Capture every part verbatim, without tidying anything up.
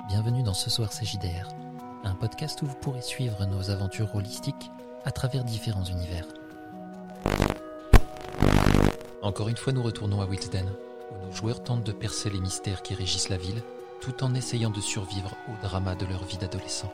Bienvenue dans Ce Soir c'est J D R, un podcast où vous pourrez suivre nos aventures holistiques à travers différents univers. Encore une fois, nous retournons à Wilsden, où nos joueurs tentent de percer les mystères qui régissent la ville, tout en essayant de survivre au drama de leur vie d'adolescent.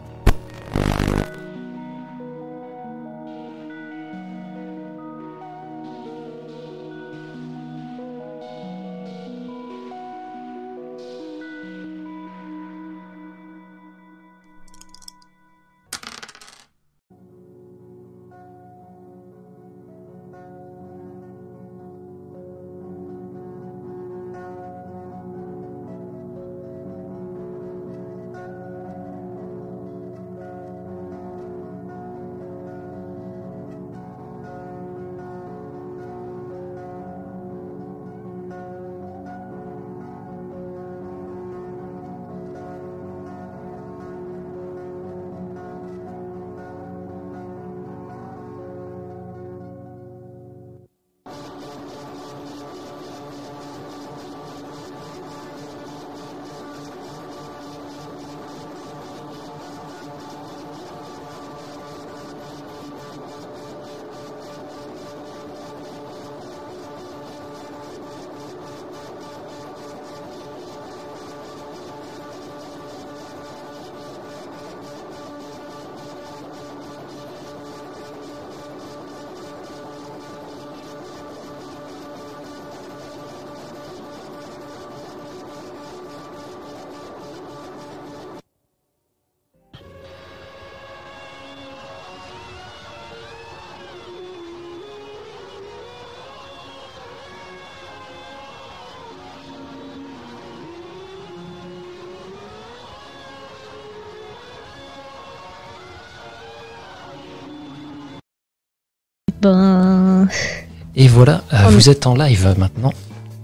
Ben... Et voilà, euh, vous êtes en live maintenant.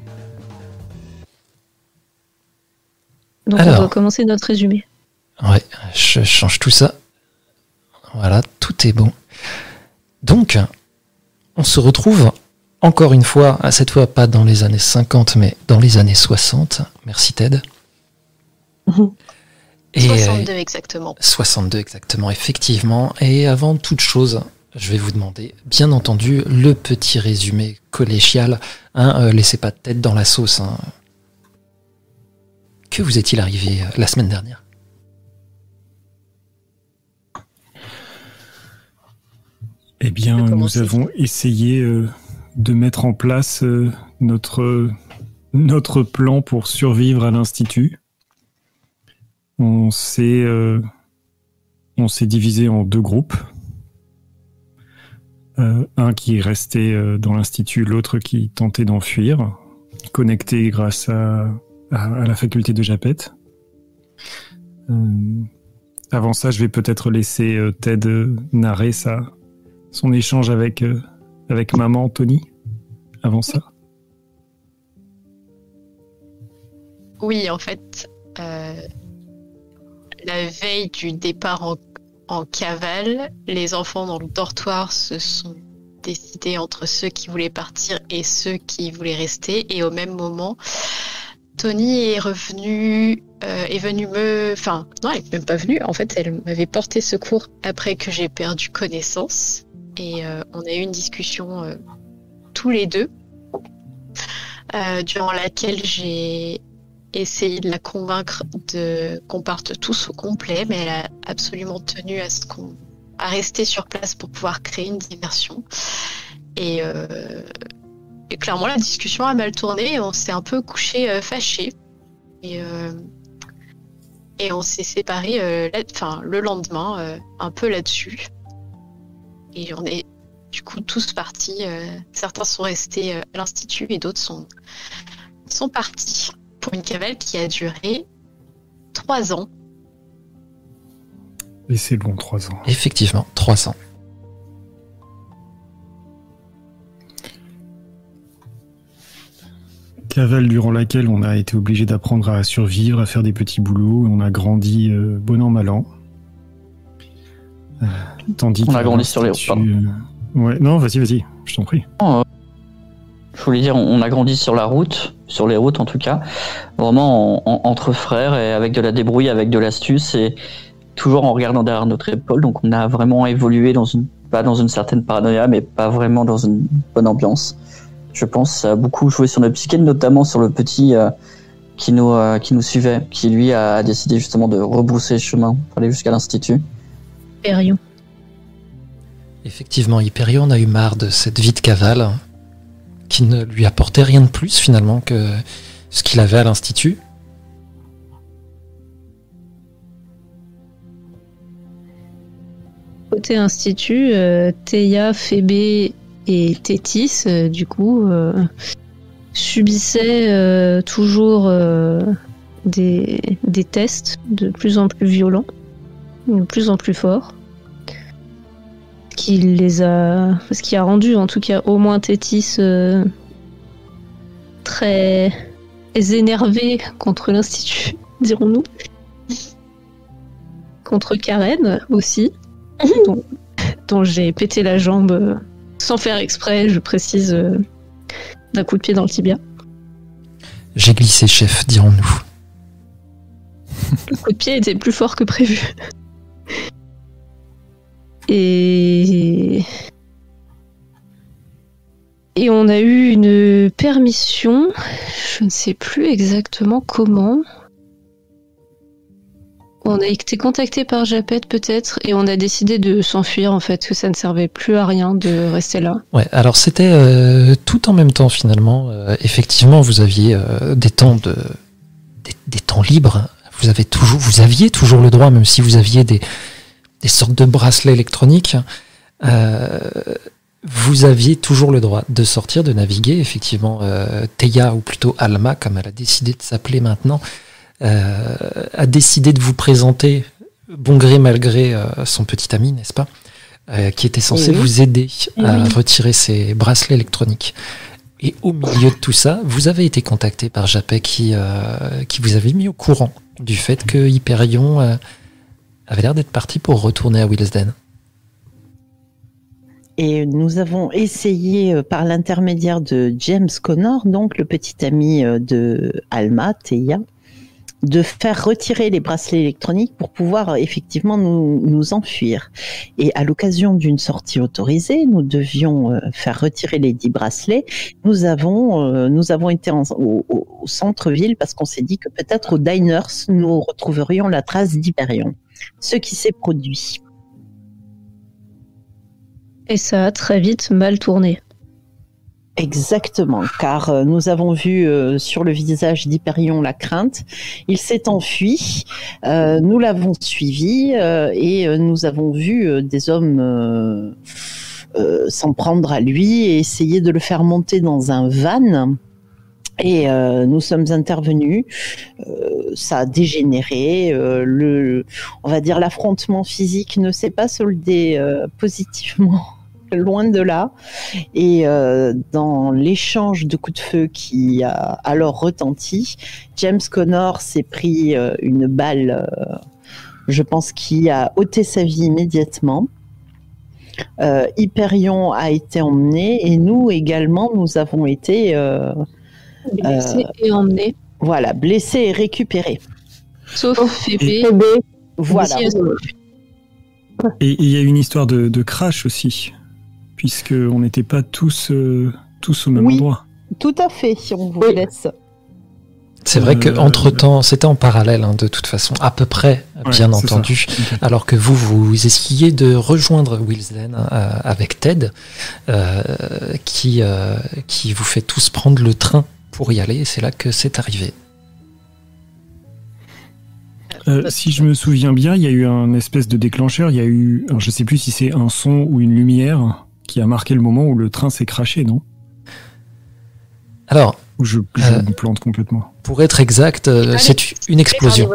Donc Alors, on doit commencer notre résumé. Ouais, je change tout ça. Voilà, tout est bon. Donc, on se retrouve encore une fois, à cette fois pas dans les années cinquante, mais dans les années soixante. Merci Ted. Mmh. Et soixante-deux exactement. soixante-deux exactement, effectivement. Et avant toute chose, je vais vous demander, bien entendu, le petit résumé collégial. Hein, euh, laissez pas de tête dans la sauce. Hein. Que vous est-il arrivé euh, la semaine dernière ? Eh bien, nous avons essayé euh, de mettre en place euh, notre, notre plan pour survivre à l'Institut. On s'est, euh, on s'est divisé en deux groupes. Euh, un qui restait euh, dans l'Institut, l'autre qui tentait d'enfuir, connecté grâce à, à, à la faculté de Japet. Euh, avant ça, je vais peut-être laisser euh, Ted euh, narrer sa, son échange avec, euh, avec maman, Tony, avant ça. Oui, en fait, euh, la veille du départ en En cavale, les enfants dans le dortoir se sont décidés entre ceux qui voulaient partir et ceux qui voulaient rester. Et au même moment, Tony est revenu, euh, est venu me... Enfin, non, elle n'est même pas venue. En fait, elle m'avait porté secours après que j'ai perdu connaissance. Et euh, on a eu une discussion euh, tous les deux, euh, durant laquelle j'ai essayer de la convaincre de qu'on parte tous au complet, mais elle a absolument tenu à ce qu'on à rester sur place pour pouvoir créer une diversion. Et, euh, et clairement, la discussion a mal tourné et on s'est un peu couché euh, fâchés. Et, euh, et on s'est séparés euh, là, enfin, le lendemain, euh, un peu là-dessus. Et on est du coup tous partis. Euh, certains sont restés euh, à l'Institut et d'autres sont, sont partis. Pour une cavale qui a duré trois ans. Et c'est long, trois ans. Effectivement, trois ans. Cavale durant laquelle on a été obligé d'apprendre à survivre, à faire des petits boulots. On a grandi euh, bon an, mal an. Euh, tandis on a grandi sur les roues, pardon. Euh, ouais, non, vas-y, vas-y, je t'en prie. Oh, je voulais dire, on a grandi sur la route, sur les routes en tout cas, vraiment en, en, entre frères et avec de la débrouille, avec de l'astuce et toujours en regardant derrière notre épaule. Donc on a vraiment évolué dans une, pas dans une certaine paranoïa, mais pas vraiment dans une bonne ambiance. Je pense que ça a beaucoup joué sur notre psyché, notamment sur le petit euh, qui nous euh, qui nous suivait, qui lui a décidé justement de rebrousser le chemin pour aller jusqu'à l'institut. Hyperion. Effectivement, Hyperion en a eu marre de cette vie de cavale qui ne lui apportait rien de plus finalement que ce qu'il avait à l'institut. Côté institut, euh, Théa, Phébé et Tétis, euh, du coup, euh, subissaient euh, toujours euh, des, des tests de plus en plus violents, de plus en plus forts. Qui les a, ce qui a rendu en tout cas au moins Tétis euh, très énervé contre l'institut, dirons-nous, contre Karen aussi, dont, dont j'ai pété la jambe euh, sans faire exprès, je précise, euh, d'un coup de pied dans le tibia. J'ai glissé, chef, dirons-nous. Le coup de pied était plus fort que prévu. Et... Et on a eu une permission, je ne sais plus exactement comment. On a été contacté par Japet peut-être, et on a décidé de s'enfuir en fait, que ça ne servait plus à rien de rester là. Ouais, alors c'était euh, tout en même temps finalement. Euh, effectivement, vous aviez euh, des temps de des, des temps libres. Vous avez toujours, vous aviez toujours le droit, même si vous aviez des des sortes de bracelets électroniques, euh, vous aviez toujours le droit de sortir, de naviguer. Effectivement, euh, Théa, ou plutôt Alma, comme elle a décidé de s'appeler maintenant, euh, a décidé de vous présenter, bon gré mal gré, euh, son petit ami, n'est-ce pas, euh, qui était censé oui. vous aider Et à oui. retirer ces bracelets électroniques. Et au milieu de tout ça, vous avez été contacté par Japet qui, euh, qui vous avait mis au courant du fait que Hyperion euh, avait l'air d'être parti pour retourner à Willesden. Et nous avons essayé, euh, par l'intermédiaire de James Connor, donc le petit ami euh, de Alma, Théa, de faire retirer les bracelets électroniques pour pouvoir euh, effectivement nous, nous enfuir. Et à l'occasion d'une sortie autorisée, nous devions euh, faire retirer les dix bracelets. Nous avons, euh, nous avons été en, au, au centre-ville parce qu'on s'est dit que peut-être au Diners, nous retrouverions la trace d'Hyperion. Ce qui s'est produit. Et ça a très vite mal tourné. Exactement, car euh, nous avons vu euh, sur le visage d'Hyperion la crainte. Il s'est enfui, euh, nous l'avons suivi euh, et euh, nous avons vu euh, des hommes euh, euh, s'en prendre à lui et essayer de le faire monter dans un van. Et euh, nous sommes intervenus, euh, ça a dégénéré, euh, le, on va dire l'affrontement physique ne s'est pas soldé euh, positivement, loin de là. Et euh, dans l'échange de coups de feu qui a alors retenti, James Connor s'est pris euh, une balle, euh, je pense, qui a ôté sa vie immédiatement. Euh, Hyperion a été emmené et nous également, nous avons été... Euh, Blessé euh, et emmené. Voilà, blessé et récupéré. Sauf Phébé. Voilà. Et il y a une histoire de, de crash aussi, puisqu'on n'était pas tous, euh, tous au même oui, endroit. Tout à fait, si on vous oui. laisse. C'est vrai euh, qu'entre-temps, c'était en parallèle, hein, de toute façon, à peu près, ouais, bien entendu, okay. Alors que vous, vous essayez de rejoindre Willesden euh, avec Ted, euh, qui, euh, qui vous fait tous prendre le train pour y aller, et c'est là que c'est arrivé. Euh, si je me souviens bien, il y a eu un espèce de déclencheur, il y a eu, alors je sais plus si c'est un son ou une lumière qui a marqué le moment où le train s'est crashé, non ? Alors, ou je, je euh, me plante complètement. Pour être exact, euh, c'est les, une explosion.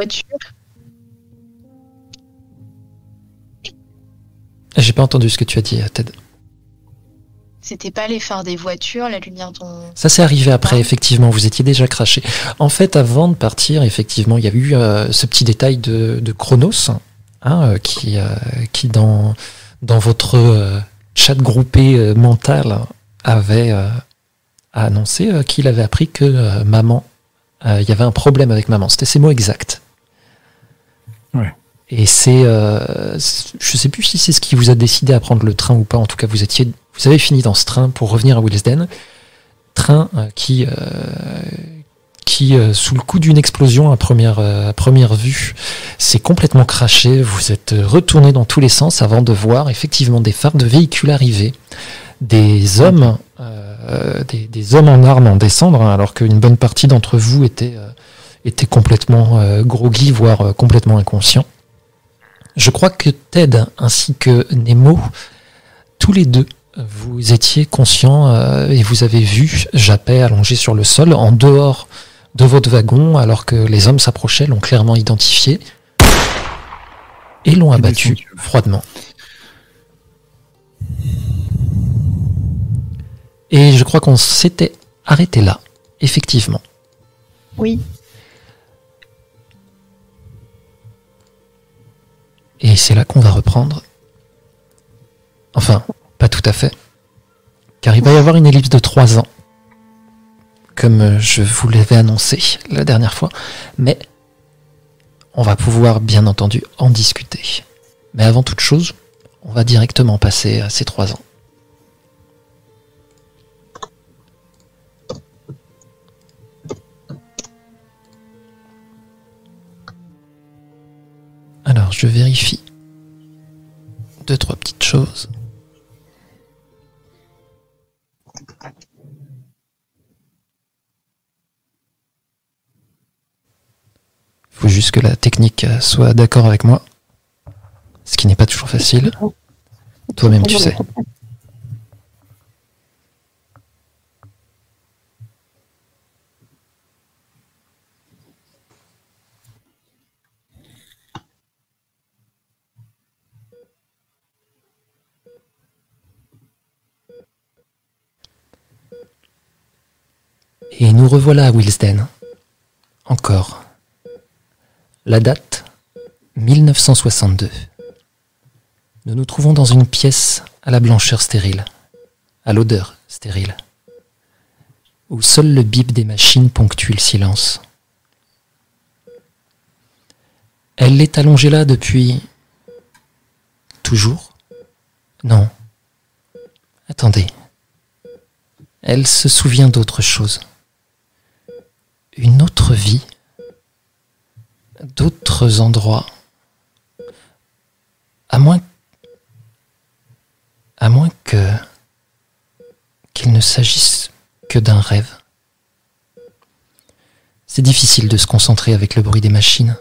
J'ai pas entendu ce que tu as dit, Ted. C'était pas les phares des voitures, la lumière dont... Ça s'est arrivé après, effectivement, vous étiez déjà craché. En fait, avant de partir, effectivement, il y a eu euh, ce petit détail de, de Chronos, hein, euh, qui, euh, qui dans, dans votre euh, chat groupé euh, mental avait, euh, a annoncé euh, qu'il avait appris que euh, maman, il euh, y avait un problème avec maman. C'était ses mots exacts. Ouais. Et c'est, euh, je sais plus si c'est ce qui vous a décidé à prendre le train ou pas. En tout cas, vous étiez, vous avez fini dans ce train pour revenir à Willesden. Train euh, qui, euh, qui euh, sous le coup d'une explosion à première, euh, à première vue, s'est complètement craché. Vous êtes retourné dans tous les sens avant de voir effectivement des phares de véhicules arriver, des hommes, euh, des, des hommes en armes en descendre, hein, alors qu'une bonne partie d'entre vous était, euh, était complètement euh, groggy, voire euh, complètement inconscient. Je crois que Ted ainsi que Nemo, tous les deux, vous étiez conscients euh, et vous avez vu Japet allongé sur le sol en dehors de votre wagon alors que les hommes s'approchaient, l'ont clairement identifié et l'ont abattu froidement. Et je crois qu'on s'était arrêté là, effectivement. Oui. Et c'est là qu'on va reprendre. Enfin, pas tout à fait. Car il va y avoir une ellipse de trois ans. Comme je vous l'avais annoncé la dernière fois. Mais on va pouvoir, bien entendu, en discuter. Mais avant toute chose, on va directement passer à ces trois ans. Alors, je vérifie deux, trois petites choses. Il faut juste que la technique soit d'accord avec moi, ce qui n'est pas toujours facile. Toi-même, tu sais. Et nous revoilà à Willesden. Encore. La date, mille neuf cent soixante-deux. Nous nous trouvons dans une pièce à la blancheur stérile, à l'odeur stérile, où seul le bip des machines ponctue le silence. Elle est allongée là depuis... toujours ? Non. Attendez. Elle se souvient d'autre chose. Une autre vie, d'autres endroits, à moins, à moins que qu'il ne s'agisse que d'un rêve. C'est difficile de se concentrer avec le bruit des machines.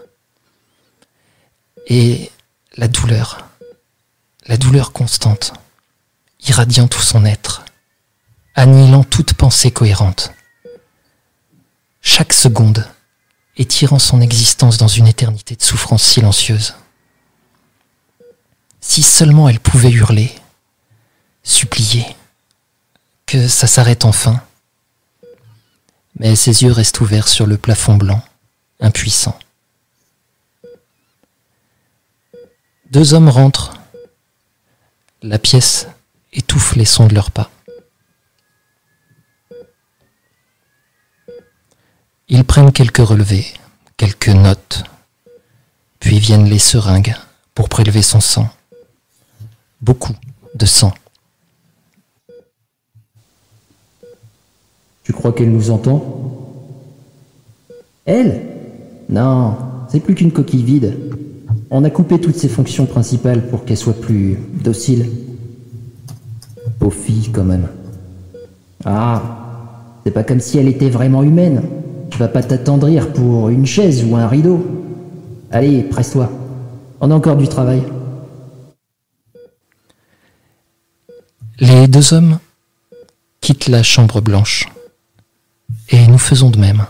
Et la douleur, la douleur constante, irradiant tout son être, annihilant toute pensée cohérente. Chaque seconde, étirant son existence dans une éternité de souffrance silencieuse. Si seulement elle pouvait hurler, supplier, que ça s'arrête enfin. Mais ses yeux restent ouverts sur le plafond blanc, impuissants. Deux hommes rentrent. La pièce étouffe les sons de leurs pas. Ils prennent quelques relevés, quelques notes, puis viennent les seringues pour prélever son sang. Beaucoup de sang. Tu crois qu'elle nous entend ? Elle ? Non, c'est plus qu'une coquille vide. On a coupé toutes ses fonctions principales pour qu'elle soit plus docile. Pauvre fille, quand même. Ah, c'est pas comme si elle était vraiment humaine. Tu vas pas t'attendrir pour une chaise ou un rideau. Allez, presse-toi. On a encore du travail. Les deux hommes quittent la chambre blanche. Et nous faisons de même.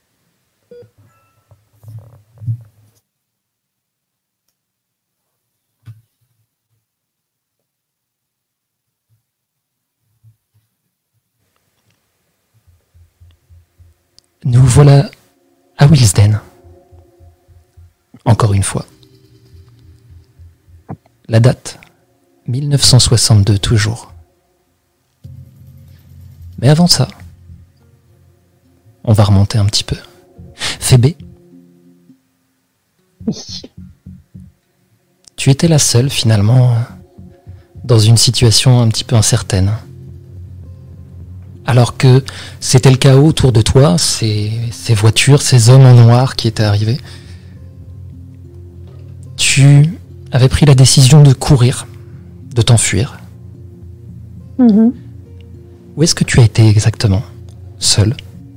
Nous voilà à Willesden. Encore une fois. La date, mille neuf cent soixante-deux toujours. Mais avant ça, On va remonter un petit peu. Phébé, Oui. tu étais la seule finalement dans une situation un petit peu incertaine. Alors que c'était le chaos autour de toi, ces, ces voitures, ces hommes en noir qui étaient arrivés. Tu avais pris la décision de courir, de t'enfuir. Mhm. Où est-ce que tu as été exactement? Seule?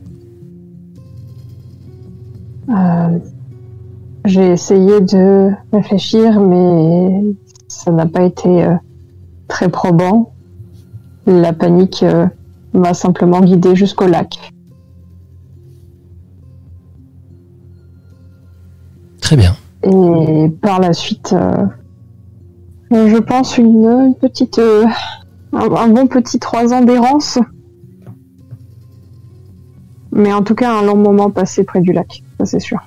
Euh, j'ai essayé de réfléchir, mais ça n'a pas été euh, très probant. La panique euh, m'a simplement guidée jusqu'au lac. Très bien. Et par la suite, euh, je pense une, une petite, euh, un, un bon petit trois ans d'errance. Mais en tout cas, un long moment passé près du lac, ça c'est sûr.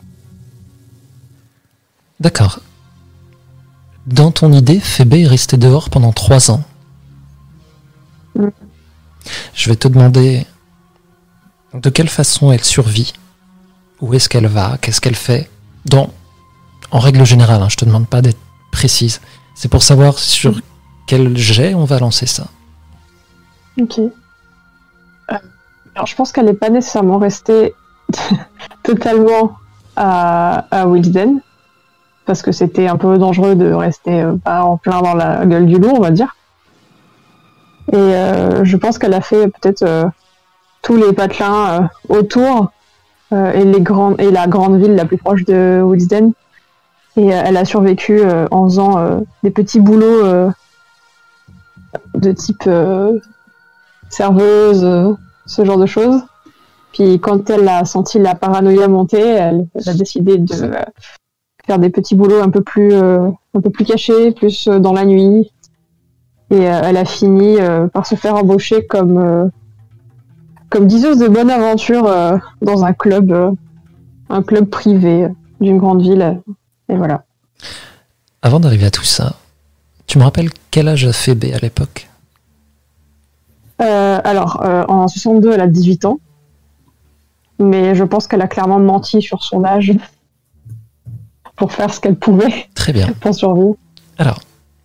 D'accord. Dans ton idée, Phébé est restée dehors pendant trois ans. Mm. Je vais te demander de quelle façon elle survit. Où est-ce qu'elle va? Qu'est-ce qu'elle fait? Dans, en règle générale, hein, je te demande pas d'être précise. C'est pour savoir sur Mm. quel jet on va lancer ça. Ok. Euh, alors je pense qu'elle n'est pas nécessairement restée totalement à, à Wilsden, parce que c'était un peu dangereux de rester euh, pas en plein dans la gueule du loup, on va dire. Et euh, je pense qu'elle a fait peut-être euh, tous les patelins euh, autour euh, et, les grandes, et la grande ville la plus proche de Wilsden. Et euh, elle a survécu euh, en faisant euh, des petits boulots euh, de type euh, serveuse, euh, ce genre de choses. Puis quand elle a senti la paranoïa monter, elle, elle a décidé de euh, faire des petits boulots un peu plus, euh, un peu plus cachés, plus euh, dans la nuit. Et euh, elle a fini euh, par se faire embaucher comme, euh, comme diseuse de bonne aventure euh, dans un club, euh, un club privé euh, d'une grande ville. Et voilà. Avant d'arriver à tout ça, tu me rappelles quel âge a Phébé à l'époque? Euh, alors, euh, en soixante-deux, elle a dix-huit ans. Mais je pense qu'elle a clairement menti sur son âge pour faire ce qu'elle pouvait Très bien. pour survivre. Alors,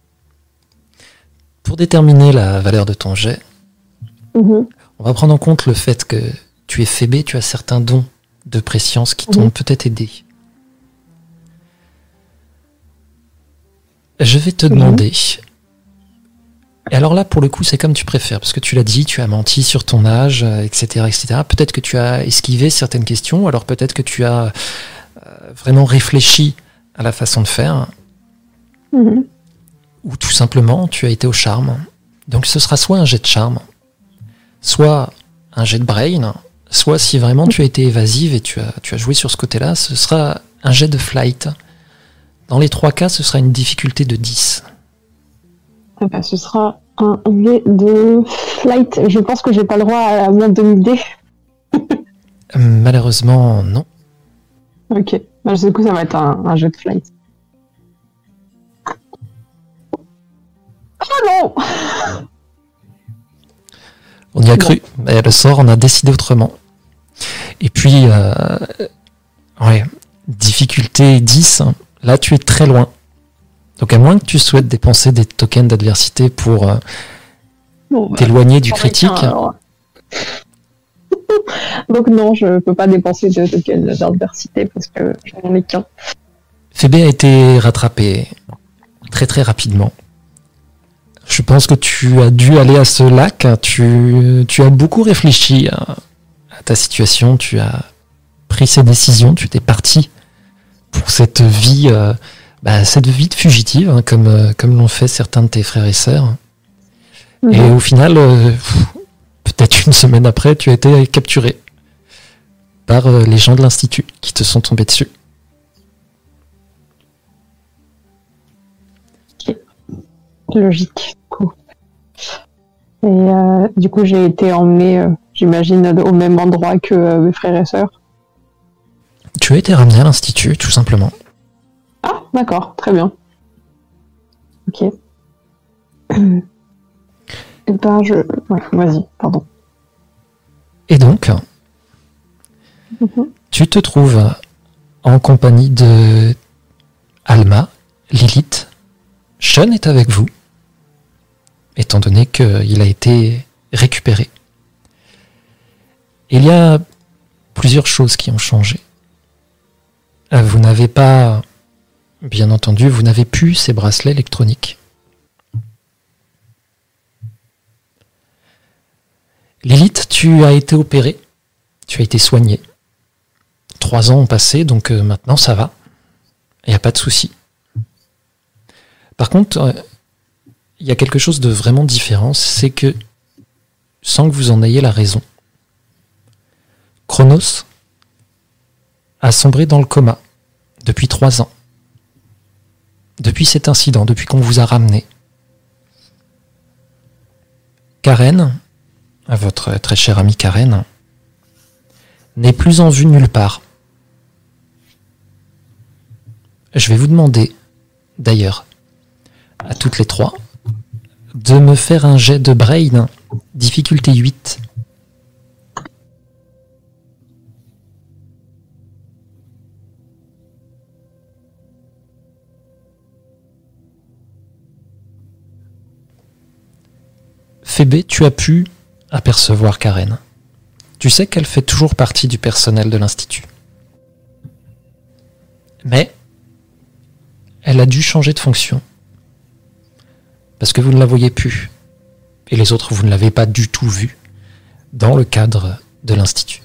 pour déterminer la valeur de ton jet, Mhm. on va prendre en compte le fait que tu es Phébé, tu as certains dons de préscience qui t'ont Mhm. peut-être aidé. Je vais te Mhm. demander. Et alors là, pour le coup, c'est comme tu préfères, parce que tu l'as dit, tu as menti sur ton âge, euh, et cetera, et cetera. Peut-être que tu as esquivé certaines questions, alors peut-être que tu as euh, vraiment réfléchi à la façon de faire, Mhm. ou tout simplement, tu as été au charme. Donc ce sera soit un jet de charme, soit un jet de brain, soit si vraiment tu as été évasive et tu as, tu as joué sur ce côté-là, ce sera un jet de flight. Dans les trois cas, ce sera une difficulté de dix. Eh ben, ce sera un jet de flight. Je pense que j'ai pas le droit à moins de mille dés. Malheureusement, non. Ok. Bah, du coup, ça va être un, un jet de flight. Oh non! On y a Bon. cru, mais le sort en a décidé autrement. Et puis, euh, ouais, difficulté dix, hein. Là tu es très loin. Donc à moins que tu souhaites dépenser des tokens d'adversité pour euh, Bon, bah, t'éloigner du j'en ai critique. qu'un, alors. Donc non, je peux pas dépenser de tokens d'adversité parce que j'en ai qu'un. Phébé a été rattrapé très très rapidement. Je pense que tu as dû aller à ce lac, tu, tu as beaucoup réfléchi à, à ta situation, tu as pris ces décisions, tu t'es parti pour cette vie, euh, bah, cette vie de fugitive, hein, comme, euh, comme l'ont fait certains de tes frères et sœurs. Mhm. Et au final, euh, pff, peut-être une semaine après, tu as été capturé par euh, les gens de l'Institut qui te sont tombés dessus. Logique. Cool. Et euh, du coup, j'ai été emmenée, euh, j'imagine, au même endroit que euh, mes frères et sœurs. Tu as été ramené à l'Institut, tout simplement. Ah, d'accord, très bien. Ok. Eh ben, je... Ouais, vas-y, pardon. Et donc, Mhm. Tu te trouves en compagnie de Alma, Lilith. Sean est avec vous, étant donné qu'il a été récupéré. Il y a plusieurs choses qui ont changé. Vous n'avez pas, bien entendu, vous n'avez plus ces bracelets électroniques. Lilith, tu as été opérée, tu as été soignée. Trois ans ont passé, donc euh, maintenant ça va. Il n'y a pas de souci. Par contre, euh, il y a quelque chose de vraiment différent, c'est que, sans que vous en ayez la raison, Chronos a sombré dans le coma depuis trois ans. Depuis cet incident, depuis qu'on vous a ramené. Karen, votre très chère amie Karen, n'est plus en vue nulle part. Je vais vous demander, d'ailleurs, à toutes les trois, de me faire un jet de brain, difficulté huit. Phébé, tu as pu apercevoir Karen. Tu sais qu'elle fait toujours partie du personnel de l'Institut. Mais elle a dû changer de fonction. Parce que vous ne la voyez plus. Et les autres, vous ne l'avez pas du tout vue dans le cadre de l'Institut.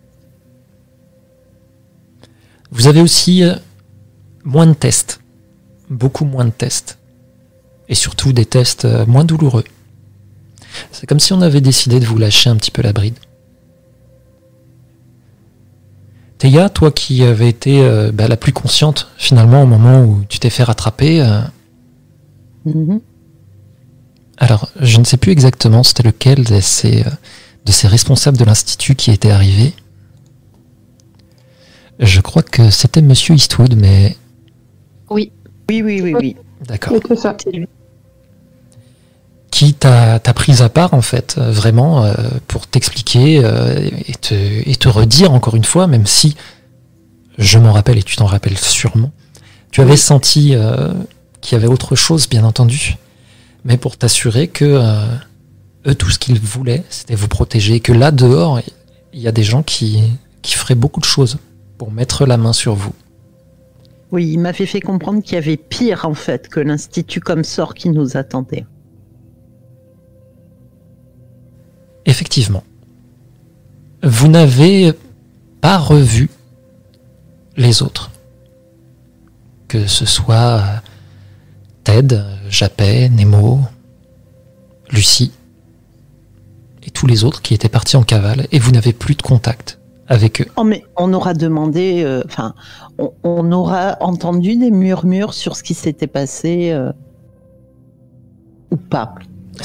Vous avez aussi moins de tests. Beaucoup moins de tests. Et surtout des tests moins douloureux. C'est comme si on avait décidé de vous lâcher un petit peu la bride. Théa, toi qui avais été euh, bah, la plus consciente finalement au moment où tu t'es fait rattraper. Euh... Mm-hmm. Alors, je ne sais plus exactement c'était lequel de ces, euh, de ces responsables de l'Institut qui était arrivé. Je crois que c'était Monsieur Eastwood, mais... Oui. Oui, oui, oui, oui. D'accord. C'est ça. Qui t'a, t'a prise à part en fait, euh, vraiment, euh, pour t'expliquer euh, et, te, et te redire encore une fois, même si je m'en rappelle et tu t'en rappelles sûrement, tu avais senti euh, qu'il y avait autre chose, bien entendu, mais pour t'assurer que euh, eux, tout ce qu'ils voulaient, c'était vous protéger, et que là, dehors, il y a des gens qui, qui feraient beaucoup de choses pour mettre la main sur vous. Oui, il m'avait fait comprendre qu'il y avait pire en fait que l'Institut comme sort qui nous attendait. Effectivement. Vous n'avez pas revu les autres. Que ce soit Ted, Japet, Nemo, Lucie et tous les autres qui étaient partis en cavale et vous n'avez plus de contact avec eux. Oh mais on aura demandé, enfin, euh, on, on aura entendu des murmures sur ce qui s'était passé euh, ou pas. C'est-à-dire ?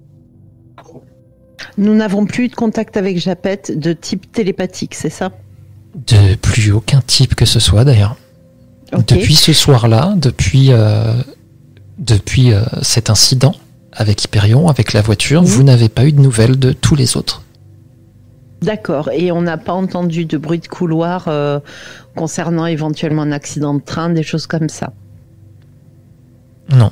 Nous n'avons plus de contact avec Japet de type télépathique, c'est ça ? De plus aucun type que ce soit d'ailleurs. Okay. Depuis ce soir-là, depuis, euh, depuis euh, cet incident avec Hyperion, avec la voiture, mmh. vous n'avez pas eu de nouvelles de tous les autres. D'accord, et on n'a pas entendu de bruit de couloir euh, concernant éventuellement un accident de train, des choses comme ça ? Non.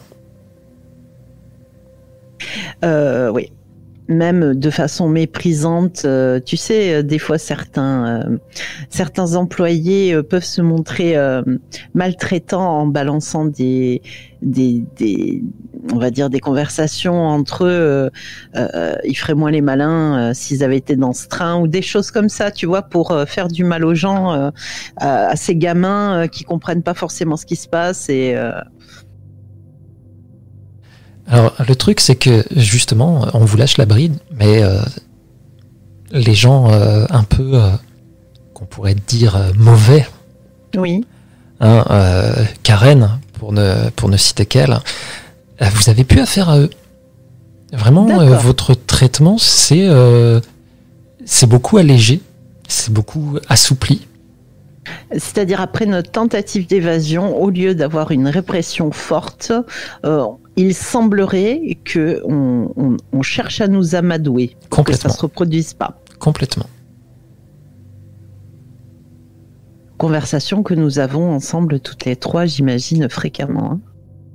Euh, oui. Même de façon méprisante, euh, tu sais, euh, des fois certains euh, certains employés euh, peuvent se montrer euh, maltraitants en balançant des des des on va dire des conversations entre eux. Euh, euh, ils feraient moins les malins euh, s'ils avaient été dans ce train ou des choses comme ça, tu vois, pour euh, faire du mal aux gens, euh, à, à ces gamins euh, qui comprennent pas forcément ce qui se passe et euh, Alors, le truc, c'est que, justement, on vous lâche la bride, mais euh, les gens euh, un peu, euh, qu'on pourrait dire, euh, mauvais, oui. hein, euh, Karen, pour ne, pour ne citer qu'elle, euh, vous avez plus affaire à eux. Vraiment, euh, votre traitement, c'est, euh, c'est beaucoup allégé, c'est beaucoup assoupli. C'est-à-dire, après notre tentative d'évasion, au lieu d'avoir une répression forte, euh, il semblerait que on, on, on cherche à nous amadouer, pour que ça se reproduise pas. Complètement. conversation que nous avons ensemble toutes les trois, j'imagine, fréquemment. Hein.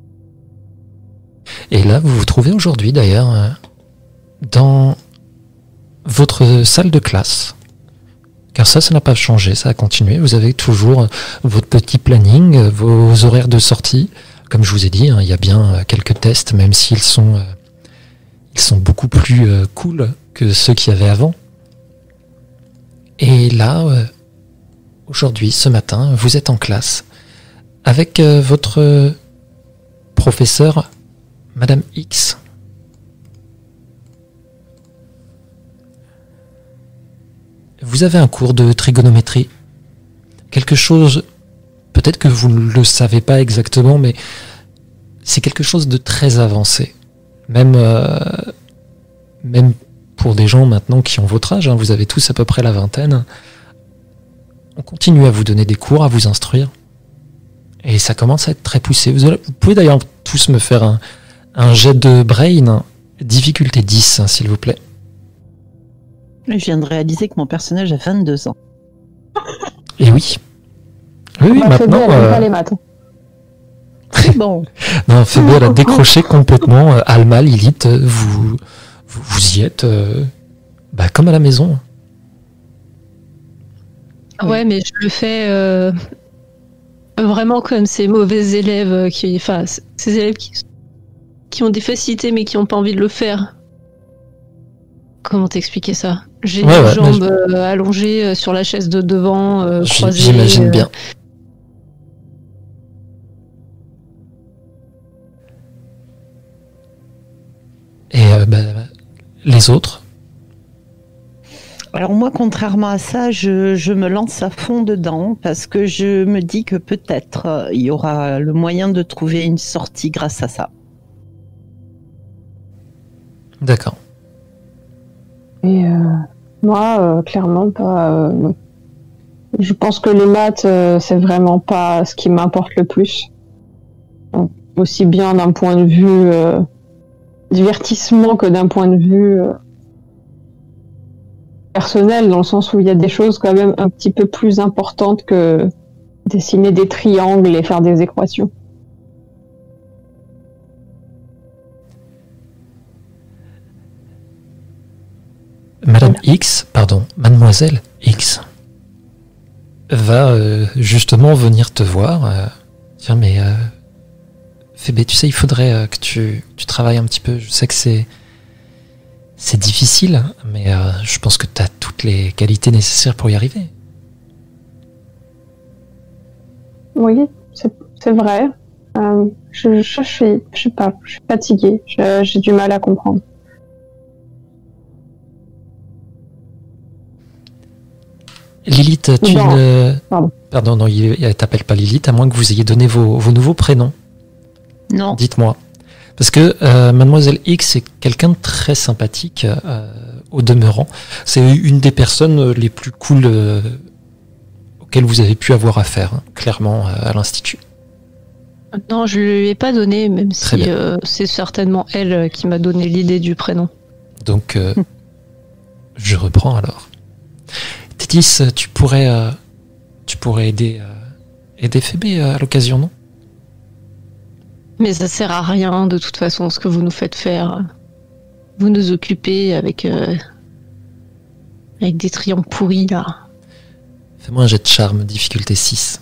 Et là, vous vous trouvez aujourd'hui, d'ailleurs, euh, dans votre salle de classe. Car ça, ça n'a pas changé, ça a continué. Vous avez toujours votre petit planning, vos horaires de sortie. Comme je vous ai dit, hein, il y a bien quelques tests, même s'ils sont, euh, ils sont beaucoup plus euh, cool que ceux qu'il y avait avant. Et là, euh, aujourd'hui, ce matin, vous êtes en classe avec euh, votre professeur, Madame X. Vous avez un cours de trigonométrie. Quelque chose, peut-être que vous ne le savez pas exactement, mais c'est quelque chose de très avancé. Même, euh, même pour des gens maintenant qui ont votre âge, hein, vous avez tous à peu près la vingtaine, on continue à vous donner des cours, à vous instruire. Et ça commence à être très poussé. Vous, vous pouvez d'ailleurs tous me faire un, un jet de brain, difficulté dix, hein, s'il vous plaît. Je viens de réaliser que mon personnage a vingt-deux ans. Et oui. Oui, oui, bah, maintenant... Phébé, elle aime euh... pas les maths. Bon. Non, Phébé, elle a décroché complètement. Euh, Alma, Lilith, euh, vous, vous, vous y êtes euh, bah, comme à la maison. Ouais, mais je le fais euh, vraiment comme ces mauvais élèves, qui, enfin, ces élèves qui, qui ont des facilités mais qui n'ont pas envie de le faire. Comment t'expliquer ça? J'ai ouais, les ouais, jambes je... euh, allongées euh, sur la chaise de devant, euh, croisées. J'imagine euh... bien. Et euh, bah, les autres? Alors moi, contrairement à ça, je, je me lance à fond dedans parce que je me dis que peut-être euh, il y aura le moyen de trouver une sortie grâce à ça. D'accord. Et euh, moi, euh, clairement, pas. Euh, je pense que les maths, euh, c'est vraiment pas ce qui m'importe le plus. Donc, aussi bien d'un point de vue euh, divertissement que d'un point de vue euh, personnel, dans le sens où il y a des choses quand même un petit peu plus importantes que dessiner des triangles et faire des équations. Madame X, pardon, Mademoiselle X, va euh, justement venir te voir. Euh, dire, mais euh, Phébé, tu sais, il faudrait euh, que tu, tu travailles un petit peu. Je sais que c'est c'est difficile, mais euh, je pense que tu as toutes les qualités nécessaires pour y arriver. Oui, c'est, c'est vrai. Euh, je, je, je suis, je sais pas, je suis fatiguée. Je, j'ai du mal à comprendre. Lilith, tu non. ne... Pardon. Pardon, non, il, elle t'appelle pas Lilith, à moins que vous ayez donné vos, vos nouveaux prénoms. Non. Dites-moi. Parce que euh, Mademoiselle X est quelqu'un de très sympathique, euh, au demeurant. C'est une des personnes les plus cool euh, auxquelles vous avez pu avoir affaire, hein, clairement, euh, à l'Institut. Non, je lui ai pas donné, même Très si bien. euh, c'est certainement elle qui m'a donné l'idée du prénom. Donc, euh, je reprends alors. Tétis, tu pourrais, euh, tu pourrais aider, euh, aider Phébé à l'occasion, non? Mais ça sert à rien, de toute façon, ce que vous nous faites faire. Vous nous occupez avec, euh, avec des triangles pourris, là. Fais-moi un jet de charme, difficulté six.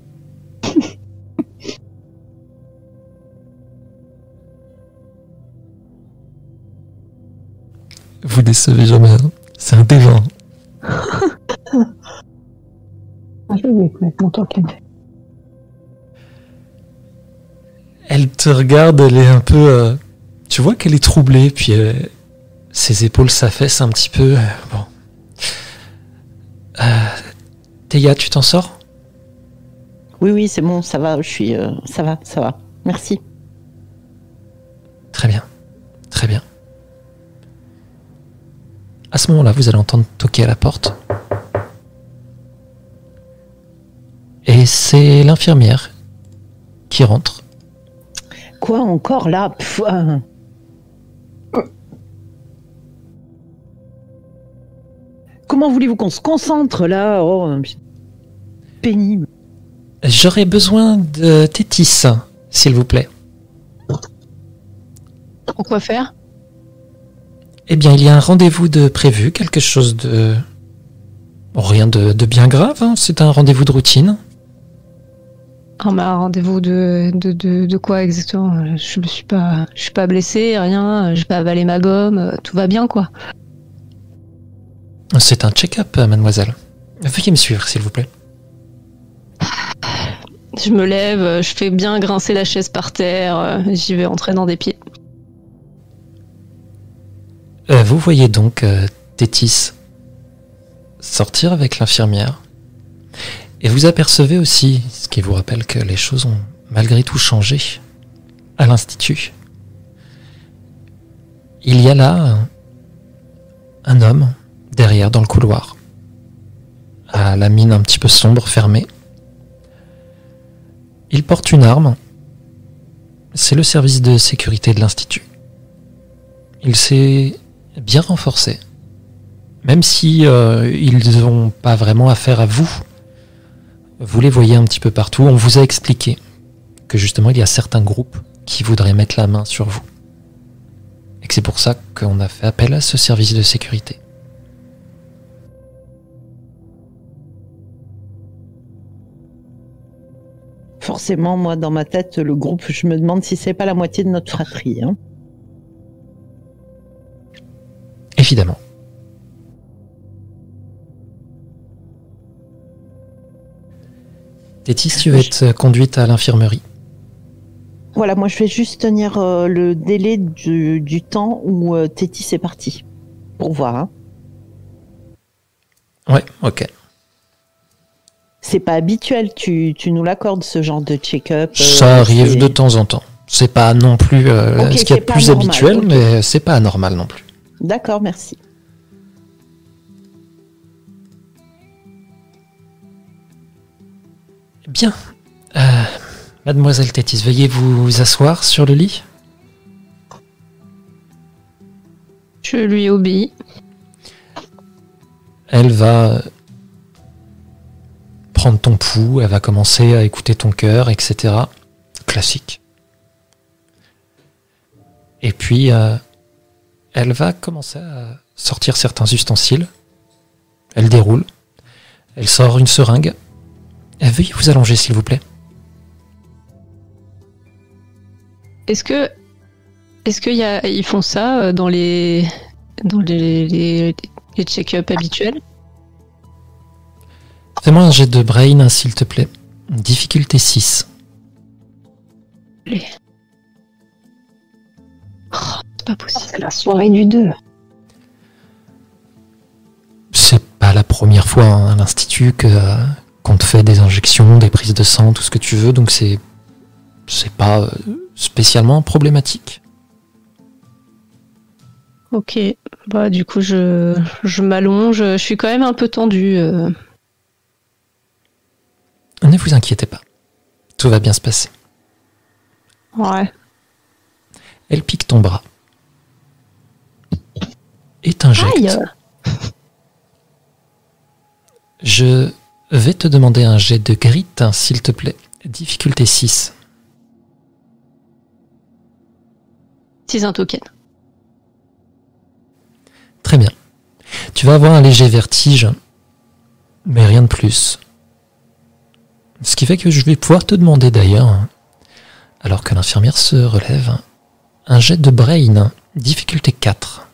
Vous décevez jamais, hein. C'est un dévin. Ah, je vais mettre mon token. Elle te regarde, elle est un peu... Euh, tu vois qu'elle est troublée, puis euh, ses épaules s'affaissent un petit peu. Euh, bon. Euh, Théa, tu t'en sors? Oui, oui, c'est bon, ça va, je suis... Euh, ça va, ça va. Merci. Très bien, très bien. À ce moment-là, vous allez entendre toquer à la porte. Et c'est l'infirmière qui rentre. Quoi encore là? Pff, euh... Comment voulez-vous qu'on se concentre là? Oh, pénible. J'aurais besoin de Tétis, s'il vous plaît. Pourquoi faire? Eh bien, il y a un rendez-vous de prévu, quelque chose de... Rien de, de bien grave, hein. C'est un rendez-vous de routine. Ah bah rendez-vous de, de, de, de quoi exactement? Je me suis pas je suis pas blessée, rien, j'ai pas avalé ma gomme, tout va bien quoi. C'est un check-up, mademoiselle. Veuillez me suivre, s'il vous plaît. Je me lève, je fais bien grincer la chaise par terre, j'y vais entrer dans des pieds. Euh, vous voyez donc euh, Tétis sortir avec l'infirmière. Et vous apercevez aussi, ce qui vous rappelle que les choses ont malgré tout changé à l'Institut. Il y a là un, un homme derrière dans le couloir, à la mine un petit peu sombre, fermée. Il porte une arme. C'est le service de sécurité de l'Institut. Il s'est bien renforcé. Même si euh, ils n'ont pas vraiment affaire à vous, vous les voyez un petit peu partout. On vous a expliqué que justement il y a certains groupes qui voudraient mettre la main sur vous. Et que c'est pour ça qu'on a fait appel à ce service de sécurité. Forcément, moi, dans ma tête, le groupe, je me demande si c'est pas la moitié de notre fratrie. Hein. Évidemment. Tétis, tu vas être conduite à l'infirmerie. Voilà, moi je vais juste tenir euh, le délai du, du temps où euh, Tétis est parti. Pour voir. Hein. Ouais, ok. C'est pas habituel, tu, tu nous l'accordes ce genre de check-up. Euh, Ça arrive c'est... de temps en temps. C'est pas non plus euh, okay, ce qui est plus normal, habituel, okay. Mais c'est pas anormal non plus. D'accord, merci. Bien. Euh, Mademoiselle Tétis, veuillez vous asseoir sur le lit. Je lui obéis. Elle va prendre ton pouls, elle va commencer à écouter ton cœur, et cetera. Classique. Et puis, euh, elle va commencer à sortir certains ustensiles. Elle déroule. Elle sort une seringue. Veuillez vous allonger, s'il vous plaît. Est-ce que, est-ce qu'il y a, ils font ça dans les, dans les, les, les check-up habituels? Fais-moi un jet de brain, s'il te plaît. Difficulté six. Les... Oh, c'est pas possible. C'est la soirée du deux. C'est pas la première fois hein, à l'Institut que... Euh, qu'on te fait des injections, des prises de sang, tout ce que tu veux, donc c'est c'est pas spécialement problématique. Ok, bah du coup je, je m'allonge, je suis quand même un peu tendue. Euh... Ne vous inquiétez pas, tout va bien se passer. Ouais. Elle pique ton bras et t'injecte. Aïe. Je vais te demander un jet de grit, hein, s'il te plaît. Difficulté six. C'est un token. Très bien. Tu vas avoir un léger vertige, mais rien de plus. Ce qui fait que je vais pouvoir te demander d'ailleurs, alors que l'infirmière se relève, un jet de brain, difficulté quatre.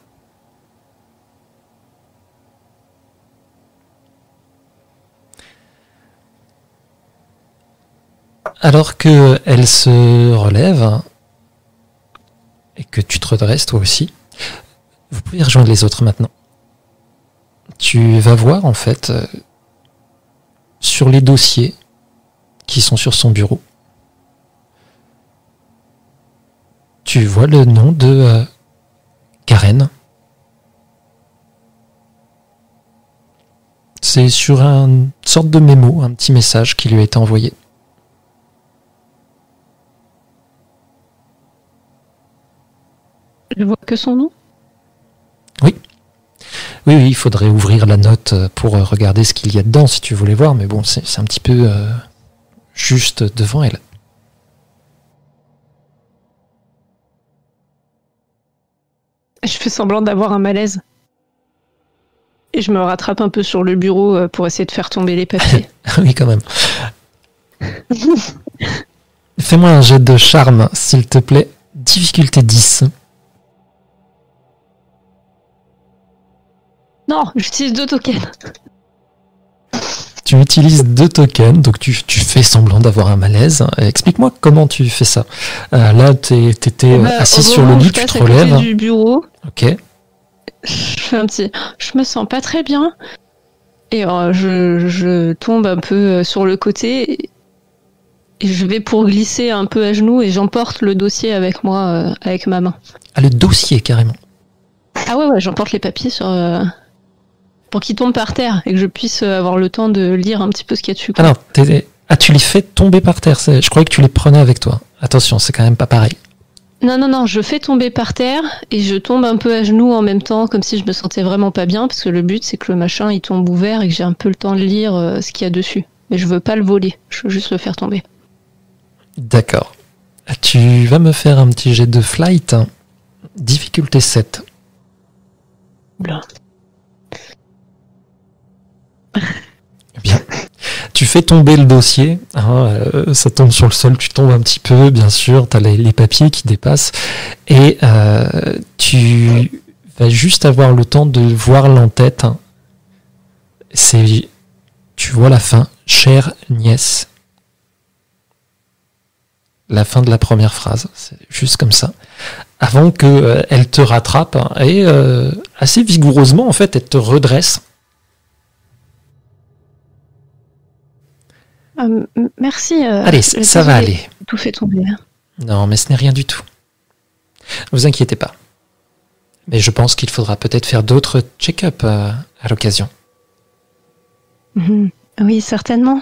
Alors que elle se relève et que tu te redresses toi aussi, vous pouvez rejoindre les autres maintenant. Tu vas voir en fait euh, sur les dossiers qui sont sur son bureau, tu vois le nom de euh, Karen. C'est sur une sorte de mémo, un petit message qui lui a été envoyé. Je vois que son nom. Oui. Oui, oui, il faudrait ouvrir la note pour regarder ce qu'il y a dedans si tu voulais voir, mais bon, c'est, c'est un petit peu euh, juste devant elle. Je fais semblant d'avoir un malaise. Et je me rattrape un peu sur le bureau pour essayer de faire tomber les papiers. Oui, quand même. Fais-moi un jet de charme, s'il te plaît. Difficulté dix. Non, j'utilise deux tokens. Tu utilises deux tokens, donc tu, tu fais semblant d'avoir un malaise. Explique-moi comment tu fais ça. Euh, là, t'es, t'étais bah, assis sur le lit, tu te relèves. Du bureau. Ok. Je fais un petit. Je me sens pas très bien. Et euh, je, je tombe un peu sur le côté. Et je vais pour glisser un peu à genoux et j'emporte le dossier avec moi, euh, avec ma main. Ah, le dossier, carrément. Ah ouais, ouais, j'emporte les papiers sur. Euh... pour qu'ils tombent par terre et que je puisse avoir le temps de lire un petit peu ce qu'il y a dessus. Quoi. Ah non, t'es... ah, tu les fais tomber par terre. C'est... Je croyais que tu les prenais avec toi. Attention, c'est quand même pas pareil. Non, non, non, je fais tomber par terre et je tombe un peu à genoux en même temps, comme si je me sentais vraiment pas bien, parce que le but c'est que le machin il tombe ouvert et que j'ai un peu le temps de lire euh, ce qu'il y a dessus. Mais je veux pas le voler, je veux juste le faire tomber. D'accord. Tu vas me faire un petit jet de flight. Difficulté sept. Oula. Bien. Tu fais tomber le dossier, hein, euh, ça tombe sur le sol, tu tombes un petit peu, bien sûr, tu as les, les papiers qui dépassent, et euh, tu vas juste avoir le temps de voir l'entête. C'est, tu vois la fin, chère nièce. La fin de la première phrase, c'est juste comme ça. Avant que euh, elle te rattrape, hein, et euh, assez vigoureusement, en fait, elle te redresse. Euh, merci. Euh, Allez, ça va aller. Tout fait tomber. Non, mais ce n'est rien du tout. Ne vous inquiétez pas. Mais je pense qu'il faudra peut-être faire d'autres check-up euh, à l'occasion. Mmh. Oui, certainement.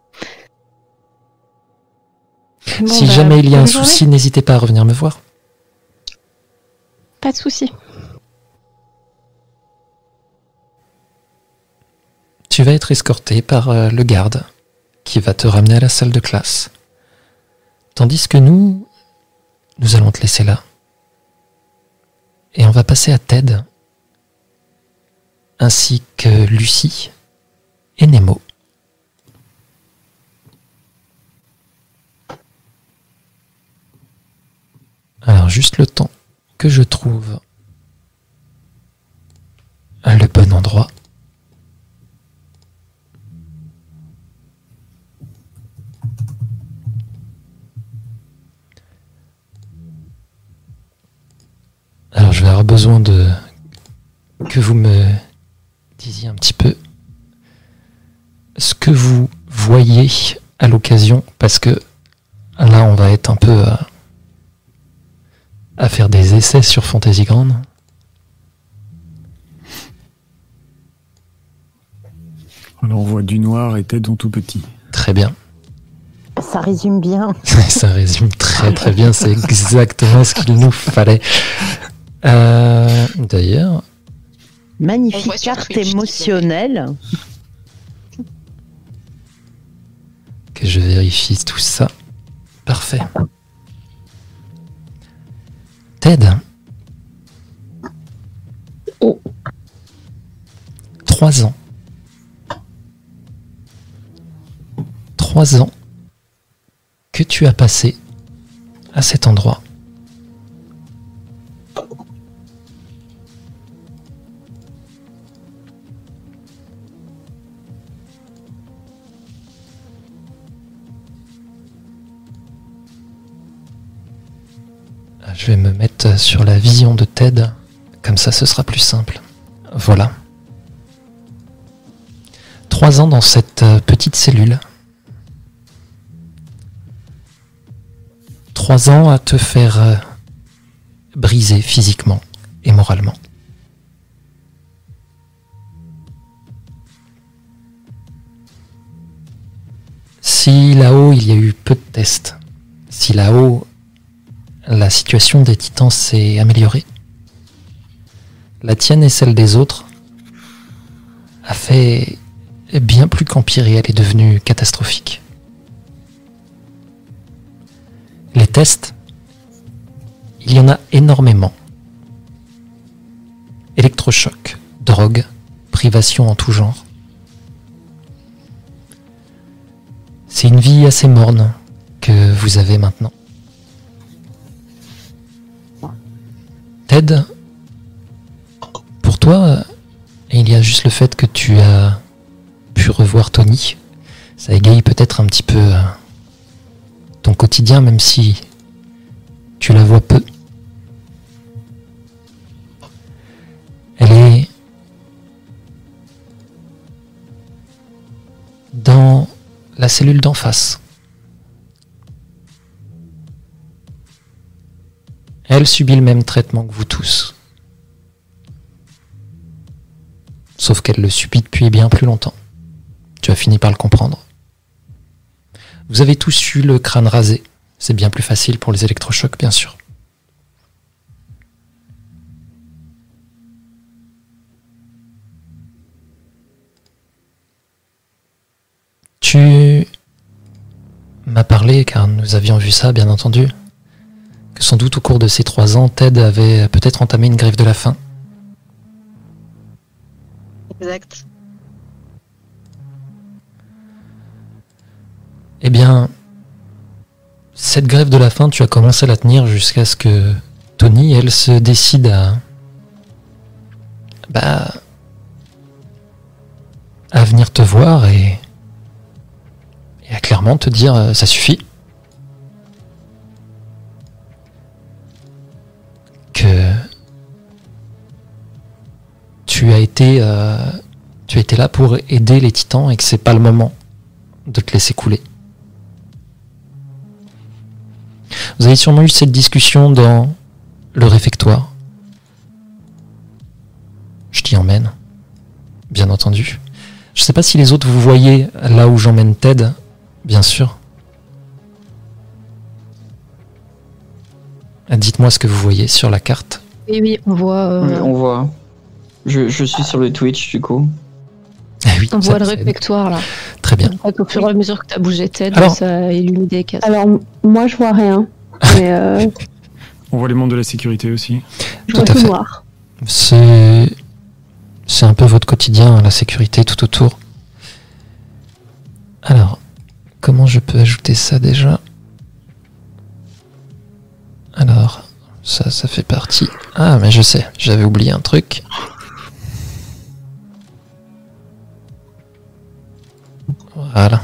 Bon, si bah, jamais il y a un souci, journée. N'hésitez pas à revenir me voir. Pas de souci. Tu vas être escorté par euh, le garde qui va te ramener à la salle de classe. Tandis que nous, nous allons te laisser là. Et on va passer à Ted, ainsi que Lucie et Nemo. Alors juste le temps que je trouve le bon endroit. Alors je vais avoir besoin de que vous me disiez un petit peu ce que vous voyez à l'occasion, parce que là on va être un peu à, à faire des essais sur Fantasy Ground. Alors on voit du noir et Ted en tout petit. Très bien. Ça résume bien. Ça résume très très bien, c'est exactement ce qu'il nous fallait. Euh, d'ailleurs, magnifique carte émotionnelle. Que je vérifie tout ça. Parfait. Ted. Oh. Trois ans. Trois ans que tu as passé à cet endroit. Je vais me mettre sur la vision de Ted, comme ça ce sera plus simple. Voilà. Trois ans dans cette petite cellule. Trois ans à te faire euh, briser physiquement et moralement. Si là-haut il y a eu peu de tests, si là-haut la situation des titans s'est améliorée, la tienne et celle des autres a fait bien plus qu'empirer, elle est devenue catastrophique. Les tests, il y en a énormément. Électrochoc, drogue, privation en tout genre. C'est une vie assez morne que vous avez maintenant. Ted, pour toi, il y a juste le fait que tu as pu revoir Tony. Ça égaye peut-être un petit peu ton quotidien, même si tu la vois peu. Elle est dans la cellule d'en face. Elle subit le même traitement que vous tous. Sauf qu'elle le subit depuis bien plus longtemps. Tu as fini par le comprendre. Vous avez tous eu le crâne rasé. C'est bien plus facile pour les électrochocs, bien sûr. Tu m'as parlé, car nous avions vu ça, bien entendu, que sans doute au cours de ces trois ans, Ted avait peut-être entamé une grève de la faim. Exact. Eh bien, cette grève de la faim, tu as commencé à la tenir jusqu'à ce que Tony, elle, se décide à... Bah... à venir te voir et... et à clairement te dire euh, ça suffit. Que... tu as été... Euh... tu as été là pour aider les titans et que c'est pas le moment de te laisser couler. Vous avez sûrement eu cette discussion dans le réfectoire. Je t'y emmène, bien entendu. Je sais pas si les autres vous voyez là où j'emmène Ted, bien sûr. Dites-moi ce que vous voyez sur la carte. Oui, oui, on voit. Euh... Oui, on voit. Je, je suis sur le Twitch du coup. Ah oui, on ça, voit le ça réfectoire là. Très bien. En fait, au fur et à mesure que tu as bougé Ted, Alors, ça illumine des cases. Alors, moi, je vois rien. Mais euh, On voit les membres de la sécurité aussi. je Tout vois à tout fait. noir. C'est... c'est un peu votre quotidien, la sécurité tout autour. Alors, comment je peux ajouter ça déjà ? Alors, ça, ça fait partie... Ah, mais je sais, j'avais oublié un truc. Voilà.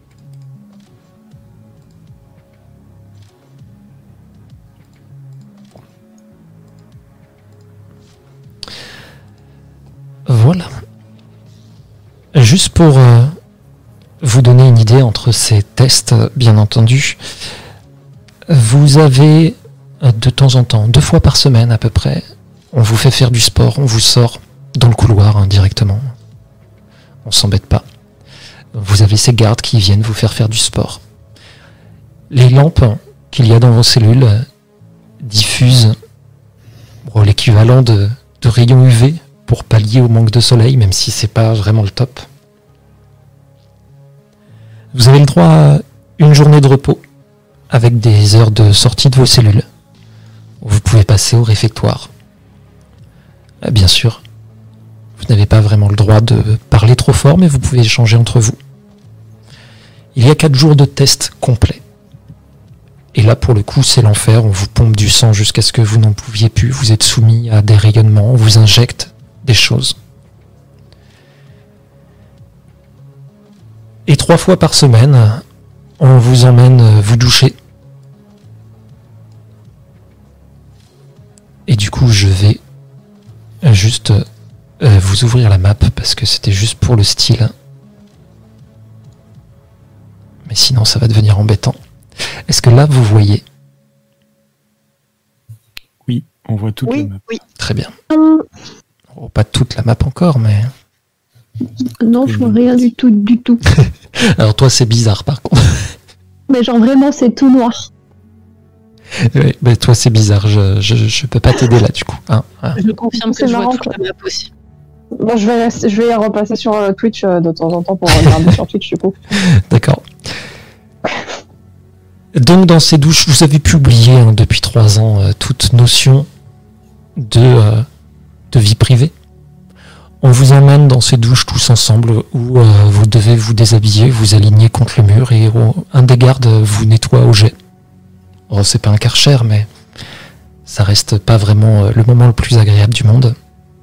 Voilà. Juste pour euh, vous donner une idée entre ces tests, bien entendu, vous avez euh, de temps en temps, deux fois par semaine à peu près, on vous fait faire du sport, on vous sort dans le couloir hein, directement. On s'embête pas. Vous avez ces gardes qui viennent vous faire faire du sport. Les lampes qu'il y a dans vos cellules diffusent bon, l'équivalent de, de rayons U V pour pallier au manque de soleil, même si c'est pas vraiment le top. Vous avez le droit à une journée de repos avec des heures de sortie de vos cellules. Vous pouvez passer au réfectoire. Bien sûr, vous n'avez pas vraiment le droit de parler trop fort, mais vous pouvez échanger entre vous. Il y a quatre jours de tests complets. Et là, pour le coup, c'est l'enfer. On vous pompe du sang jusqu'à ce que vous n'en pouviez plus. Vous êtes soumis à des rayonnements. On vous injecte des choses. Et trois fois par semaine, on vous emmène vous doucher. Et du coup, je vais juste euh, vous ouvrir la map parce que c'était juste pour le style. Mais sinon, ça va devenir embêtant. Est-ce que là, vous voyez ? Oui, on voit toute Oui, la map. oui. Très bien. Oh, pas toute la map encore, mais... Non, je vois rien du tout, du tout. Alors toi, c'est bizarre, par contre. Mais genre vraiment, c'est tout noir. Oui, mais toi, c'est bizarre. Je, je, je peux pas t'aider là, du coup. Hein, hein. Je confirme que C'est je vois marrant, toute quoi. la map aussi. Bon, je vais, je vais repasser sur euh, Twitch euh, de temps en temps pour regarder sur Twitch du coup. D'accord. Donc dans ces douches, vous avez pu oublier hein, depuis trois ans euh, toute notion de, euh, de vie privée. On vous emmène dans ces douches tous ensemble où euh, vous devez vous déshabiller, vous aligner contre le mur et où un des gardes vous nettoie au jet. Oh, c'est pas un Karcher, mais ça reste pas vraiment le moment le plus agréable du monde.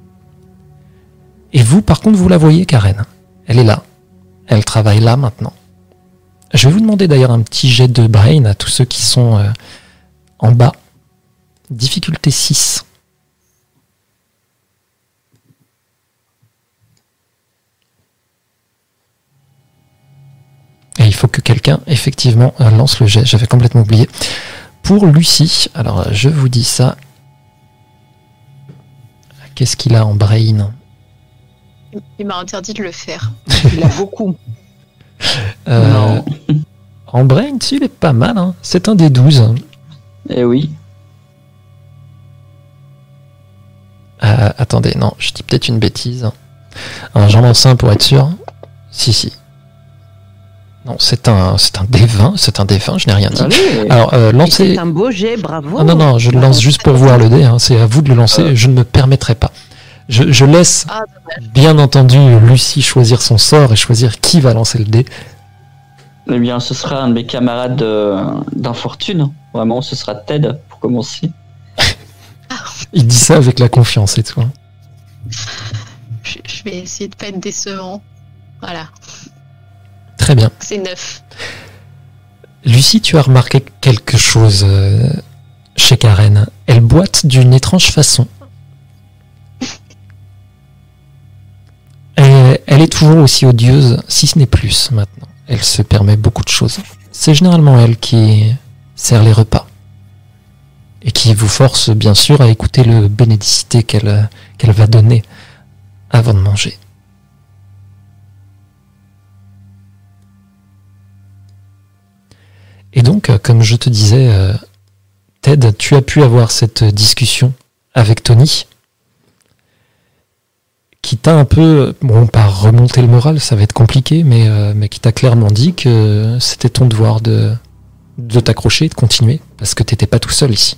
Et vous, par contre, vous la voyez, Karen. Elle est là. Elle travaille là maintenant. Je vais vous demander d'ailleurs un petit jet de brain à tous ceux qui sont euh, en bas. Difficulté six. Et il faut que quelqu'un, effectivement, lance le jet. J'avais complètement oublié. Pour Lucie, alors je vous dis ça. Qu'est-ce qu'il a en brain ? Il m'a interdit de le faire. Il a beaucoup. Euh, Non. En brain, si, il est pas mal. Hein. C'est un des douze. Eh oui. Euh, attendez, non, je dis peut-être une bêtise. Alors, j'en lance un pour être sûr. Si, si. Non, c'est un, c'est un D vingt, c'est un D vingt, je n'ai rien dit. Allez. Alors, euh, lancez... C'est un beau jet, bravo. Ah non, non, je le lance juste pour voir le dé, hein. C'est à vous de le lancer, Euh. je ne me permettrai pas. Je, je laisse, Ah, bien entendu, Lucie choisir son sort et choisir qui va lancer le dé. Eh bien, ce sera un de mes camarades de- d'infortune. Vraiment, ce sera Ted pour commencer. Il dit ça avec la confiance et tout. hein. je, je vais essayer de pas être décevant. Voilà, Très bien. c'est neuf. Lucie, tu as remarqué quelque chose euh, chez Karen. Elle boite d'une étrange façon. Elle, elle est toujours aussi odieuse, si ce n'est plus maintenant. Elle se permet beaucoup de choses. C'est généralement elle qui sert les repas. Et qui vous force bien sûr à écouter le bénédicité qu'elle qu'elle va donner avant de manger. Et donc, comme je te disais, euh, Ted, tu as pu avoir cette discussion avec Tony, qui t'a un peu, bon, pas remonté le moral, ça va être compliqué, mais, euh, mais qui t'a clairement dit que c'était ton devoir de, de t'accrocher, de continuer, parce que t'étais pas tout seul ici.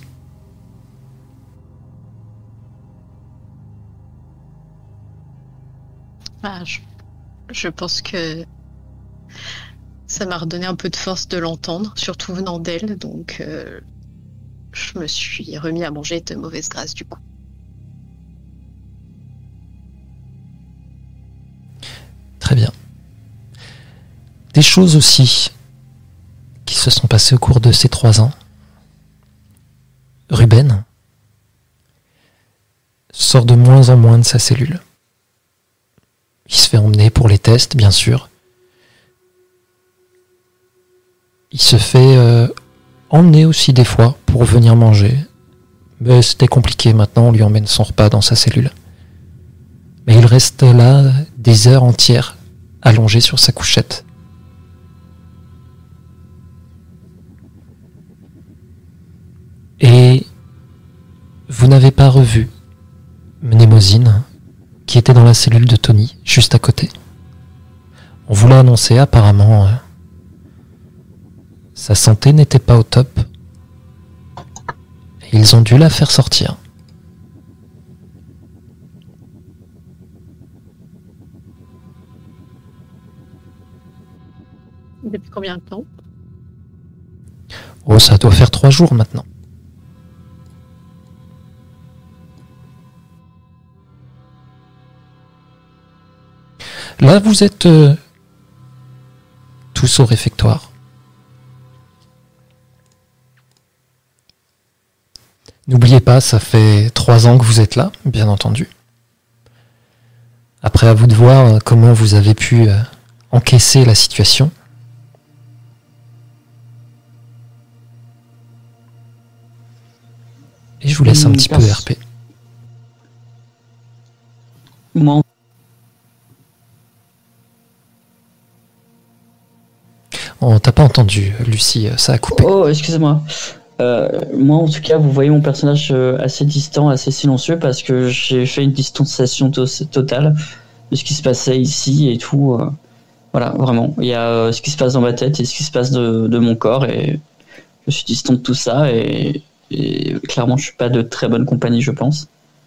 Ah, je, je pense que ça m'a redonné un peu de force de l'entendre, surtout venant d'elle, donc euh, je me suis remis à manger de mauvaise grâce du coup. Très bien. Des choses aussi qui se sont passées au cours de ces trois ans. Ruben sort de moins en moins de sa cellule. Il se fait emmener pour les tests, bien sûr. Il se fait euh, emmener aussi des fois pour venir manger. Mais c'était compliqué, maintenant on lui emmène son repas dans sa cellule. Mais il reste là des heures entières, allongé sur sa couchette. Et vous n'avez pas revu Mnémosine, qui était dans la cellule de Tony, juste à côté. On vous l'a annoncé, apparemment, euh, sa santé n'était pas au top. Et ils ont dû la faire sortir. Depuis combien de temps? Oh, ça doit faire trois jours maintenant. Là, vous êtes euh, tous au réfectoire. N'oubliez pas, ça fait trois ans que vous êtes là, bien entendu. Après, à vous de voir euh, comment vous avez pu euh, encaisser la situation. Et je vous laisse un Mmh, petit peu perso- R P. Moi, On t'a pas entendu, Lucie, ça a coupé. oh, excusez-moi. Euh, moi, en tout cas, vous voyez mon personnage euh, assez distant, assez silencieux, parce que j'ai fait une distanciation to- totale de ce qui se passait ici et tout. Euh, voilà, vraiment. Il y a euh, ce qui se passe dans ma tête et ce qui se passe de, de mon corps, et je suis distant de tout ça, et, et clairement, je suis pas de très bonne compagnie, je pense.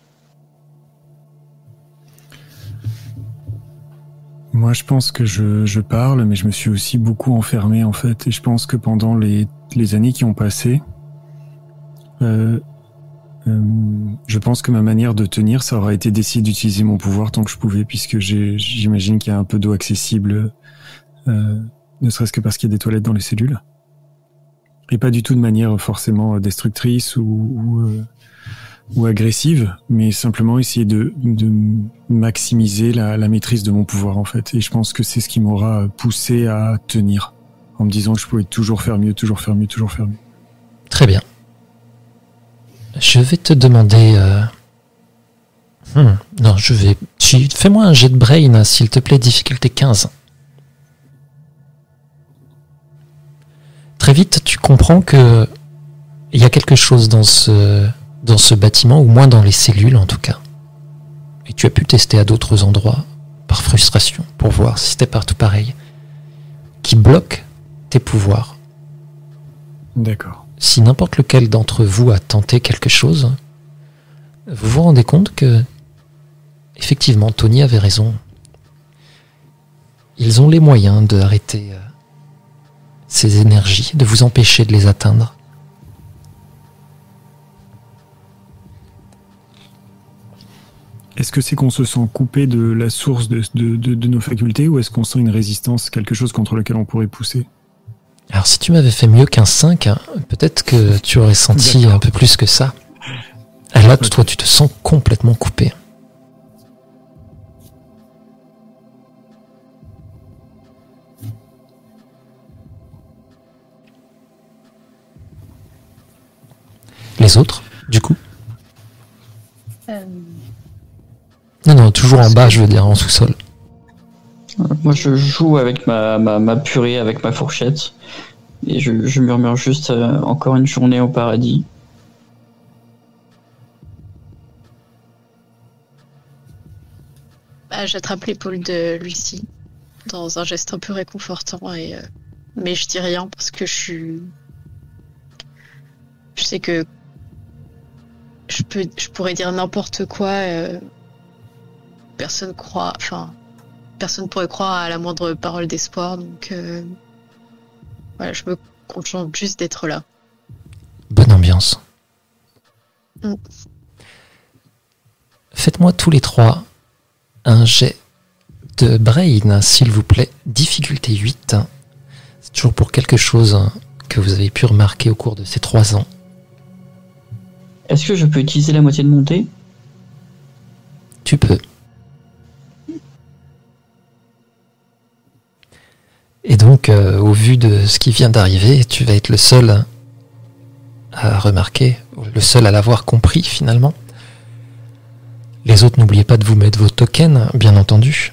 Moi, je pense que je, je parle, mais je me suis aussi beaucoup enfermé, en fait. Et je pense que pendant les, les années qui ont passé, euh, euh, je pense que ma manière de tenir, ça aura été d'essayer d'utiliser mon pouvoir tant que je pouvais, puisque j'ai, j'imagine qu'il y a un peu d'eau accessible, euh, ne serait-ce que parce qu'il y a des toilettes dans les cellules. Et pas du tout de manière forcément destructrice ou... ou euh, ou agressive, mais simplement essayer de, de maximiser la, la maîtrise de mon pouvoir, en fait. Et je pense que c'est ce qui m'aura poussé à tenir, en me disant que je pouvais toujours faire mieux, toujours faire mieux, toujours faire mieux. Très bien. Je vais te demander... Euh... Hmm, non, je vais... Fais-moi un jet de brain, s'il te plaît, difficulté quinze. Très vite, tu comprends que il y a quelque chose dans ce... dans ce bâtiment, ou moins dans les cellules en tout cas. Et tu as pu tester à d'autres endroits, par frustration, pour voir si c'était partout pareil, qui bloque tes pouvoirs. D'accord. Si n'importe lequel d'entre vous a tenté quelque chose, vous vous rendez compte que, effectivement, Tony avait raison. Ils ont les moyens d'arrêter euh, ces énergies, de vous empêcher de les atteindre. Est-ce que c'est qu'on se sent coupé de la source de, de, de, de nos facultés, ou est-ce qu'on sent une résistance, quelque chose contre lequel on pourrait pousser ? Alors si tu m'avais fait mieux qu'un cinq, peut-être que tu aurais senti D'accord. un peu plus que ça. Alors là, okay. toi, tu te sens complètement coupé. Les autres, du coup euh... Non, non, toujours en bas, je veux dire, en sous-sol. Moi, je joue avec ma, ma, ma purée, avec ma fourchette, et je, je murmure juste euh, encore une journée au paradis. Bah, j'attrape l'épaule de Lucie, dans un geste un peu réconfortant, et, euh, mais je dis rien parce que je suis... Je sais que je, peux, je pourrais dire n'importe quoi... Euh... Personne croit, enfin, personne pourrait croire à la moindre parole d'espoir, donc euh, voilà, je me contente juste d'être là. Bonne ambiance. Mm. Faites-moi tous les trois un jet de brain, s'il vous plaît, difficulté huit. C'est toujours pour quelque chose que vous avez pu remarquer au cours de ces trois ans. Est-ce que je peux utiliser la moitié de mon dé ? Tu peux. Et donc, euh, au vu de ce qui vient d'arriver, tu vas être le seul à remarquer, le seul à l'avoir compris finalement. Les autres, n'oubliez pas de vous mettre vos tokens, bien entendu.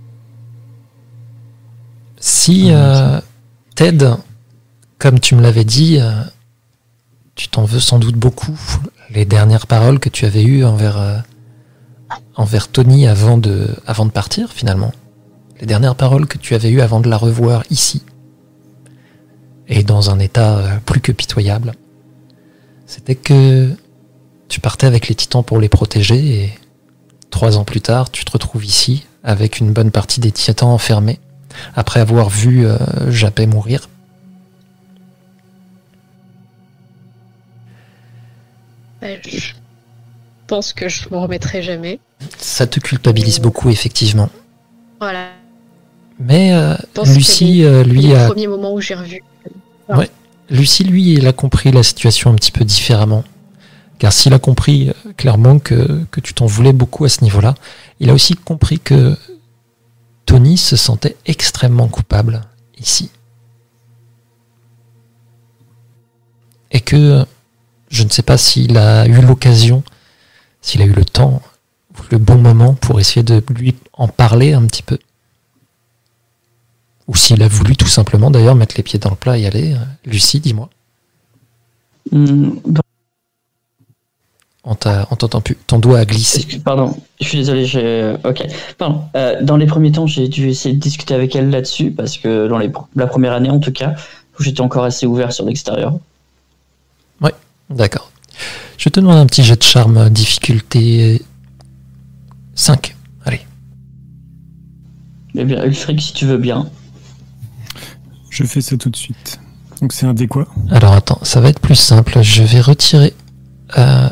Si euh, Ted, comme tu me l'avais dit, euh, tu t'en veux sans doute beaucoup, les dernières paroles que tu avais eues envers, euh, envers Tony avant de, avant de partir finalement. Les dernières paroles que tu avais eues avant de la revoir ici, et dans un état plus que pitoyable, c'était que tu partais avec les titans pour les protéger, et trois ans plus tard, tu te retrouves ici, avec une bonne partie des titans enfermés, après avoir vu euh, Japet mourir. Ouais, je pense que je m'en remettrai jamais. Ça te culpabilise beaucoup, effectivement. Voilà. Mais euh, Lucie, euh, lui, a... a... Le premier moment où j'ai revu. Ouais. Lucie, lui, il a compris la situation un petit peu différemment. Car s'il a compris euh, clairement que, que tu t'en voulais beaucoup à ce niveau-là, il a aussi compris que Tony se sentait extrêmement coupable ici. Et que je ne sais pas s'il a eu l'occasion, s'il a eu le temps, le bon moment pour essayer de lui en parler un petit peu. Ou s'il a voulu tout simplement d'ailleurs mettre les pieds dans le plat et aller. Lucie, dis-moi. Mmh, dans- On t'a- on t'entend plus. Ton doigt a glissé. Excuse- Pardon, je suis désolé. J'ai... Ok, pardon. Euh, dans les premiers temps, j'ai dû essayer de discuter avec elle là-dessus parce que dans les... la première année, en tout cas, où j'étais encore assez ouvert sur l'extérieur. D'accord. Je te demande un petit jet de charme, difficulté cinq. Allez. Eh bien, Ulfric, si tu veux bien. Je fais ça tout de suite. Donc c'est un dé quoi? Alors attends, ça va être plus simple. Je vais retirer euh,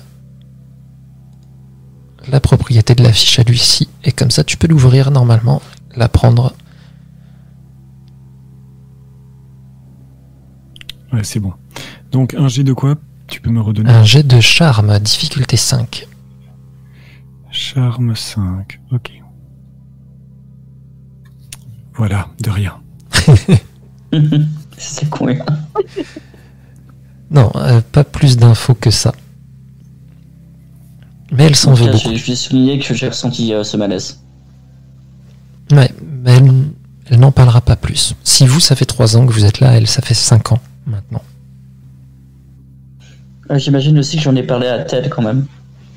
la propriété de la fiche à lui-ci. Et comme ça, tu peux l'ouvrir normalement, la prendre. Ouais, c'est bon. Donc un jet de quoi? Tu peux me redonner? Un jet de charme, difficulté cinq. Charme cinq, ok. Voilà, de rien. C'est con. hein. Non, euh, pas plus d'infos que ça. Mais elle s'en En tout veut cas, beaucoup. j'ai- je vais souligner que j'ai ressenti euh, ce malaise. Ouais, mais elle, elle n'en parlera pas plus. Si vous, ça fait trois ans que vous êtes là, elle, ça fait cinq ans maintenant. Euh, J'imagine aussi que j'en ai parlé à Ted quand même.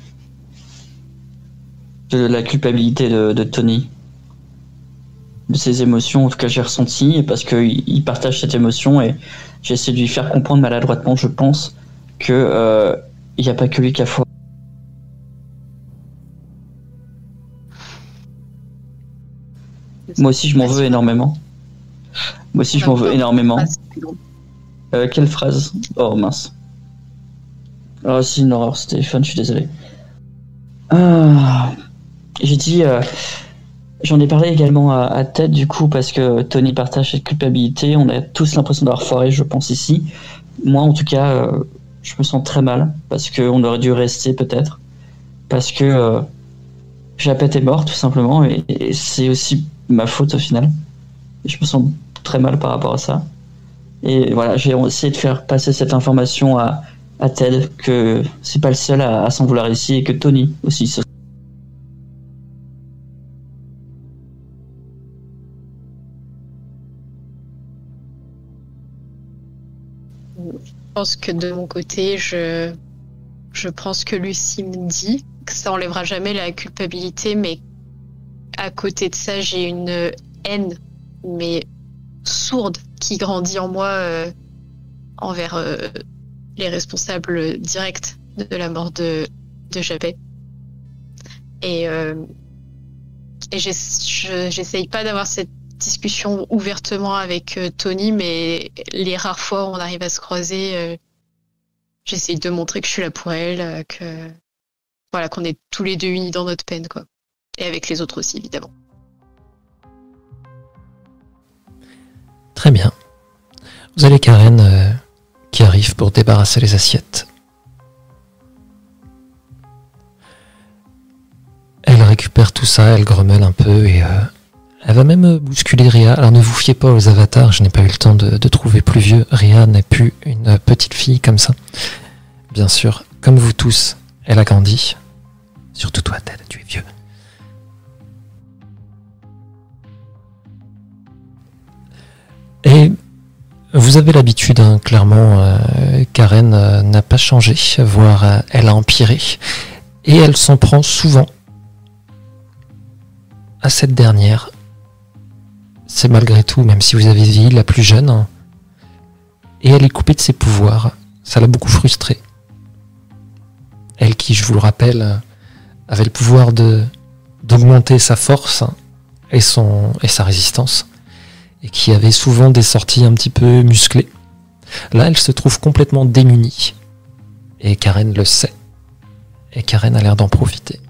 De la culpabilité de, de Tony. De ses émotions, en tout cas j'ai ressenti, parce qu'il il partage cette émotion et j'ai essayé de lui faire comprendre maladroitement, je pense, que euh, il n'y a pas que lui qui a foi. Moi aussi je m'en veux énormément. Moi aussi je m'en veux énormément. Euh, quelle phrase? Oh mince. Oh c'est une horreur ce téléphone, je suis désolé. Ah, j'ai dit... euh, J'en ai parlé également à, à Ted du coup parce que Tony partage cette culpabilité. On a tous l'impression d'avoir foiré, je pense ici. Moi en tout cas, euh, je me sens très mal parce qu'on aurait dû rester peut-être. Parce que euh, Japet est mort tout simplement et, et c'est aussi ma faute au final. Et je me sens très mal par rapport à ça. Et voilà, j'ai essayé de faire passer cette information à, à Ted que c'est pas le seul à, à s'en vouloir ici et que Tony aussi se... Je pense que de mon côté, je, je pense que Lucie me dit que ça enlèvera jamais la culpabilité, mais à côté de ça, j'ai une haine, mais sourde, qui grandit en moi euh, envers euh, les responsables directs de la mort de, de Japet. Et, euh, et j'essaye pas d'avoir cette discussion ouvertement avec euh, Tony, mais les rares fois où on arrive à se croiser, euh, j'essaye de montrer que je suis là pour elle, euh, que voilà, qu'on est tous les deux unis dans notre peine, quoi. Et avec les autres aussi, évidemment. Très bien. Vous avez Karen euh, qui arrive pour débarrasser les assiettes. Elle récupère tout ça, elle grommelle un peu et... Euh, Elle va même bousculer Rhea. Alors ne vous fiez pas aux avatars, je n'ai pas eu le temps de, de trouver plus vieux. Rhea n'est plus une petite fille comme ça. Bien sûr, comme vous tous, elle a grandi. Surtout toi, Ted, tu es vieux. Et vous avez l'habitude, hein, clairement, euh, Karen euh, n'a pas changé, voire euh, elle a empiré. Et elle s'en prend souvent à cette dernière. C'est malgré tout, même si vous avez vieilli, la plus jeune. Et elle est coupée de ses pouvoirs. Ça l'a beaucoup frustrée. Elle qui, je vous le rappelle, avait le pouvoir de d'augmenter sa force et, son, et sa résistance. Et qui avait souvent des sorties un petit peu musclées. Là, elle se trouve complètement démunie. Et Karen le sait. Et Karen a l'air d'en profiter.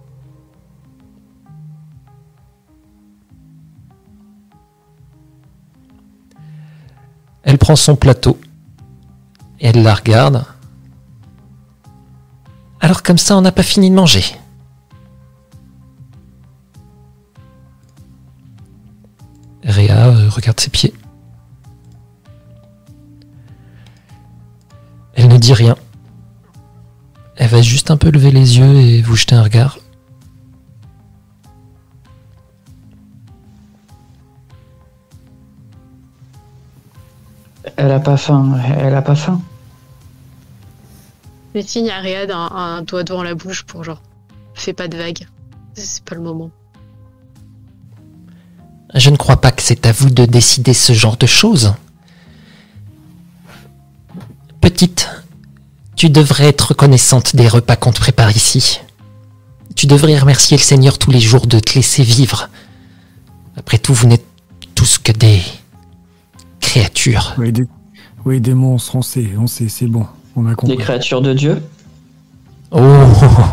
Elle prend son plateau et elle la regarde. Alors comme ça, on n'a pas fini de manger. Rhea euh, regarde ses pieds. Elle ne dit rien. Elle va juste un peu lever les yeux et vous jeter un regard. Elle a pas faim, elle a pas faim. Je signe à Réa un, un doigt devant la bouche pour genre, fais pas de vagues. C'est pas le moment. Je ne crois pas que c'est à vous de décider ce genre de choses. Petite, tu devrais être reconnaissante des repas qu'on te prépare ici. Tu devrais remercier le Seigneur tous les jours de te laisser vivre. Après tout, vous n'êtes tous que des créatures. Oui, des, oui, des monstres, on sait, on sait, c'est bon, on a compris. Des créatures de Dieu? Oh,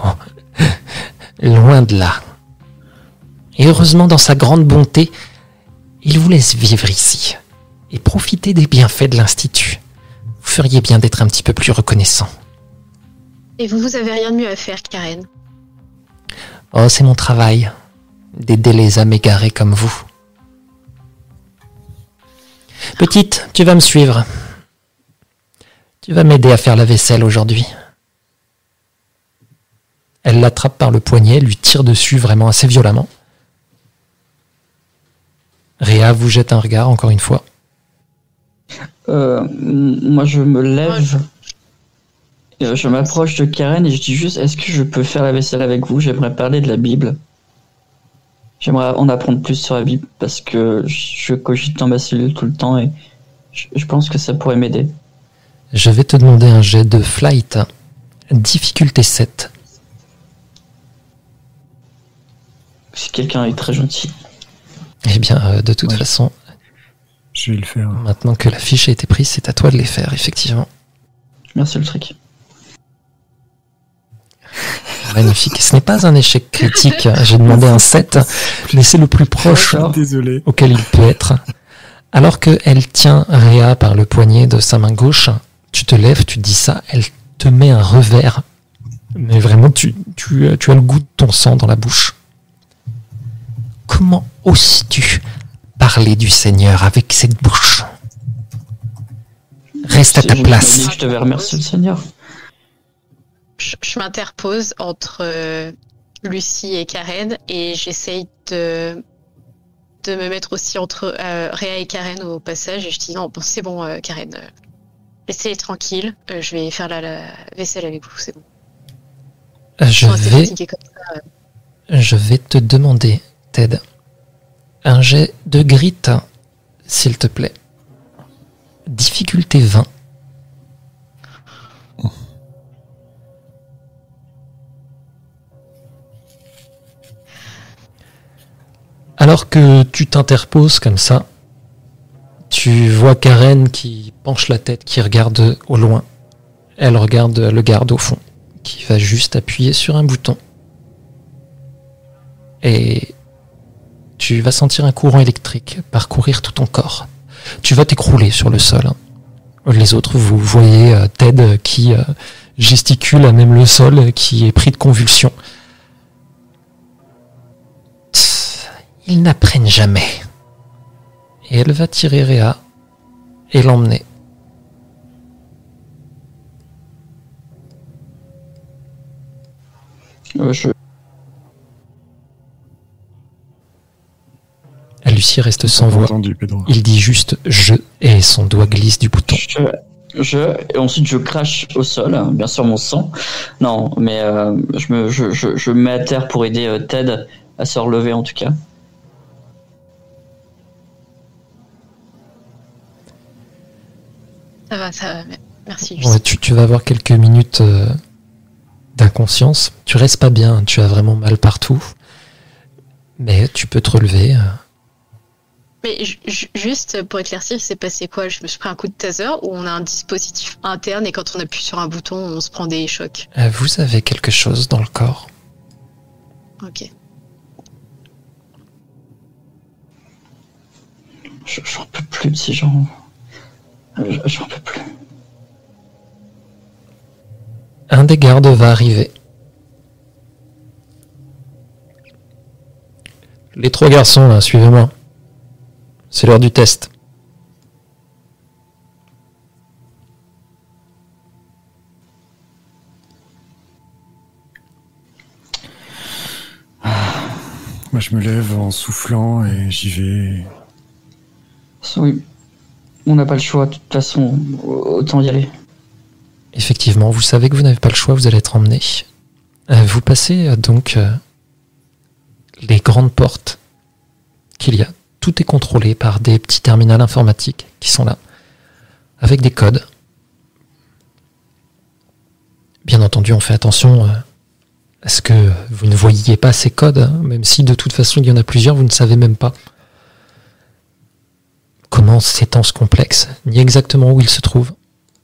loin de là. Et heureusement, dans sa grande bonté, il vous laisse vivre ici et profiter des bienfaits de l'Institut. Vous feriez bien d'être un petit peu plus reconnaissant. Et vous, vous avez rien de mieux à faire, Karen? Oh, c'est mon travail, d'aider les âmes égarées comme vous. Petite, tu vas me suivre. Tu vas m'aider à faire la vaisselle aujourd'hui. Elle l'attrape par le poignet, lui tire dessus vraiment assez violemment. Réa vous jette un regard encore une fois. Euh, moi, je me lève. Euh, je m'approche de Karen et je dis juste, est-ce que je peux faire la vaisselle avec vous? J'aimerais parler de la Bible. J'aimerais en apprendre plus sur la Bible parce que je cogite dans ma cellule tout le temps et je, je pense que ça pourrait m'aider. Je vais te demander un jet de flight. Difficulté sept. Si quelqu'un est très gentil. Eh bien, euh, de toute ouais. façon, je vais le faire. Maintenant que la fiche a été prise, c'est à toi de les faire, effectivement. Merci le trick. Magnifique. Ce n'est pas un échec critique. J'ai demandé un sept, mais c'est le plus proche Désolé. auquel il peut être. Alors qu'elle tient Réa par le poignet de sa main gauche, tu te lèves, tu dis ça, elle te met un revers. Mais vraiment, tu, tu, tu as le goût de ton sang dans la bouche. Comment oses-tu parler du Seigneur avec cette bouche? Reste à ta je place. Me dis que je devais remercier le Seigneur. Je, je m'interpose entre euh, Lucie et Karen et j'essaye de, de me mettre aussi entre euh, Réa et Karen au passage. Et je dis non, bon, c'est bon, euh, Karen. Euh, laissez-les tranquilles. Euh, je vais faire la, la vaisselle avec vous, c'est bon. Je Enfin, vais, comme ça, euh. je vais te demander, Ted, un jet de grit, s'il te plaît. Difficulté vingt. Alors que tu t'interposes comme ça, tu vois Karen qui penche la tête, qui regarde au loin. Elle regarde le garde au fond, qui va juste appuyer sur un bouton. Et tu vas sentir un courant électrique parcourir tout ton corps. Tu vas t'écrouler sur le sol. Les autres, vous voyez Ted qui gesticule à même le sol, qui est pris de convulsions. Ils n'apprennent jamais. Et elle va tirer Réa et l'emmener. Euh, je... Lucie reste sans voix. Entendu, Pedro. Il dit juste « je » et son doigt glisse du bouton. Je, je, et ensuite je crache au sol, bien sûr mon sang. Non, mais euh, je, me, je, je, je me mets à terre pour aider euh, Ted à se relever en tout cas. Ça va, ça va. Merci, Lucie. Ouais, tu, tu vas avoir quelques minutes euh, d'inconscience. Tu restes pas bien, tu as vraiment mal partout. Mais tu peux te relever. Mais ju- juste pour éclaircir, il s'est passé quoi? Je me suis pris un coup de taser ou on a un dispositif interne et quand on appuie sur un bouton, on se prend des chocs? Euh, vous avez quelque chose dans le corps. Ok. Je, j'en peux plus de ces gens. Je, j'en peux plus. Un des gardes va arriver. Les trois garçons, là, suivez-moi. C'est l'heure du test. Moi, je me lève en soufflant et j'y vais. Oui, on n'a pas le choix, de toute façon, autant y aller. effectivement, vous savez que vous n'avez pas le choix, vous allez être emmené. Euh, vous passez euh, donc euh, les grandes portes qu'il y a. Tout est contrôlé par des petits terminals informatiques qui sont là, avec des codes. Bien entendu, on fait attention euh, à ce que vous ne voyiez pas ces codes, hein, même si de toute façon il y en a plusieurs, vous ne savez même pas comment s'étend ce complexe, ni exactement où il se trouve.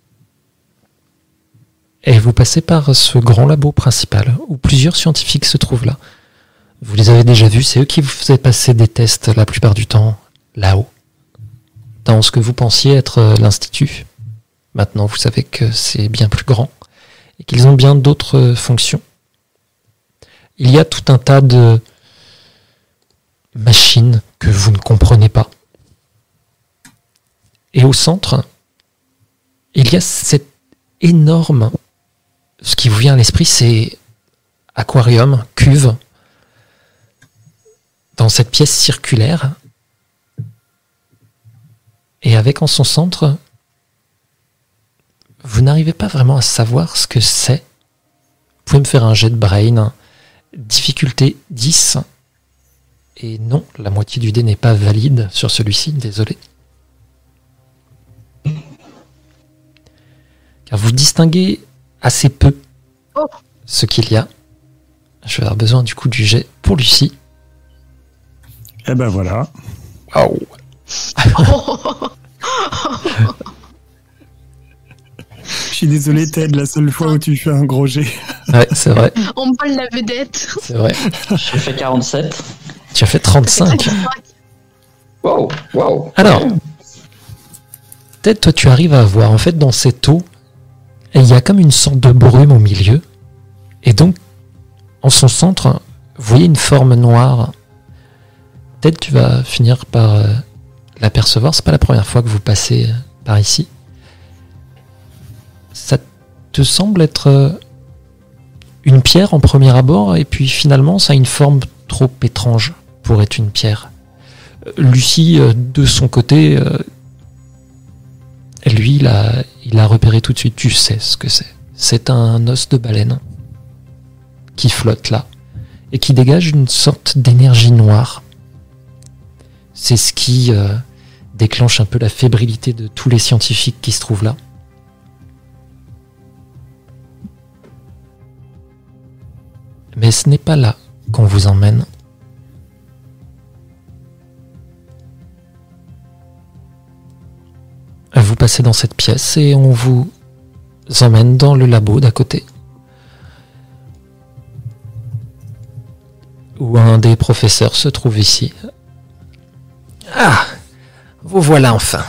Et vous passez par ce grand labo principal, où plusieurs scientifiques se trouvent là. Vous les avez déjà vus, c'est eux qui vous faisaient passer des tests la plupart du temps, là-haut, dans ce que vous pensiez être l'Institut. Maintenant, vous savez que c'est bien plus grand, et qu'ils ont bien d'autres fonctions. Il y a tout un tas de machines que vous ne comprenez pas. Et au centre, il y a cette énorme... Ce qui vous vient à l'esprit, c'est aquarium, cuve, dans cette pièce circulaire. Et avec en son centre, vous n'arrivez pas vraiment à savoir ce que c'est. Vous pouvez me faire un jet de brain, difficulté dix. Et non, la moitié du dé n'est pas valide sur celui-ci, désolé. Car vous distinguez assez peu oh. ce qu'il y a. Je vais avoir besoin du coup du jet pour Lucie. Et ben voilà. Waouh. Je suis désolé Ted, la seule fois où tu fais un gros jet. Ouais, c'est vrai. On vole la vedette. C'est vrai. J'ai fait quarante-sept. Tu as fait trente-cinq. Waouh, waouh. Alors, Ted, toi tu arrives à voir, en fait, dans cette eau, il y a comme une sorte de brume au milieu. Et donc, en son centre, vous voyez une forme noire. Peut-être tu vas finir par euh, l'apercevoir. C'est pas la première fois que vous passez euh, par ici. Ça te semble être euh, une pierre en premier abord, et puis finalement, ça a une forme trop étrange pour être une pierre. Euh, Lucie, euh, de son côté, euh, lui, il a, il a repéré tout de suite. Tu sais ce que c'est. C'est un os de baleine qui flotte là et qui dégage une sorte d'énergie noire. C'est ce qui euh, déclenche un peu la fébrilité de tous les scientifiques qui se trouvent là. Mais ce n'est pas là qu'on vous emmène. Vous passez dans cette pièce et on vous emmène dans le labo d'à côté, où un des professeurs se trouve ici. Ah, vous voilà enfin.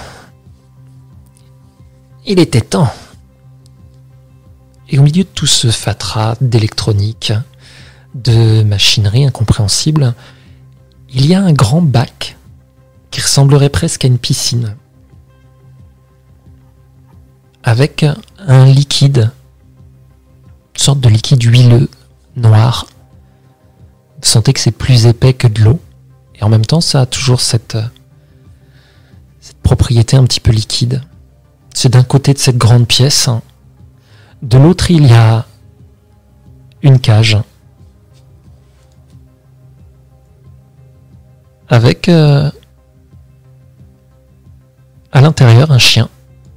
Il était temps. Et au milieu de tout ce fatras d'électronique, de machinerie incompréhensible, il y a un grand bac qui ressemblerait presque à une piscine, avec un liquide, une sorte de liquide huileux, noir. Vous sentez que c'est plus épais que de l'eau, et en même temps ça a toujours cette, cette propriété un petit peu liquide. C'est d'un côté de cette grande pièce, de l'autre il y a une cage, avec euh, à l'intérieur un chien.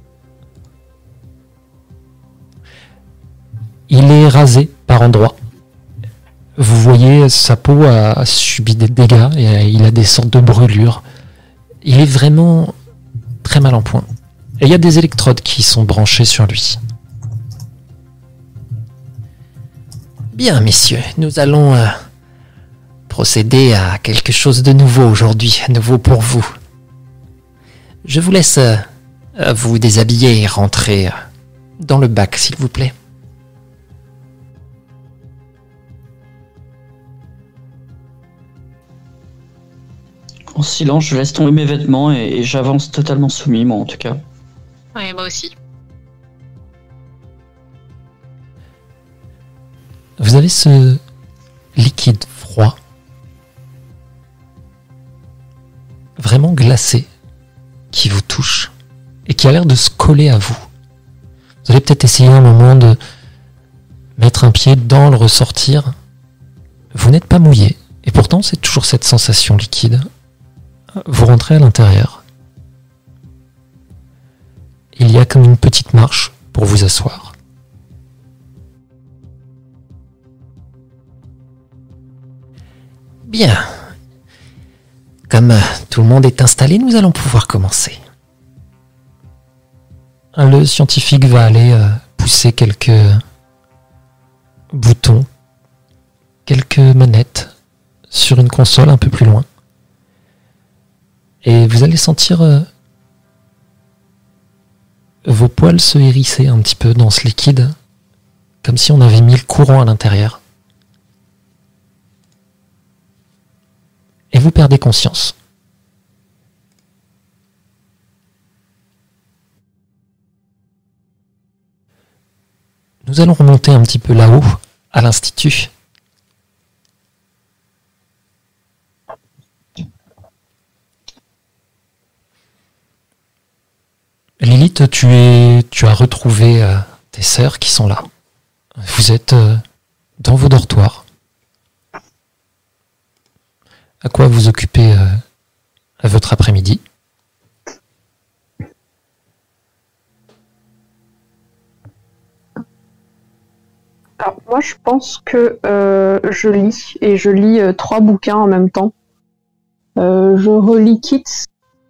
Il est rasé par endroits. Vous voyez, sa peau a subi des dégâts et il a des sortes de brûlures. Il est vraiment très mal en point. Et il y a des électrodes qui sont branchées sur lui. Bien, messieurs, nous allons euh, procéder à quelque chose de nouveau aujourd'hui, nouveau pour vous. Je vous laisse euh, vous déshabiller et rentrer euh, dans le bac, s'il vous plaît. En silence, je laisse tomber mes vêtements et, et j'avance totalement soumis, moi en tout cas. Ouais, moi aussi. Vous avez ce liquide froid, vraiment glacé, qui vous touche et qui a l'air de se coller à vous. Vous allez peut-être essayer un moment de mettre un pied dans le ressortir. Vous n'êtes pas mouillé, et pourtant c'est toujours cette sensation liquide. Vous rentrez à l'intérieur. Il y a comme une petite marche pour vous asseoir. Bien. Comme tout le monde est installé, nous allons pouvoir commencer. Le scientifique va aller euh, pousser quelques boutons, quelques manettes sur une console un peu plus loin. Et vous allez sentir euh, vos poils se hérisser un petit peu dans ce liquide, comme si on avait mis le courant à l'intérieur. Et vous perdez conscience. Nous allons remonter un petit peu là-haut, à l'Institut. Lilith, tu, es, tu as retrouvé euh, tes sœurs qui sont là. Vous êtes euh, dans vos dortoirs. À quoi vous occupez euh, à votre après-midi ? Alors, moi, je pense que euh, je lis, et je lis euh, trois bouquins en même temps. Euh, je relis Kids.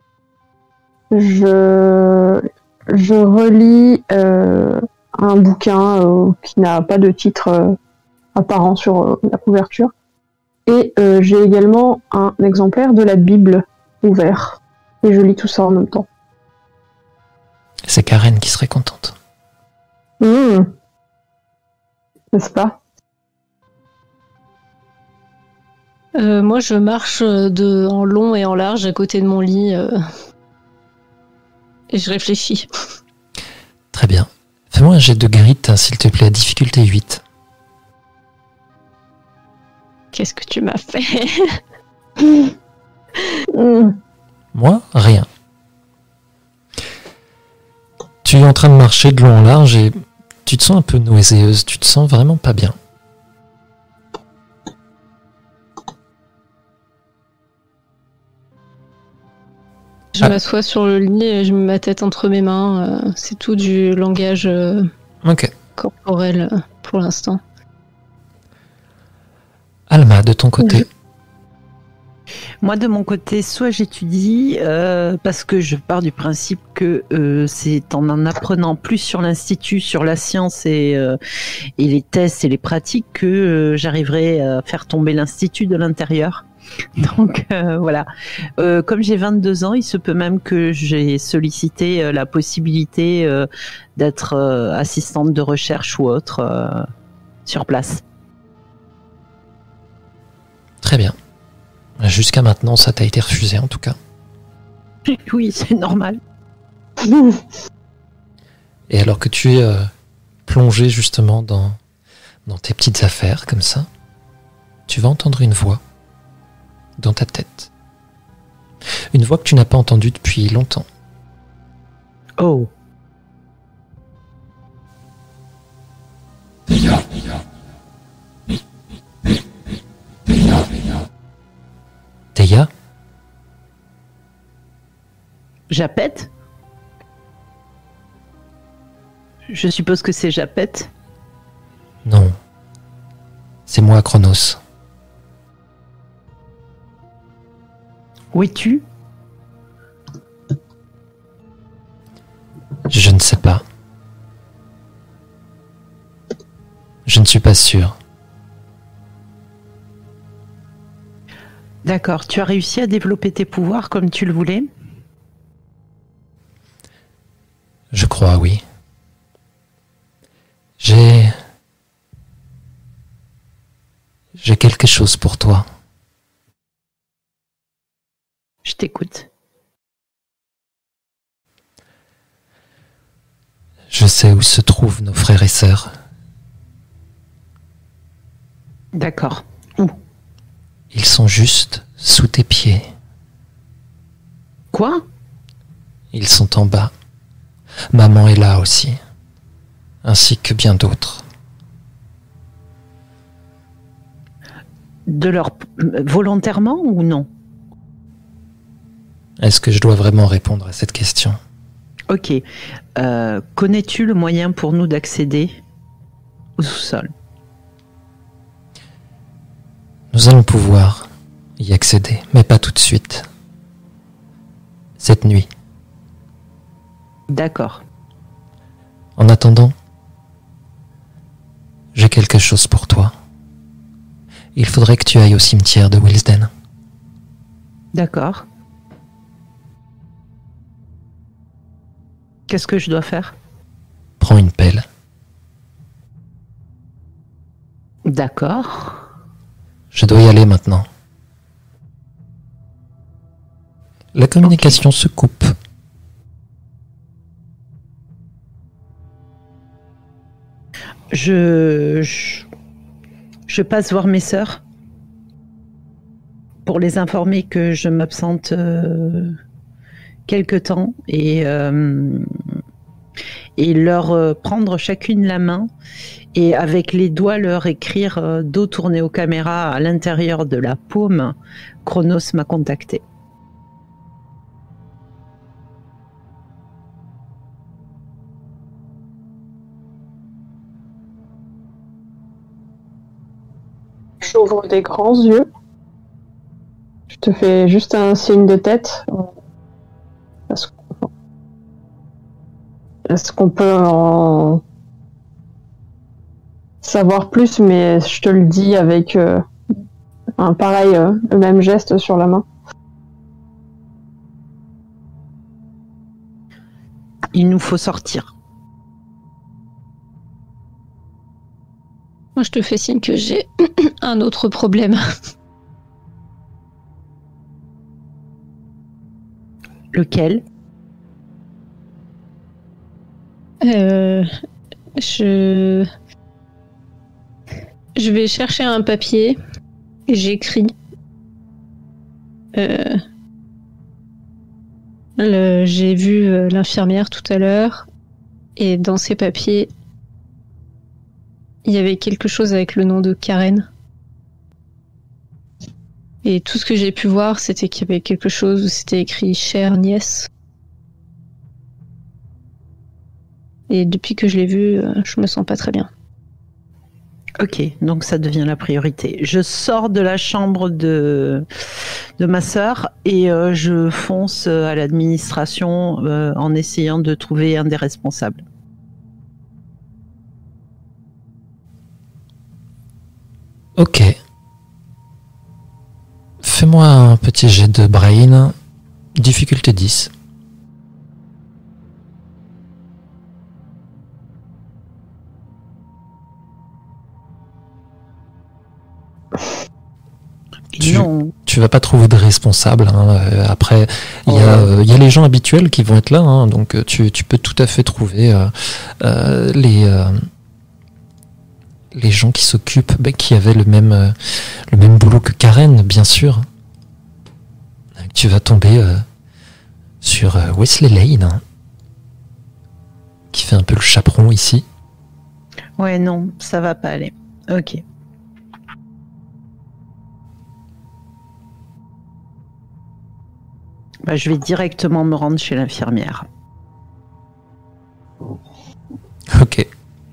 Je, je relis euh, un bouquin euh, qui n'a pas de titre euh, apparent sur euh, la couverture. Et euh, j'ai également un exemplaire de la Bible ouvert. Et je lis tout ça en même temps. C'est Karen qui serait contente. Mmh. N'est-ce pas ? euh, Moi, je marche de, en long et en large à côté de mon lit euh, et je réfléchis. Très bien. Fais-moi un jet de grit, s'il te plaît, difficulté huit. Qu'est-ce que tu m'as fait ? mmh. Moi, rien. Tu es en train de marcher de long en large et tu te sens un peu nauséeuse, tu te sens vraiment pas bien. Je ah. m'assois sur le lit et je mets ma tête entre mes mains. Euh, c'est tout du langage euh, okay. corporel euh, pour l'instant. Alma, de ton côté. Je... Moi, de mon côté, soit j'étudie, euh, parce que je pars du principe que euh, c'est en en apprenant plus sur l'Institut, sur la science et, euh, et les tests et les pratiques que euh, j'arriverai à faire tomber l'Institut de l'intérieur. Donc euh, voilà. Euh, comme j'ai vingt-deux ans, il se peut même que j'ai sollicité euh, la possibilité euh, d'être euh, assistante de recherche ou autre euh, sur place. Très bien. Jusqu'à maintenant, ça t'a été refusé en tout cas. Oui, c'est normal. Et alors que tu es euh, plongé justement dans, dans tes petites affaires comme ça, tu vas entendre une voix dans ta tête. Une voix que tu n'as pas entendue depuis longtemps. Oh. Théa ? Japette ? Je suppose que c'est Japette. Non. C'est moi, Chronos. Où es-tu ? Je ne sais pas. Je ne suis pas sûr. D'accord, tu as réussi à développer tes pouvoirs comme tu le voulais ? Je crois, oui. J'ai... J'ai quelque chose pour toi. Je t'écoute. Je sais où se trouvent nos frères et sœurs. D'accord. Où ? Ils sont juste sous tes pieds. Quoi ? Ils sont en bas. Maman est là aussi. ainsi que bien d'autres. De leur volontairement ou non? Est-ce que je dois vraiment répondre à cette question? Ok. Euh, connais-tu le moyen pour nous d'accéder au sous-sol? Nous allons pouvoir y accéder, mais pas tout de suite. Cette nuit. D'accord. En attendant, j'ai quelque chose pour toi. Il faudrait que tu ailles au cimetière de Willesden. D'accord. Qu'est-ce que je dois faire? Prends une pelle. D'accord. Je dois y aller maintenant. La communication okay. se coupe. Je, je, je passe voir mes sœurs pour les informer que je m'absente euh, quelque temps et, euh, et leur euh, prendre chacune la main et avec les doigts leur écrire euh, dos tourné aux caméras à l'intérieur de la paume, Chronos m'a contacté. J'ouvre des grands yeux. Je te fais juste un signe de tête. Est-ce qu'on, Est-ce qu'on peut en savoir plus, mais je te le dis avec euh, un pareil, euh, le même geste sur la main. Il nous faut sortir. Moi, je te fais signe que j'ai un autre problème. Lequel? euh, Je... Je vais chercher un papier et j'écris. Euh... Le... J'ai vu euh, l'infirmière tout à l'heure et dans ces papiers, il y avait quelque chose avec le nom de Karen. Et tout ce que j'ai pu voir, c'était qu'il y avait quelque chose où c'était écrit « Chère nièce ». Et depuis que je l'ai vu, je me sens pas très bien. Ok, donc ça devient la priorité. Je sors de la chambre de, de ma sœur et euh, je fonce à l'administration euh, en essayant de trouver un des responsables. Ok. Fais-moi un petit jet de brain, difficulté dix. Tu, tu vas pas trouver de responsable. Hein. Après, il y, euh, y a les gens habituels qui vont être là, hein. Donc tu, tu peux tout à fait trouver euh, euh, les, euh, les gens qui s'occupent, bah, qui avaient le même, euh, le même boulot que Karen, bien sûr. Tu vas tomber euh, sur euh, Wesley Lane, hein, qui fait un peu le chaperon ici. Ouais, non, ça va pas aller. Ok. Bah, je vais directement me rendre chez l'infirmière. Ok.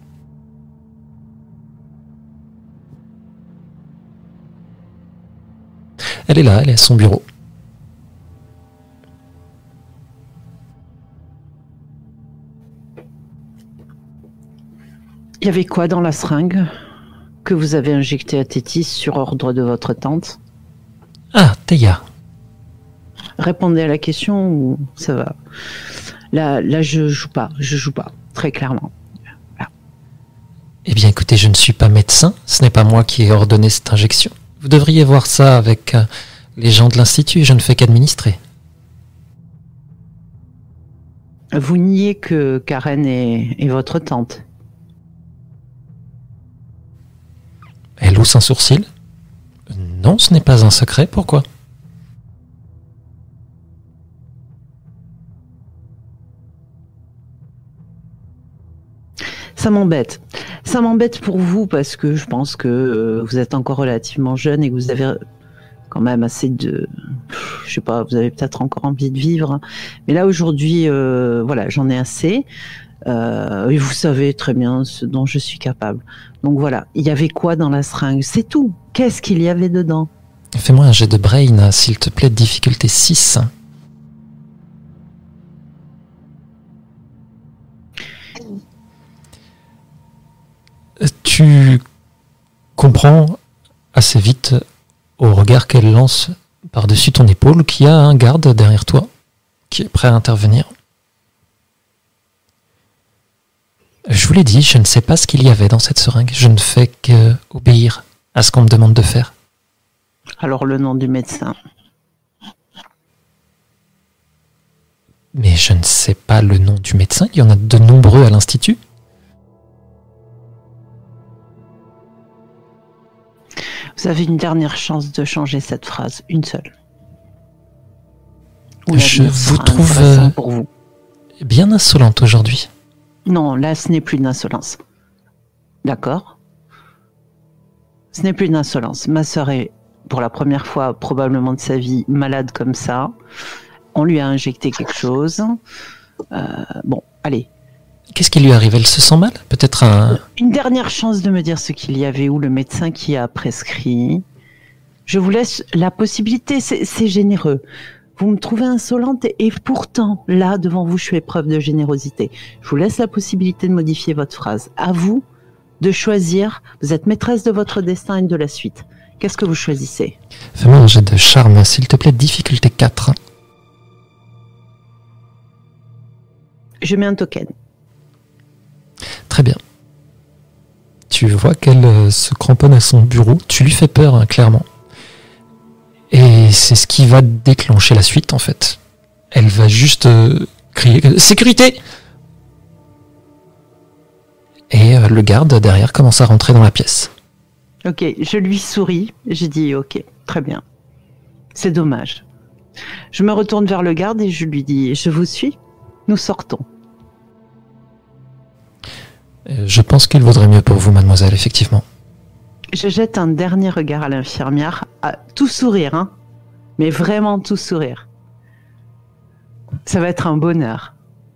Elle est là, elle est à son bureau. Il y avait quoi dans la seringue que vous avez injecté à Tétis sur ordre de votre tante? Ah, Théa. Répondez à la question ou ça va. Là, là, je joue pas, je joue pas, très clairement. Voilà. Eh bien, écoutez, je ne suis pas médecin, ce n'est pas moi qui ai ordonné cette injection. Vous devriez voir ça avec euh, les gens de l'Institut, je ne fais qu'administrer. Vous niez que Karen est, est votre tante? Elle hausse un sourcil. Non, ce n'est pas un secret, pourquoi? Ça m'embête. Ça m'embête pour vous parce que je pense que euh, vous êtes encore relativement jeune et que vous avez quand même assez de... Je sais pas, vous avez peut-être encore envie de vivre. Mais là, aujourd'hui, euh, voilà, j'en ai assez. Euh, et vous savez très bien ce dont je suis capable. Donc voilà, il y avait quoi dans la seringue? C'est tout. Qu'est-ce qu'il y avait dedans? Fais-moi un jet de brain, s'il te plaît, difficulté six. Tu comprends assez vite, au regard qu'elle lance par-dessus ton épaule, qu'il y a un garde derrière toi qui est prêt à intervenir. Je vous l'ai dit, je ne sais pas ce qu'il y avait dans cette seringue. Je ne fais qu'obéir à ce qu'on me demande de faire. Alors le nom du médecin. Mais je ne sais pas le nom du médecin. Il y en a de nombreux à l'Institut. Vous avez une dernière chance de changer cette phrase, une seule. Ou je vous trouve euh, pour vous. bien insolente aujourd'hui. Non, là, ce n'est plus de l'insolence. D'accord? Ce n'est plus de l'insolence. Ma sœur est, pour la première fois probablement de sa vie, malade comme ça. On lui a injecté quelque chose. Euh, bon, allez. Qu'est-ce qui lui arrive? Elle se sent mal? Peut-être un... Une dernière chance de me dire ce qu'il y avait ou le médecin qui a prescrit. Je vous laisse la possibilité, c'est, c'est généreux. Vous me trouvez insolente et pourtant, là, devant vous, je fais preuve de générosité. Je vous laisse la possibilité de modifier votre phrase. À vous de choisir. Vous êtes maîtresse de votre destin et de la suite. Qu'est-ce que vous choisissez? Fais-moi un jet de charme, s'il te plaît, difficulté quatre. Je mets un token. Très bien. Tu vois qu'elle euh, se cramponne à son bureau. Tu lui fais peur, hein, clairement. Et c'est ce qui va déclencher la suite, en fait. Elle va juste euh, crier « Sécurité !» Et euh, le garde, derrière, commence à rentrer dans la pièce. Ok, je lui souris. J'ai dit « Ok, très bien. C'est dommage. » Je me retourne vers le garde et je lui dis « Je vous suis. Nous sortons. » Je pense qu'il vaudrait mieux pour vous, mademoiselle, effectivement. Je jette un dernier regard à l'infirmière, à tout sourire, hein, mais vraiment tout sourire. Ça va être un bonheur.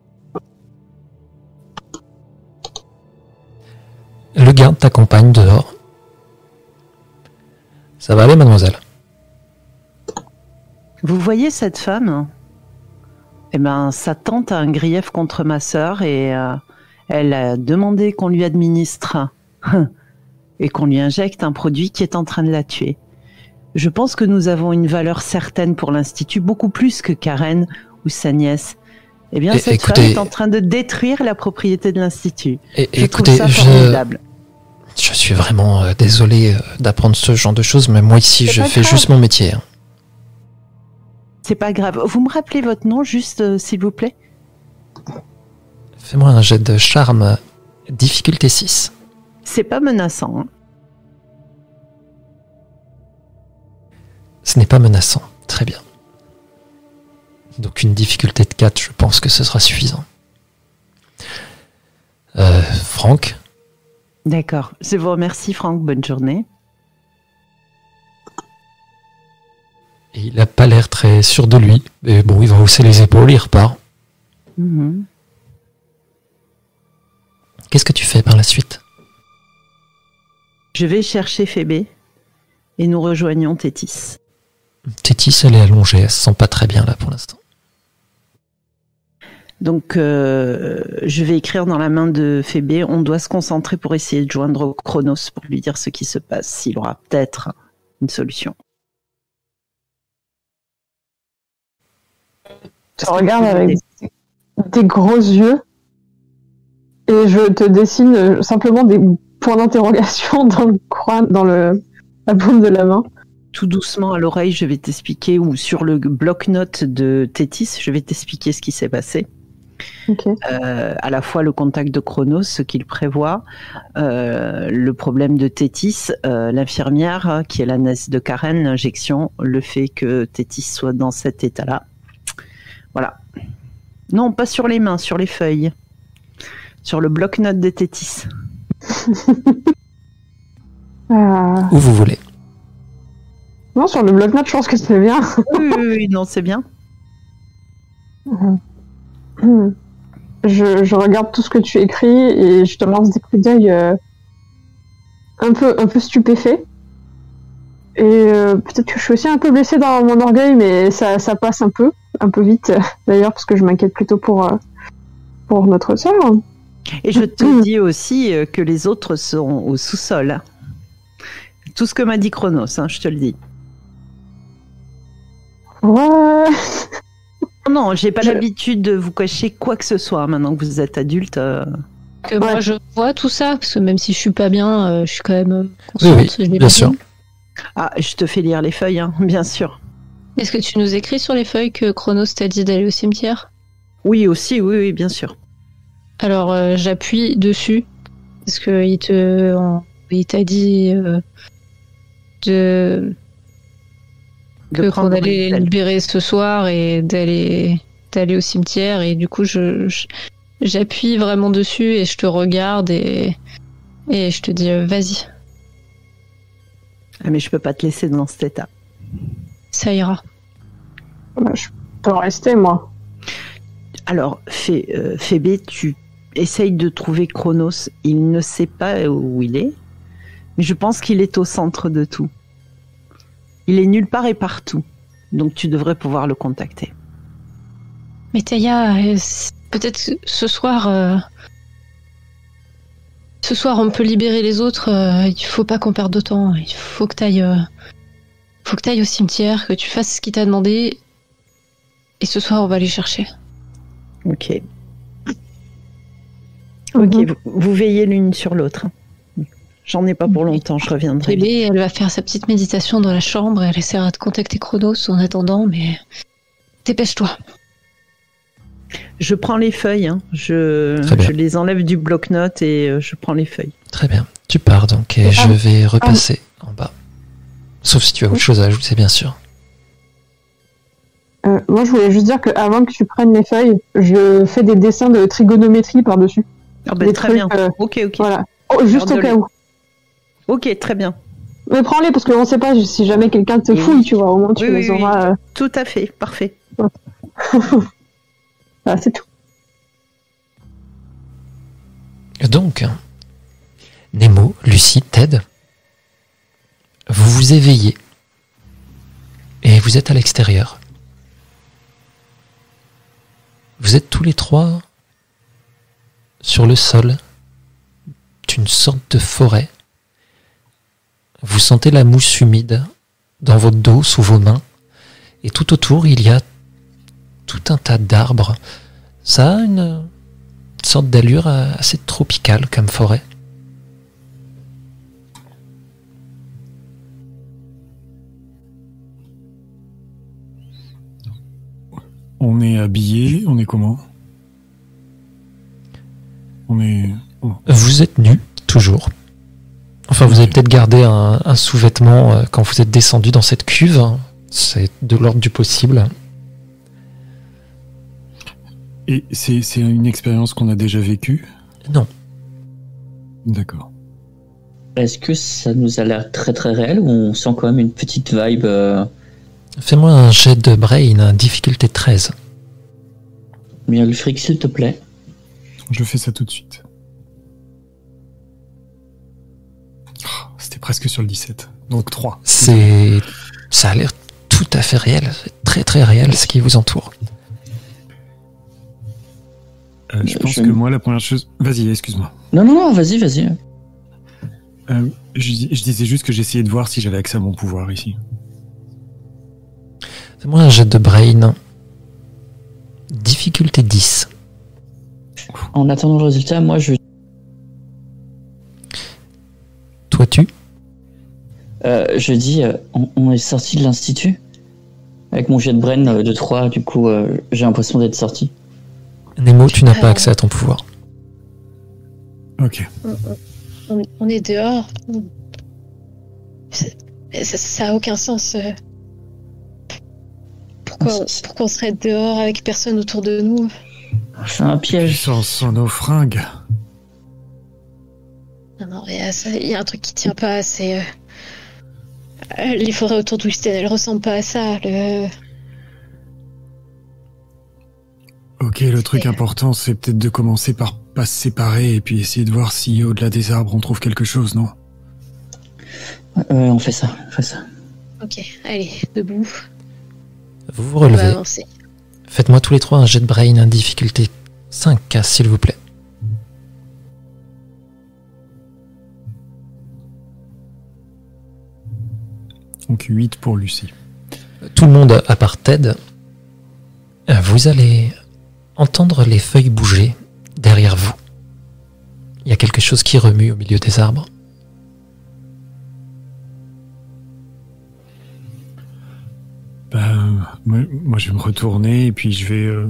Le garde t'accompagne dehors. Ça va aller, mademoiselle? Vous voyez cette femme? Eh ben, sa tante a un grief contre ma sœur et euh, elle a demandé qu'on lui administre et qu'on lui injecte un produit qui est en train de la tuer. Je pense que nous avons une valeur certaine pour l'Institut, beaucoup plus que Karen ou sa nièce. Eh bien, et, cette écoutez, femme est en train de détruire la propriété de l'Institut. Et, je écoutez, trouve ça formidable. Je, je suis vraiment euh, désolé euh, d'apprendre ce genre de choses, mais moi ici, C'est je pas fais grave. juste mon métier. Hein. C'est pas grave. Vous me rappelez votre nom, juste, euh, s'il vous plaît? Fais-moi un jet de charme, difficulté six. C'est pas menaçant. Hein. Ce n'est pas menaçant. Très bien. Donc une difficulté de quatre, je pense que ce sera suffisant. Euh, Franck? D'accord. Je vous remercie, Franck. Bonne journée. Et il n'a pas l'air très sûr de lui. Mais bon, il va hausser les épaules, il repart. Mm-hmm. Qu'est-ce que tu fais par la suite? Je vais chercher Phébé et nous rejoignons Tétis. Tétis, elle est allongée, elle se sent pas très bien là pour l'instant. Donc, euh, je vais écrire dans la main de Phébé. On doit se concentrer pour essayer de joindre Chronos pour lui dire ce qui se passe, s'il aura peut-être une solution. Je te regarde avec des gros yeux et je te dessine simplement des points d'interrogation dans le crâne, dans le, la paume de la main. Tout doucement à l'oreille, je vais t'expliquer, ou sur le bloc-notes de Tétis, je vais t'expliquer ce qui s'est passé. Okay. Euh, à la fois le contact de Chronos, ce qu'il prévoit, euh, le problème de Tétis, euh, l'infirmière qui est la nièce de Karen, l'injection, le fait que Tétis soit dans cet état-là. Voilà. Non, pas sur les mains, sur les feuilles. Sur le bloc-notes de Tétis. euh... Où vous voulez. Non, sur le bloc-notes, je pense que c'est bien. Oui, oui, oui, non, c'est bien. Je, je regarde tout ce que tu écris et je te lance des coups d'œil euh, un peu, un peu stupéfait. Et euh, peut-être que je suis aussi un peu blessée dans mon orgueil, mais ça, ça passe un peu, un peu vite d'ailleurs, parce que je m'inquiète plutôt pour, euh, pour notre sœur. Et je te dis aussi euh, que les autres sont au sous-sol. Hein. Tout ce que m'a dit Chronos, hein, je te le dis. Ouais. Non, j'ai pas Je- l'habitude de vous cacher quoi que ce soit maintenant que vous êtes adulte. euh. Que moi Ouais. je vois tout ça, parce que même si je suis pas bien, euh, je suis quand même euh, Oui, consciente. oui, je l'imagine. bien sûr. Ah, je te fais lire les feuilles, hein, bien sûr. Est-ce que tu nous écris sur les feuilles que Chronos t'a dit d'aller au cimetière? Oui, aussi, oui, oui, bien sûr. Alors euh, j'appuie dessus, parce que il te, en- il t'a dit euh, de De que prendre qu'on allait une les telle. libérer ce soir et d'aller d'aller au cimetière, et du coup je, je- j'appuie vraiment dessus et je te regarde et et je te dis euh, vas-y, Ah, mais je peux pas te laisser dans cet état. ça ira. Bah, je peux rester, moi. Alors, Phé- euh, Phébé, tu essayes de trouver Chronos. Il ne sait pas où il est, mais je pense qu'il est au centre de tout. Il est nulle part et partout, donc tu devrais pouvoir le contacter. Mais Taya, euh, c- peut-être que ce soir, euh, ce soir on peut libérer les autres. euh, il faut pas qu'on perde de temps. Il faut que t'ailles, euh, faut que t'ailles au cimetière, que tu fasses ce qu'il t'a demandé. Et ce soir on va les chercher. Ok. Ok, Mhm. vous, vous veillez l'une sur l'autre. J'en ai pas pour longtemps, je reviendrai. Bébé, elle va faire sa petite méditation dans la chambre. Elle essaiera de contacter Chronos en attendant, mais dépêche-toi. Je prends les feuilles, hein. je, Très bien. je les enlève du bloc-notes et euh, je prends les feuilles. Très bien. Tu pars donc et Ah. je vais repasser en bas. Sauf si tu as autre chose à ajouter, bien sûr. Euh, moi, je voulais juste dire qu'avant que tu prennes les feuilles, je fais des dessins de trigonométrie par-dessus. Ah bah, Des très trucs, bien. euh, Ok, ok. Voilà. Oh, juste au Garde-les. cas où. Ok, très bien. Mais prends-les parce qu'on sait pas si jamais quelqu'un te Oui. fouille, tu vois. Au moins, tu Oui, les oui, oui. auras. euh, Tout à fait, parfait. Voilà, c'est tout. Donc, Nemo, Lucie, Ted, vous vous éveillez et vous êtes à l'extérieur. Vous êtes tous les trois sur le sol d'une sorte de forêt. Vous sentez la mousse humide dans votre dos, sous vos mains, et tout autour il y a tout un tas d'arbres. Ça a une sorte d'allure assez tropicale comme forêt. On est habillé, on est comment? On est... oh. Vous êtes nus, toujours. Enfin, vous avez peut-être gardé un, un sous-vêtement euh, quand vous êtes descendu dans cette cuve. C'est de l'ordre du possible. Et c'est c'est une expérience qu'on a déjà vécue? Non. D'accord. Est-ce que ça nous a l'air très très réel ou on sent quand même une petite vibe euh, Fais-moi un jet de brain, difficulté treize. bien le fric s'il te plaît? Je fais ça tout de suite. Oh, c'était presque sur le dix-sept. Donc trois. C'est... Ça a l'air tout à fait réel. C'est très très réel ce qui vous entoure. Euh, je pense Je- que moi, la première chose... Vas-y, excuse-moi. Non, non, non, vas-y, vas-y. Euh, je, je disais juste que j'essayais de voir si j'avais accès à mon pouvoir ici. Fais-moi un jet de brain. Difficulté dix. En attendant le résultat, moi je, Toi tu euh, je dis, euh, on, on est sorti de l'institut avec mon jet de brain euh, de trois, du coup euh, j'ai l'impression d'être sorti. Nemo, tu n'as pas Euh, accès à ton pouvoir. Ok. On, on est dehors. C'est- Ça, ça a aucun sens. euh. Pourquoi, pourquoi on serait dehors avec personne autour de nous? C'est un piège. Sans, sans nos fringues. Non, non, il y, a ça- il y a un truc qui tient pas, c'est... euh, euh, les forêts autour de Wilsten, elles ressemblent pas à ça. Le... Ok, le truc C'est- important, c'est peut-être de commencer par pas se séparer et puis essayer de voir si au-delà des arbres on trouve quelque chose, non? Ouais, ouais, on fait ça, on fait ça. Ok, allez, debout, Vous vous on va relevez. avancer. Faites-moi tous les trois un jet de brain, hein, difficulté cinq, s'il vous plaît. Donc huit pour Lucie. Tout le monde, à part Ted, euh, vous allez entendre les feuilles bouger derrière vous. Il y a quelque chose qui remue au milieu des arbres. Ben, moi, moi, je vais me retourner et puis je vais euh,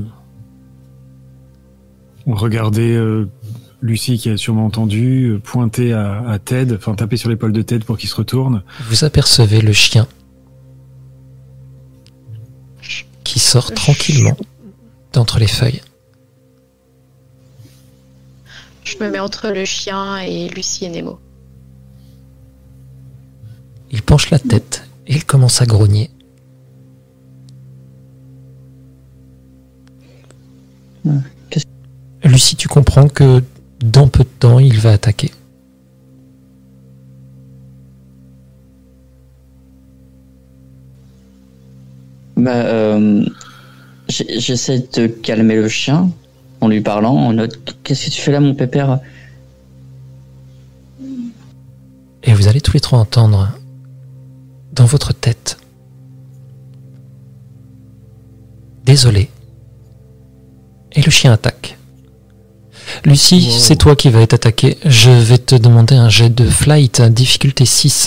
regarder euh, Lucie qui a sûrement entendu, euh, pointer à, à Ted, enfin taper sur l'épaule de Ted pour qu'il se retourne. Vous apercevez le chien qui sort tranquillement d'entre les feuilles. Je me mets entre le chien et Lucie et Nemo. Il penche la tête et il commence à grogner. Qu'est-ce- Lucie, tu comprends que dans peu de temps, il va attaquer. Bah, euh, j'ai- j'essaie de calmer le chien en lui parlant. En mode, qu'est-ce que tu fais là, mon pépère? Et vous allez tous les trois entendre dans votre tête. Désolé. Et le chien attaque. Lucie, Wow. c'est toi qui vas être attaqué. Je vais te demander un jet de flight, difficulté six.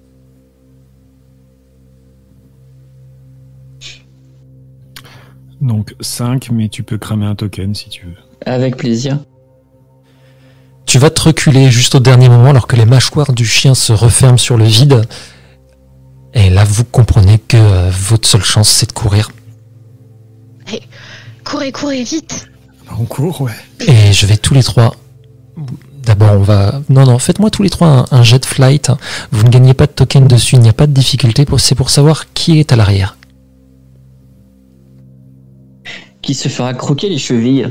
Donc cinq, mais tu peux cramer un token si tu veux. Avec plaisir. Tu vas te reculer juste au dernier moment alors que les mâchoires du chien se referment sur le vide. Et là, vous comprenez que euh, votre seule chance, c'est de courir. Courez, courez, vite! On court, ouais. Et je vais tous les trois. D'abord, on va. Non, non, faites-moi tous les trois un, un jet de flight. Vous ne gagnez pas de token dessus, il n'y a pas de difficulté. pour- C'est pour savoir qui est à l'arrière. Qui se fera croquer les chevilles.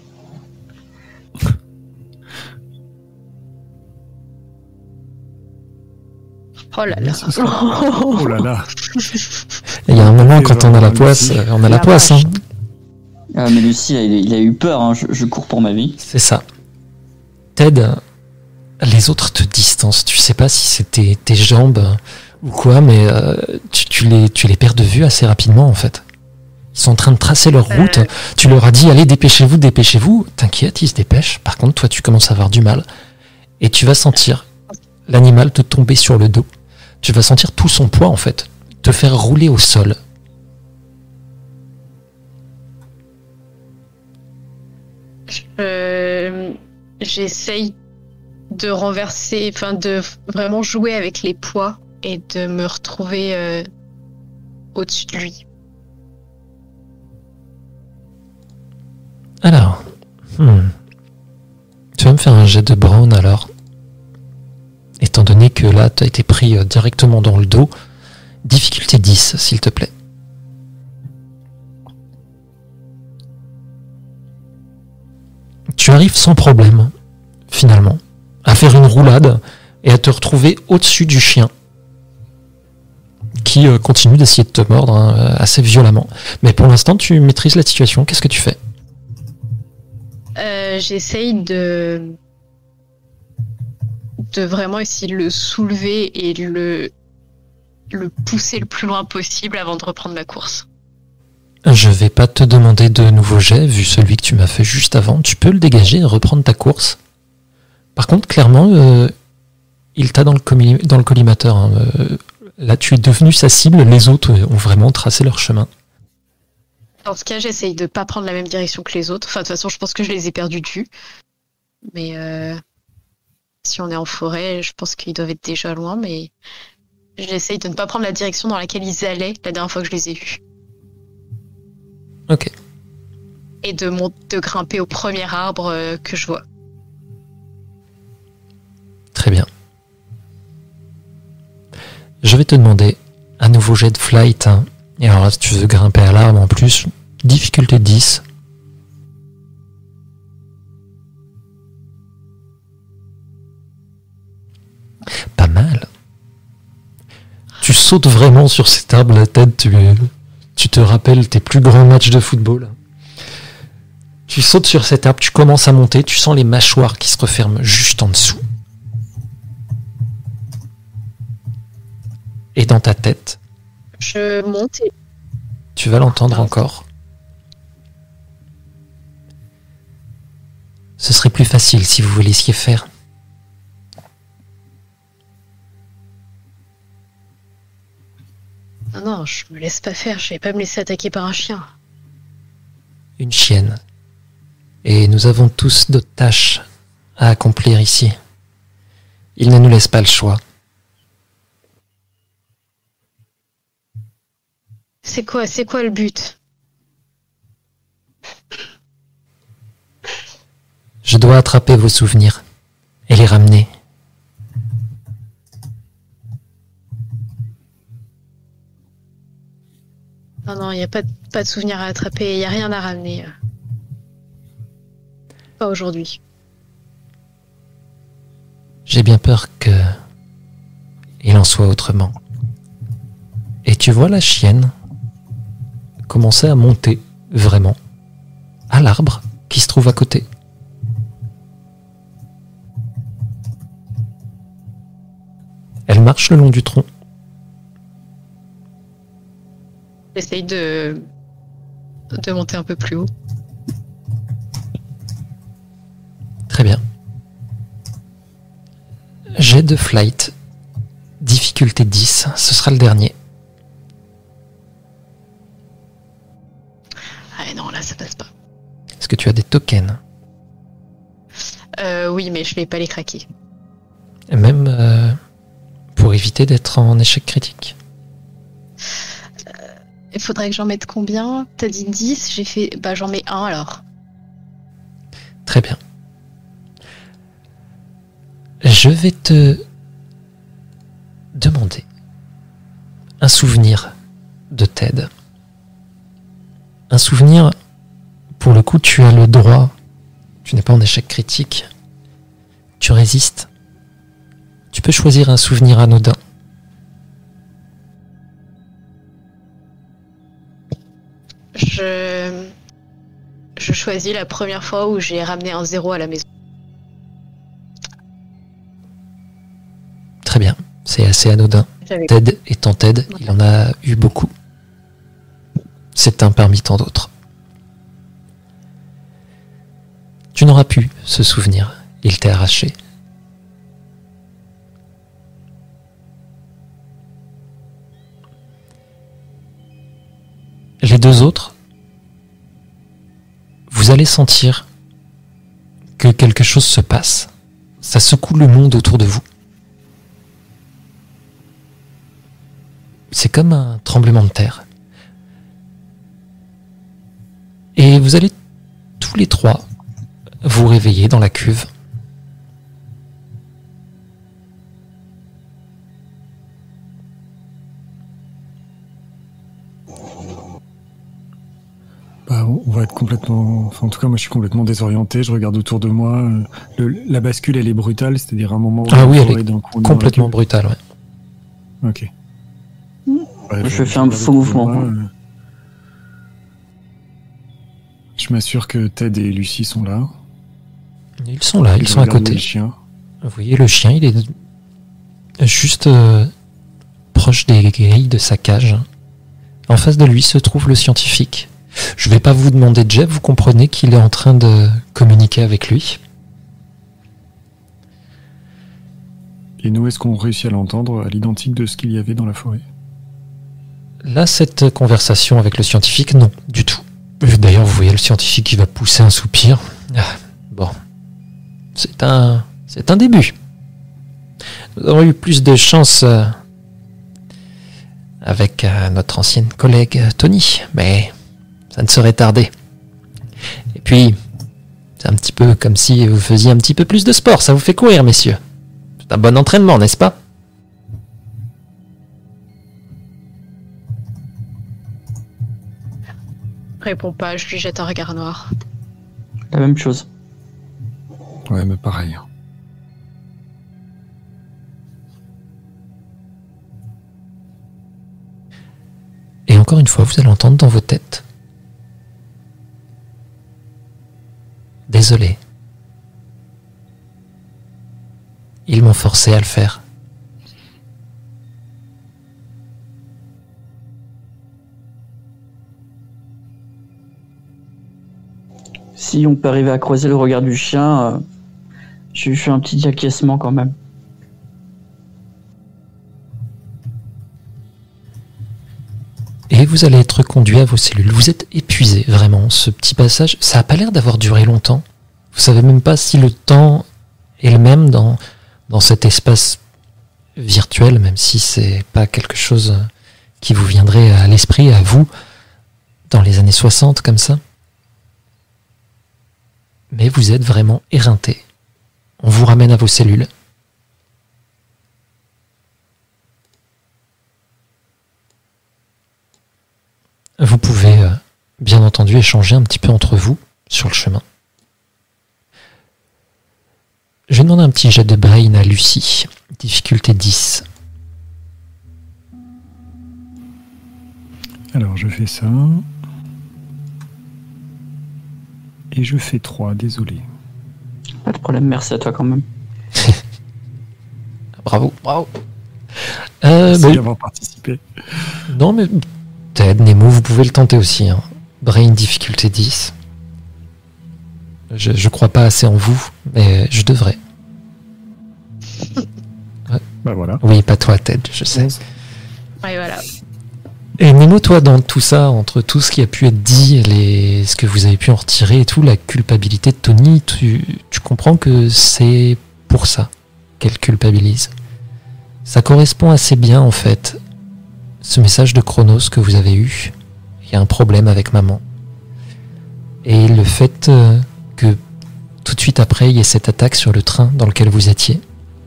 Oh là là! Ce sera- Oh là là. Et il y a un moment, Et quand on a la voilà, poisse, Lucie. euh, on a la La poisse. hein. vache. Ah, mais Lucie, il a, il a eu peur. Hein. Je, je cours pour ma vie. C'est ça. Ted, les autres te distancent. Tu sais pas si c'était tes jambes ou quoi, mais euh, tu, tu les, tu les perds de vue assez rapidement en fait. Ils sont en train de tracer leur route. Euh. Tu leur as dit, allez, dépêchez-vous, dépêchez-vous. T'inquiète, ils se dépêchent. Par contre, toi, tu commences à avoir du mal. Et tu vas sentir l'animal te tomber sur le dos. Tu vas sentir tout son poids en fait, te faire rouler au sol. Euh, J'essaye de renverser, enfin de vraiment jouer avec les poids et de me retrouver euh, au-dessus de lui. Alors, hmm. tu vas me faire un jet de Brown alors. Étant donné que là, tu as été pris euh, directement dans le dos. Difficulté dix, s'il te plaît. Tu arrives sans problème, finalement, à faire une roulade et à te retrouver au-dessus du chien qui euh, continue d'essayer de te mordre hein, euh, assez violemment. Mais pour l'instant, tu maîtrises la situation. Qu'est-ce que tu fais ? Euh, J'essaye de de vraiment essayer de le soulever et le le pousser le plus loin possible avant de reprendre ma course. Je vais pas te demander de nouveau jet, vu celui que tu m'as fait juste avant. Tu peux le dégager et reprendre ta course. Par contre, clairement, euh, il t'a dans le, commi- dans le collimateur. hein. Euh, là, tu es devenu sa cible. Les autres ont vraiment tracé leur chemin. Dans ce cas, j'essaye de pas prendre la même direction que les autres. Enfin, de toute façon, je pense que je les ai perdus de vue. Mais euh, si on est en forêt, je pense qu'ils doivent être déjà loin. Mais j'essaye de ne pas prendre la direction dans laquelle ils allaient la dernière fois que je les ai vus. Ok. et de, mont- de grimper au premier arbre euh, que je vois. Très bien. Je vais te demander un nouveau jet de flight. Hein. Et alors là, si tu veux grimper à l'arbre en plus, difficulté dix. Pas mal. Tu sautes vraiment sur cet arbre, la tête, tu, tu te rappelles tes plus grands matchs de football. Tu sautes sur cet arbre, tu commences à monter, tu sens les mâchoires qui se referment juste en dessous. Et dans ta tête, Je monte et tu vas l'entendre encore. Ce serait plus facile si vous vous laissiez faire. non, non, je me laisse pas faire, je vais pas me laisser attaquer par un chien. Une chienne. Et nous avons tous d'autres tâches à accomplir ici. Il ne nous laisse pas le choix. C'est quoi, c'est quoi le but? Je dois attraper vos souvenirs et les ramener. Non, non, il n'y a pas de, pas de souvenirs à attraper, il n'y a rien à ramener. Pas aujourd'hui. J'ai bien peur que il en soit autrement. Et tu vois la chienne commencer à monter, vraiment, à l'arbre qui se trouve à côté. Elle marche le long du tronc. J'essaye de... de monter un peu plus haut. Très bien. Jet de flight. Difficulté dix. Ce sera le dernier. Ah non, là, ça passe pas. Est-ce que tu as des tokens? Euh, oui, mais je vais pas les craquer. Même euh, pour éviter d'être en échec critique. Il faudrait que j'en mette combien? T'as dit dix, j'ai fait... Bah, j'en mets un, alors. Très bien. Je vais te demander un souvenir de Ted. Un souvenir, pour le coup, tu as le droit. Tu n'es pas en échec critique. Tu résistes. Tu peux choisir un souvenir anodin. Je... Je choisis la première fois où j'ai ramené un zéro à la maison. Très bien, c'est assez anodin. J'avais... Ted étant Ted, il en a eu beaucoup. C'est un parmi tant d'autres. Tu n'auras plus ce souvenir, il t'est arraché. Les deux autres, vous allez sentir que quelque chose se passe. Ça secoue le monde autour de vous. C'est comme un tremblement de terre. Et vous allez tous les trois vous réveiller dans la cuve. Bah, on va être complètement... Enfin, en tout cas, moi, je suis complètement désorienté. Je regarde autour de moi. Le, la bascule, elle est brutale. C'est-à-dire un moment où... Ah oui, elle est d'un coup, complètement brutale, ouais. Ok. Ouais, je, je fais un faux mouvement. Moi, euh... Je m'assure que Ted et Lucie sont là. Ils sont là, ils je sont à côté. Le chien. Vous voyez, le chien, il est juste euh, proche des grilles de sa cage. En face de lui se trouve le scientifique. Je vais pas vous demander de jet, vous comprenez qu'il est en train de communiquer avec lui. Et nous, est-ce qu'on réussit à l'entendre à l'identique de ce qu'il y avait dans la forêt? Là, cette conversation avec le scientifique, non, du tout. D'ailleurs, vous voyez le scientifique qui va pousser un soupir. Ah, bon, c'est un, c'est un début. Nous avons eu plus de chance euh, avec euh, notre ancienne collègue Tony, mais ça ne serait tardé. puis, c'est un petit peu comme si vous faisiez un petit peu plus de sport. Ça vous fait courir, messieurs. C'est un bon entraînement, n'est-ce pas? Réponds pas, je lui jette un regard noir. La même chose. Ouais, mais pareil. Et encore une fois, vous allez entendre dans vos têtes. Désolé. Ils m'ont forcé à le faire. Si on peut arriver à croiser le regard du chien, euh, je lui fais un petit acquiescement quand même. Et vous allez être conduit à vos cellules. Vous êtes épuisé, vraiment. Ce petit passage, ça n'a pas l'air d'avoir duré longtemps. Vous savez même pas si le temps est le même dans, dans cet espace virtuel, même si c'est pas quelque chose qui vous viendrait à l'esprit, à vous, dans les années soixante, comme ça. Mais vous êtes vraiment éreinté. On vous ramène à vos cellules. Vous pouvez, euh, bien entendu, échanger un petit peu entre vous sur le chemin. Je vais demander un petit jet de brain à Lucie. Difficulté dix. Alors, je fais ça. Et je fais trois, désolé. Pas de problème, merci à toi quand même. Bravo, bravo. Euh, Merci mais... d'avoir participé. Non, mais Ted, Nemo, vous pouvez le tenter aussi. Hein. Brain difficulté dix. Je, je crois pas assez en vous, mais je devrais. Ouais. Bah voilà. Oui, pas toi, Ted, je sais. Ouais, voilà. Et Nemo, toi, dans tout ça, entre tout ce qui a pu être dit, les... ce que vous avez pu en retirer et tout, la culpabilité de Tony, tu, tu comprends que c'est pour ça qu'elle culpabilise. Ça correspond assez bien, en fait, ce message de Chronos que vous avez eu. Il y a un problème avec maman. Et le fait euh, que tout de suite après, il y ait cette attaque sur le train dans lequel vous étiez.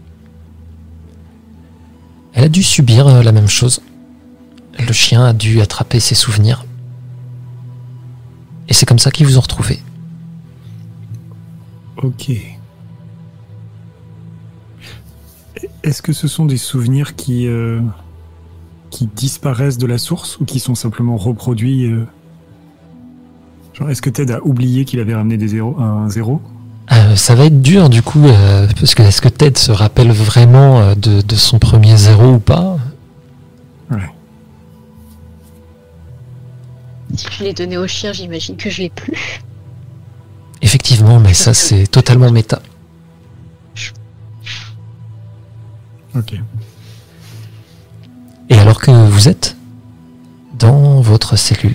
Elle a dû subir euh, la même chose. Le chien a dû attraper ses souvenirs. Et c'est comme ça qu'ils vous ont retrouvé. Ok. Est-ce que ce sont des souvenirs qui, euh, qui disparaissent de la source ou qui sont simplement reproduits euh... Genre, est-ce que Ted a oublié qu'il avait ramené des zéros, un zéro euh, Ça va être dur du coup, euh, parce que est-ce que Ted se rappelle vraiment euh, de, de son premier zéro ou pas? Ouais. Si je l'ai donné au chien, j'imagine que je l'ai plus. Effectivement, mais ça c'est totalement méta. Ok. Et alors que vous êtes dans votre cellule,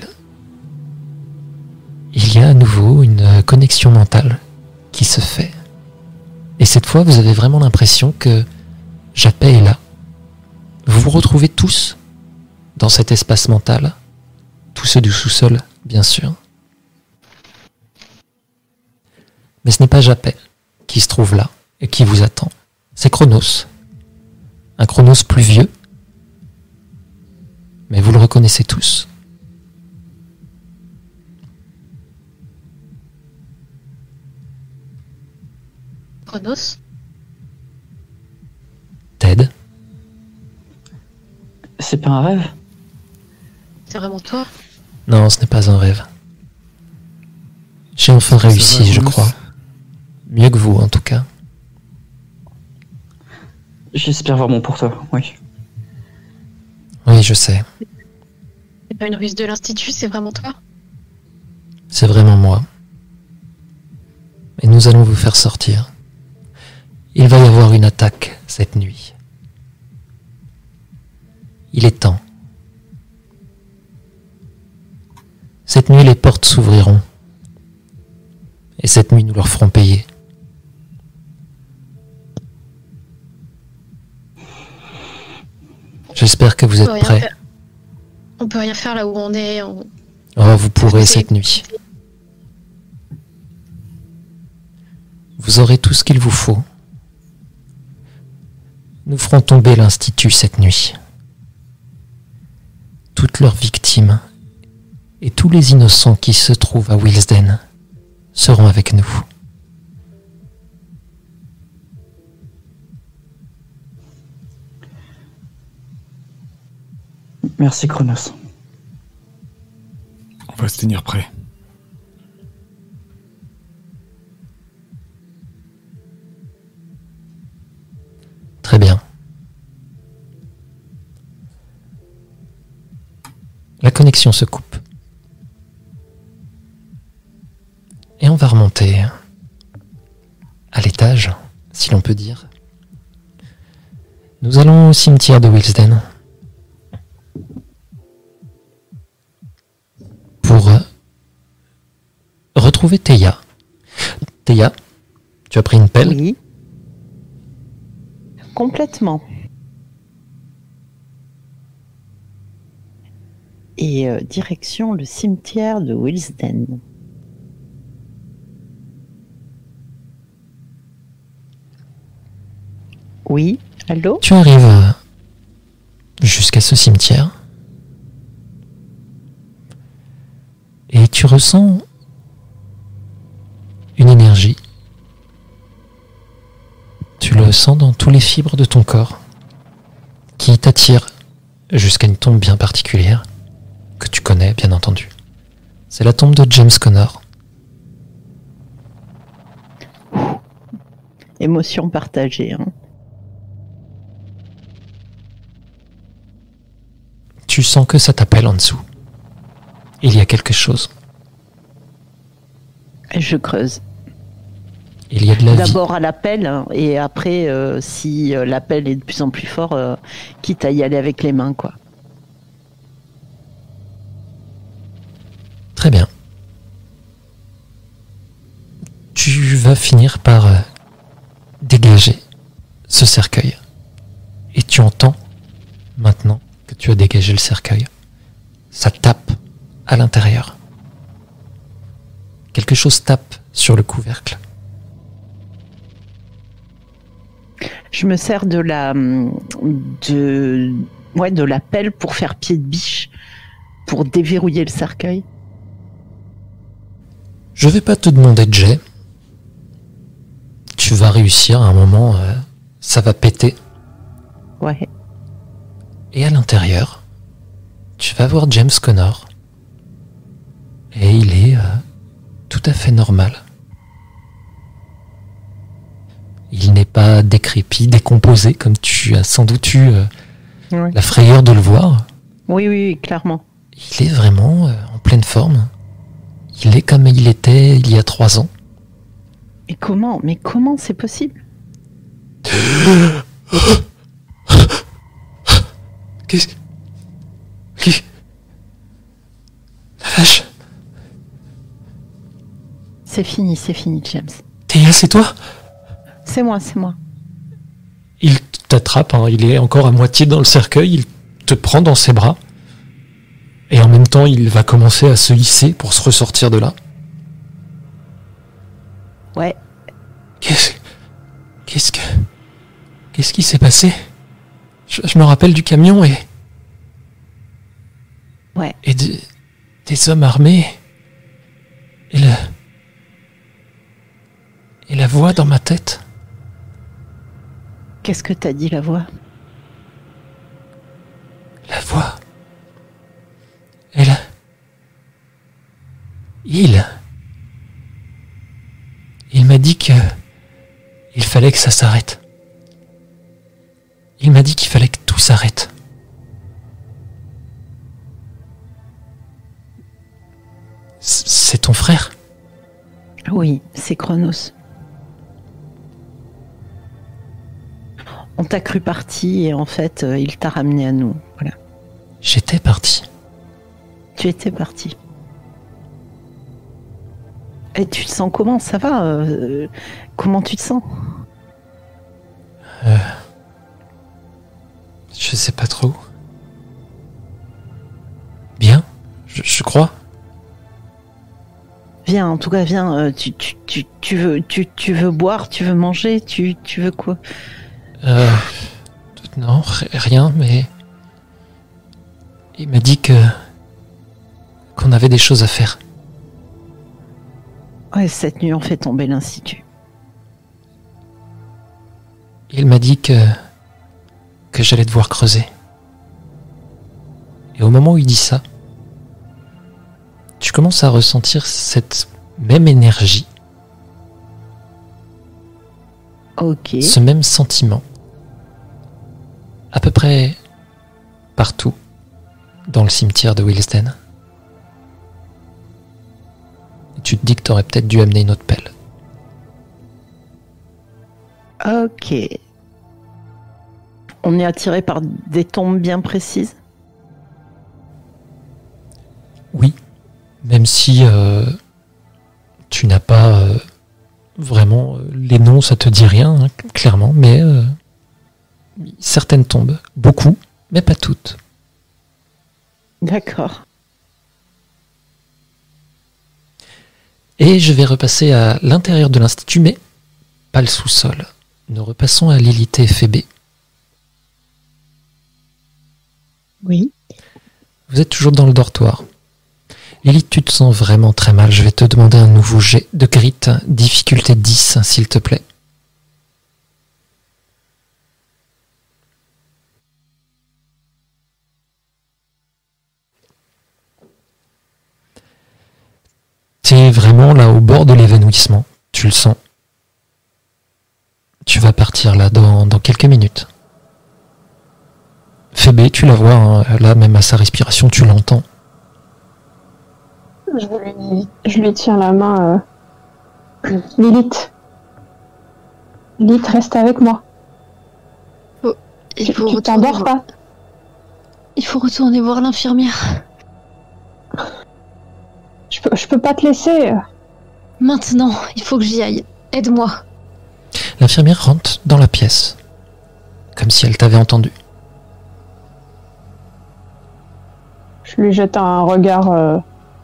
il y a à nouveau une connexion mentale qui se fait. Et cette fois, vous avez vraiment l'impression que Japet est là. Vous vous retrouvez tous dans cet espace mental. Tous ceux du sous-sol, bien sûr. Mais ce n'est pas Japet qui se trouve là et qui vous attend. C'est Chronos. Un Chronos plus vieux. Mais vous le reconnaissez tous. Chronos? Ted? C'est pas un rêve? C'est vraiment toi? Non, ce n'est pas un rêve. J'ai enfin Ça réussi, va, je Chronos crois. Mieux que vous, en tout cas. J'espère vraiment pour toi, oui. Oui, je sais. C'est pas une ruse de l'Institut, c'est vraiment toi? C'est vraiment moi. Et nous allons vous faire sortir. Il va y avoir une attaque cette nuit. Il est temps. Cette nuit, les portes s'ouvriront. Et cette nuit, nous leur ferons payer. J'espère que vous On êtes peut rien prêts. faire. On peut rien faire là où on est. On... Oh, vous pourrez C'est- cette nuit. Vous aurez tout ce qu'il vous faut. Nous ferons tomber l'Institut cette nuit. Toutes leurs victimes et tous les innocents qui se trouvent à Willesden seront avec nous. Merci Chronos. On va se tenir prêt. Très bien. La connexion se coupe. Et on va remonter à l'étage, si l'on peut dire. Nous allons au cimetière de Willesden pour retrouver Théa. Théa, tu as pris une pelle ? Oui. Complètement. Et euh, direction le cimetière de Willesden. Oui, allô ? Tu arrives jusqu'à ce cimetière et tu ressens une énergie. Tu le sens dans tous les fibres de ton corps qui t'attire jusqu'à une tombe bien particulière que tu connais bien entendu. C'est la tombe de James Connor. Émotion partagée. Hein. Tu sens que ça t'appelle en dessous. Il y a quelque chose. Je creuse. Il y a de la vie. D'abord à l'appel, hein, et après, euh, si euh, l'appel est de plus en plus fort, euh, quitte à y aller avec les mains, quoi. Très bien. Tu vas finir par euh, dégager ce cercueil. Et tu entends, maintenant que tu as dégagé le cercueil, ça tape à l'intérieur. Quelque chose tape sur le couvercle. Je me sers de la de ouais de la pelle pour faire pied de biche, pour déverrouiller le cercueil. Je vais pas te demander de jet. Tu vas réussir à un moment, euh, ça va péter. Ouais. Et à l'intérieur, tu vas voir James Connor. Et il est euh, tout à fait normal. Il n'est pas décrépit, décomposé, comme tu as sans doute eu euh, ouais. la frayeur de le voir. Oui, oui, oui, clairement. Il est vraiment euh, en pleine forme. Il est comme il était il y a trois ans. Et comment ? Mais comment c'est possible ? Qu'est-ce... Qu'est-ce... La vache. C'est fini, c'est fini, James. Théa, c'est toi ? C'est moi, c'est moi. Il t'attrape, hein, il est encore à moitié dans le cercueil, il te prend dans ses bras. Et en même temps, il va commencer à se hisser pour se ressortir de là. Ouais. Qu'est-ce... Qu'est-ce que... Qu'est-ce qui s'est passé ? je, je me rappelle du camion et... Ouais. Et de, des hommes armés. Et le... Et la voix dans ma tête. Qu'est-ce que t'as dit, la voix ? La voix. Elle... Il... Il m'a dit que... Il fallait que ça s'arrête. Il m'a dit qu'il fallait que tout s'arrête. C'est ton frère ? Oui, c'est Chronos. On t'a cru parti et en fait, euh, il t'a ramené à nous. Voilà. J'étais parti. Tu étais parti. Et tu te sens comment ? Ça va euh, Comment tu te sens ? euh, Je sais pas trop. Bien, je, je crois. viens, en tout cas, viens. Euh, tu, tu, tu, tu, veux, tu, tu veux boire, tu veux manger, tu, tu veux quoi? Euh... Non, r- rien, mais... Il m'a dit que... qu'on avait des choses à faire. Ouais, cette nuit, on fait tomber l'Institut. Il m'a dit que... que j'allais devoir creuser. Et au moment où il dit ça, tu commences à ressentir cette même énergie, Ok. ce même sentiment, à peu près partout dans le cimetière de Willesden. Et tu te dis que t'aurais peut-être dû amener une autre pelle. Ok. On est attiré par des tombes bien précises? Oui, même si euh, tu n'as pas euh, vraiment euh, les noms, ça te dit rien, hein, clairement, mais euh, certaines tombent, beaucoup, mais pas toutes. D'accord. Et je vais repasser à l'intérieur de l'Institut, mais pas le sous-sol. Nous repassons à Lilith et Phébé. Oui. Vous êtes toujours dans le dortoir. Lilith, tu te sens vraiment très mal. Je vais te demander un nouveau jet de grit, difficulté dix, s'il te plaît. Tu es vraiment là au bord de l'évanouissement. Tu le sens. Tu vas partir là dans, dans quelques minutes. Phébé, tu la vois, hein, là même à sa respiration, tu l'entends. Je lui, je lui tiens la main. Euh... Lilith. Lilith, reste avec moi. Oh, il Tu, faut tu retourner t'endors voir- pas? Il faut retourner voir l'infirmière. Je peux, je peux pas te laisser. Maintenant, il faut que j'y aille. Aide-moi. L'infirmière rentre dans la pièce, comme si elle t'avait entendu. Je lui jette un regard euh,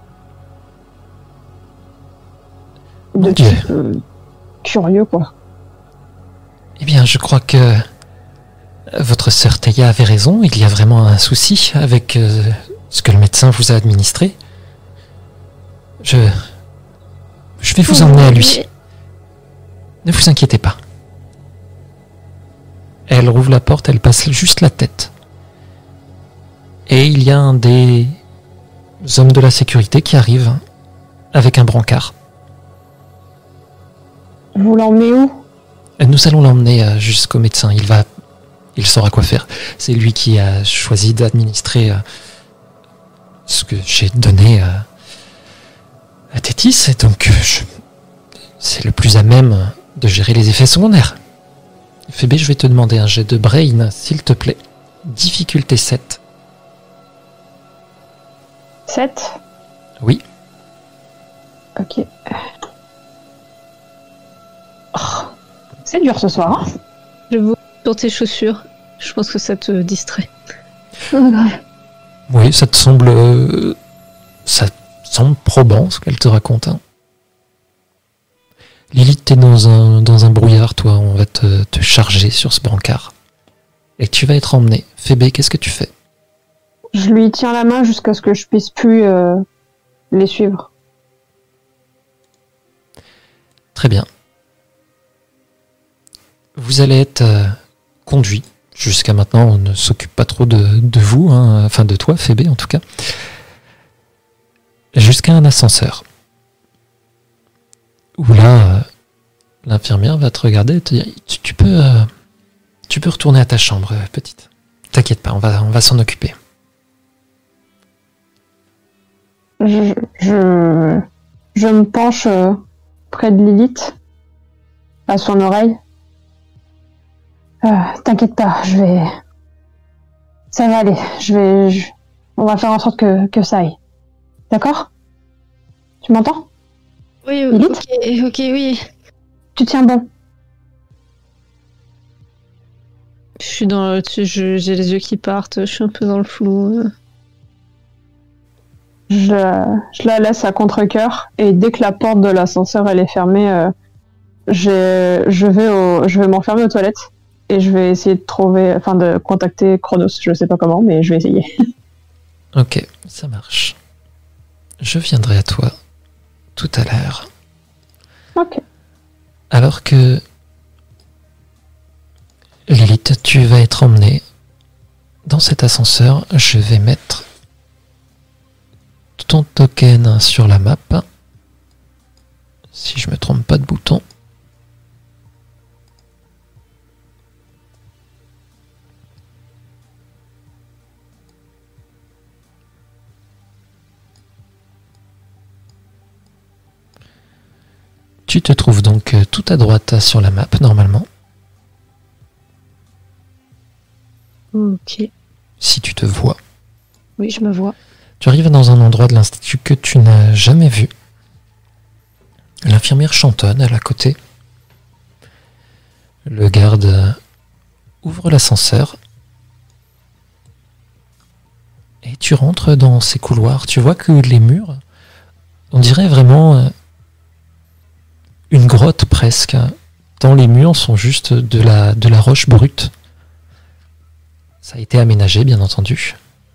de Mon Dieu. type euh, curieux, quoi. Eh bien, je crois que votre sœur Théa avait raison. Il y a vraiment un souci avec euh, ce que le médecin vous a administré. Je... Je vais vous emmener à lui. Ne vous inquiétez pas. Elle rouvre la porte, elle passe juste la tête. Et il y a un des hommes de la sécurité qui arrive avec un brancard. Vous l'emmenez où? Nous allons l'emmener euh, jusqu'au médecin. Il va, il saura quoi faire. C'est lui qui a choisi d'administrer euh, ce que j'ai donné euh, à Tétis, et donc euh, je- c'est le plus à même de gérer les effets secondaires. Phébé, je vais te demander un jet de brain, s'il te plaît. Difficulté sept. sept? Oui. Ok. Oh, c'est dur ce soir, hein? Je vous sur tes chaussures. Je pense que ça te distrait. Oui, ça te semble, euh, ça te semble probant ce qu'elle te raconte. Hein. Lilith, t'es dans un, dans un brouillard, toi. On va te, te charger sur ce brancard. Et tu vas être emmené. Phébé, qu'est-ce que tu fais? Je lui tiens la main jusqu'à ce que je puisse plus euh, les suivre. Très bien. Vous allez être euh, conduit. Jusqu'à maintenant, on ne s'occupe pas trop de, de vous, hein, enfin de toi, Phébé en tout cas. Jusqu'à un ascenseur. Où là, euh, l'infirmière va te regarder et te dire tu, tu peux, euh, tu peux retourner à ta chambre, euh, petite. T'inquiète pas, on va, on va s'en occuper. Je, je, je me penche euh, près de Lilith, à son oreille. Euh, T'inquiète pas, je vais... Ça va aller, je vais... je- On va faire en sorte que, que ça aille. D'accord? Tu m'entends? Oui, Lilith ok, ok, oui. Tu tiens bon. Je suis dans, tu- je- j'ai les yeux qui partent. Je suis un peu dans le flou. je, je la laisse à contre-cœur et dès que la porte de l'ascenseur elle est fermée, euh, j'ai- je vais au, je vais m'enfermer aux toilettes et je vais essayer de trouver, enfin de contacter Chronos. Je sais pas comment, mais je vais essayer. Ok, ça marche. Je viendrai à toi tout à l'heure. Ok. Alors que Lilith, tu vas être emmenée dans cet ascenseur. Je vais mettre ton token sur la map. Si je me trompe pas de bouton. Tu te trouves donc tout à droite sur la map normalement. Ok. Si tu te vois. Oui, je me vois. Tu arrives dans un endroit de l'institut que tu n'as jamais vu. L'infirmière chantonne à la côté. Le garde ouvre l'ascenseur. Et tu rentres dans ces couloirs. Tu vois que les murs, on dirait vraiment une grotte presque. Tant les murs sont juste de la, de la roche brute. Ça a été aménagé, bien entendu.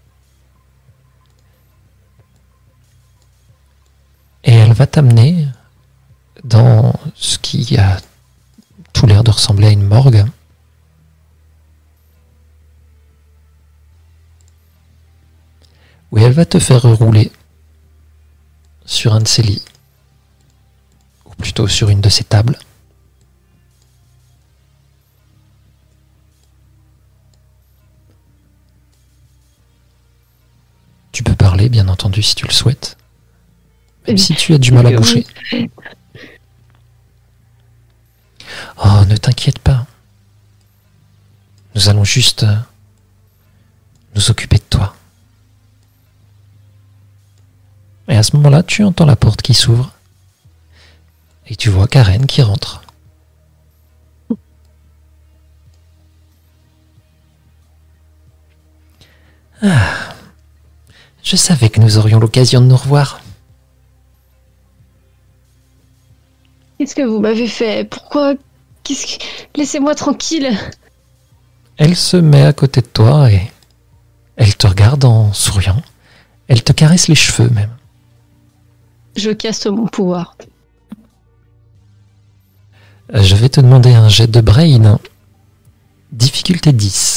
Et elle va t'amener dans ce qui a tout l'air de ressembler à une morgue. Où elle va te faire rouler sur un de ses lits. Ou plutôt sur une de ses tables. Tu peux parler, bien entendu, si tu le souhaites. Même si tu as du mal à bouger. Oh, ne t'inquiète pas. Nous allons juste nous occuper de toi. Et à ce moment-là, tu entends la porte qui s'ouvre. Et tu vois Karen qui rentre. Ah, je savais que nous aurions l'occasion de nous revoir. Qu'est-ce que vous m'avez fait? Pourquoi? Qu'est-ce que... Laissez-moi tranquille. Elle se met à côté de toi et elle te regarde en souriant. Elle te caresse les cheveux même. Je casse mon pouvoir. Je vais te demander un jet de brain. Difficulté dix.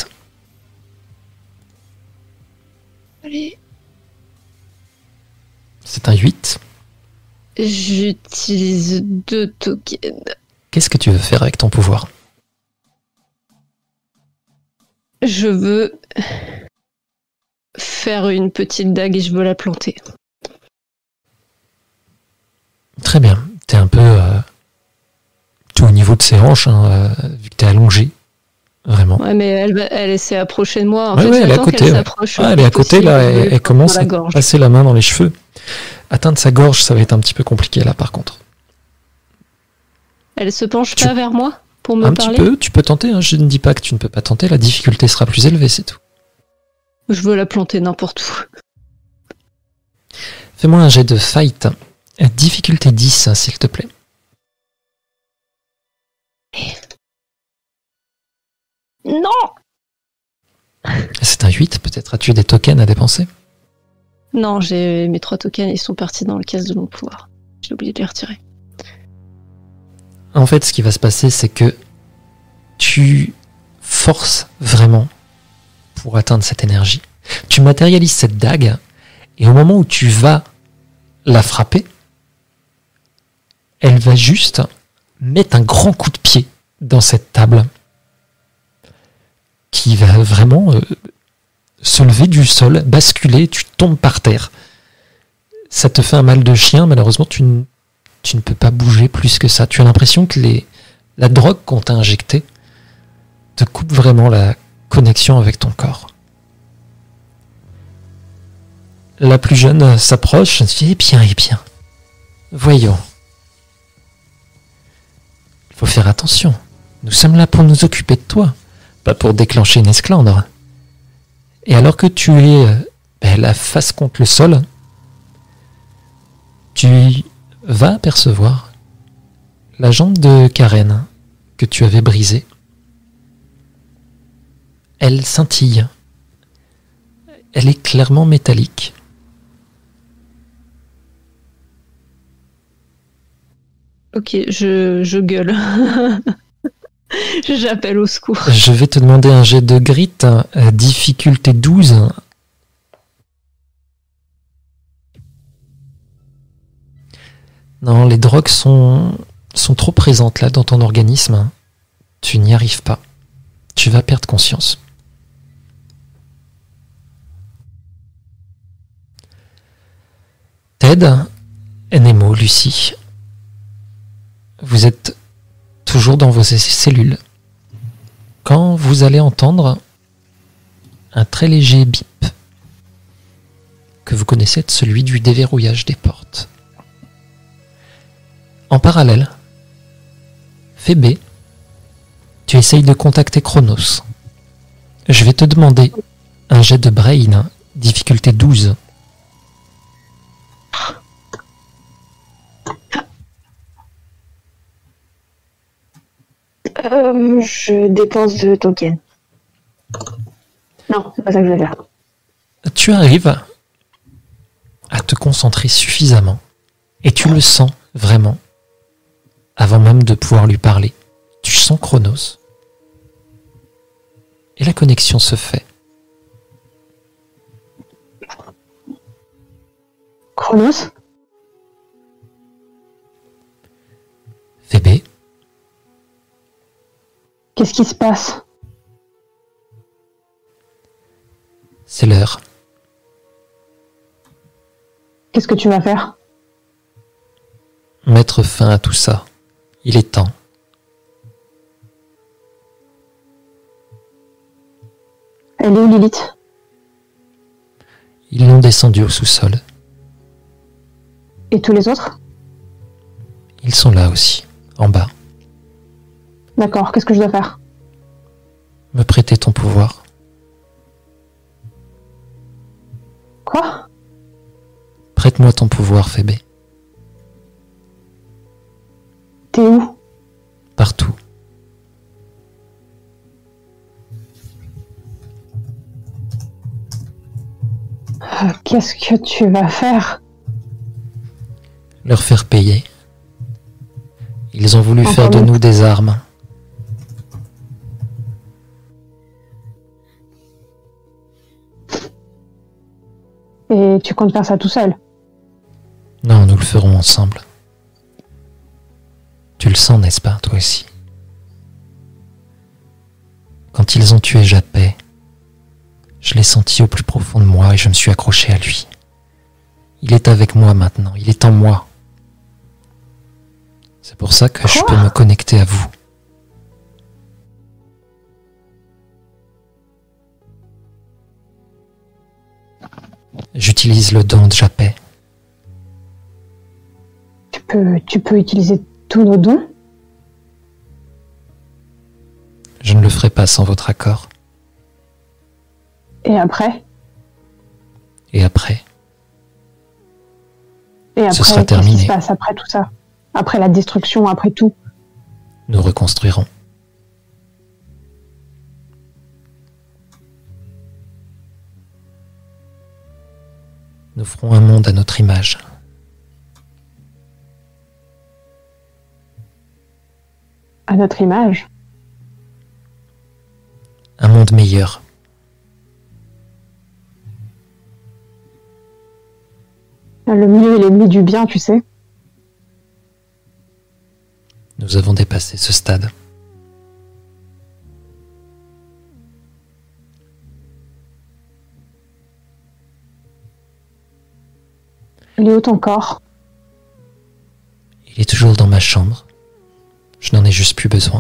Allez. C'est un huit. J'utilise deux tokens. Qu'est-ce que tu veux faire avec ton pouvoir? Je veux faire une petite dague et je veux la planter. Très bien. T'es un peu euh, tout au niveau de ses hanches, hein, euh, vu que t'es allongé. Vraiment. Ouais, mais elle, elle s'est approchée de moi. En ouais, fait, ouais, elle est à côté. Ouais. Ah, elle est à côté, là, elle, elle commence à passer la main dans les cheveux. Atteindre sa gorge, ça va être un petit peu compliqué, là, par contre. Elle se penche tu... pas vers moi pour me un parler? Un petit peu, tu peux tenter. Hein. Je ne dis pas que tu ne peux pas tenter. La difficulté sera plus élevée, c'est tout. Je veux la planter n'importe où. Fais-moi un jet de fight. Difficulté dix, s'il te plaît. Non! C'est un huit, peut-être as-tu des tokens à dépenser? Non, j'ai mes trois tokens, ils sont partis dans le caisse de mon pouvoir. J'ai oublié de les retirer. En fait, ce qui va se passer, c'est que tu forces vraiment pour atteindre cette énergie. Tu matérialises cette dague, et au moment où tu vas la frapper, elle va juste mettre un grand coup de pied dans cette table qui va vraiment euh, se lever du sol, basculer, tu tombes par terre. Ça te fait un mal de chien, malheureusement tu, n- tu ne peux pas bouger plus que ça. Tu as l'impression que les, la drogue qu'on t'a injectée te coupe vraiment la connexion avec ton corps. La plus jeune s'approche, elle se dit « Eh bien, eh bien, voyons. Il faut faire attention. Nous sommes là pour nous occuper de toi, pas pour déclencher une esclandre. » Et alors que tu es ben, la face contre le sol, Tu vas apercevoir la jambe de Karen que tu avais brisée. Elle scintille. Elle est clairement métallique. Ok, je, je gueule. J'appelle au secours. Je vais te demander un jet de grit, euh, difficulté douze. Non, les drogues sont, sont trop présentes là dans ton organisme. Tu n'y arrives pas. Tu vas perdre conscience. Ted, Nemo, Lucie, vous êtes toujours dans vos cellules quand vous allez entendre un très léger bip que vous connaissez être celui du déverrouillage des portes. En parallèle, Phébé, tu essayes de contacter Chronos. Je vais te demander un jet de brain, difficulté douze. Euh, je dépense de tokens. Non, c'est pas ça que je vais faire. Tu arrives à te concentrer suffisamment et tu le sens vraiment avant même de pouvoir lui parler. Tu sens Chronos et la connexion se fait. Chronos ? Phébé, Qu'est-ce qui se passe ? c'est l'heure. Qu'est-ce que tu vas faire ? Mettre fin à tout ça. Il est temps. Elle est où, Lilith ? Ils l'ont descendu au sous-sol. Et tous les autres ? Ils sont là aussi, en bas. D'accord, qu'est-ce que je dois faire ? Me prêter ton pouvoir. Quoi ? Prête-moi ton pouvoir, Phébé. T'es où ? Partout. Euh, Qu'est-ce que tu vas faire ? Leur faire payer. Ils ont voulu Encore faire de mieux. nous des armes. Et tu comptes faire ça tout seul ? Non, nous le ferons ensemble. Tu le sens, n'est-ce pas, toi aussi? Quand ils ont tué Japet, je l'ai senti au plus profond de moi et je me suis accroché à lui. Il est avec moi maintenant, il est en moi. C'est pour ça que je Quoi ? peux me connecter à vous. J'utilise le don de Japet. Tu peux, tu peux utiliser tous nos dons ? Je ne le ferai pas sans votre accord. Et après ? Et après, Et après, Ce sera qu'est-ce qui terminé. se passe après tout ça ? Après la destruction, après tout ? nous reconstruirons. Nous ferons un monde à notre image. À notre image ? Un monde meilleur. Le mieux est l'ennemi du bien, tu sais. Nous avons dépassé ce stade. Il est où ton corps ? Il est toujours dans ma chambre. Je n'en ai juste plus besoin.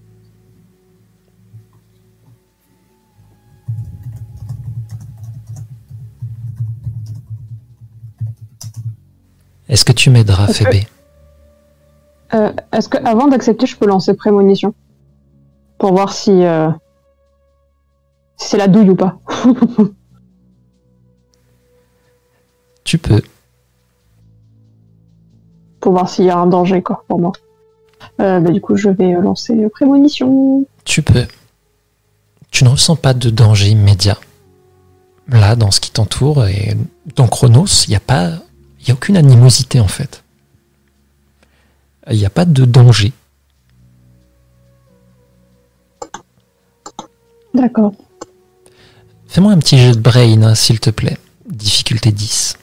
Est-ce que tu m'aideras, Est-ce que- Phébé? Euh, Est-ce que avant d'accepter, je peux lancer prémonition pour voir si, euh, si c'est la douille ou pas. Tu peux. pour voir s'il y a un danger quoi, pour moi. Euh, bah, du coup, je vais lancer une prémonition. Tu peux. Tu ne ressens pas de danger immédiat. Là, dans ce qui t'entoure, et dans Chronos, il n'y a pas, il y a aucune animosité en fait. Il n'y a pas de danger. D'accord. Fais-moi un petit jet de brain, hein, s'il te plaît. Difficulté dix.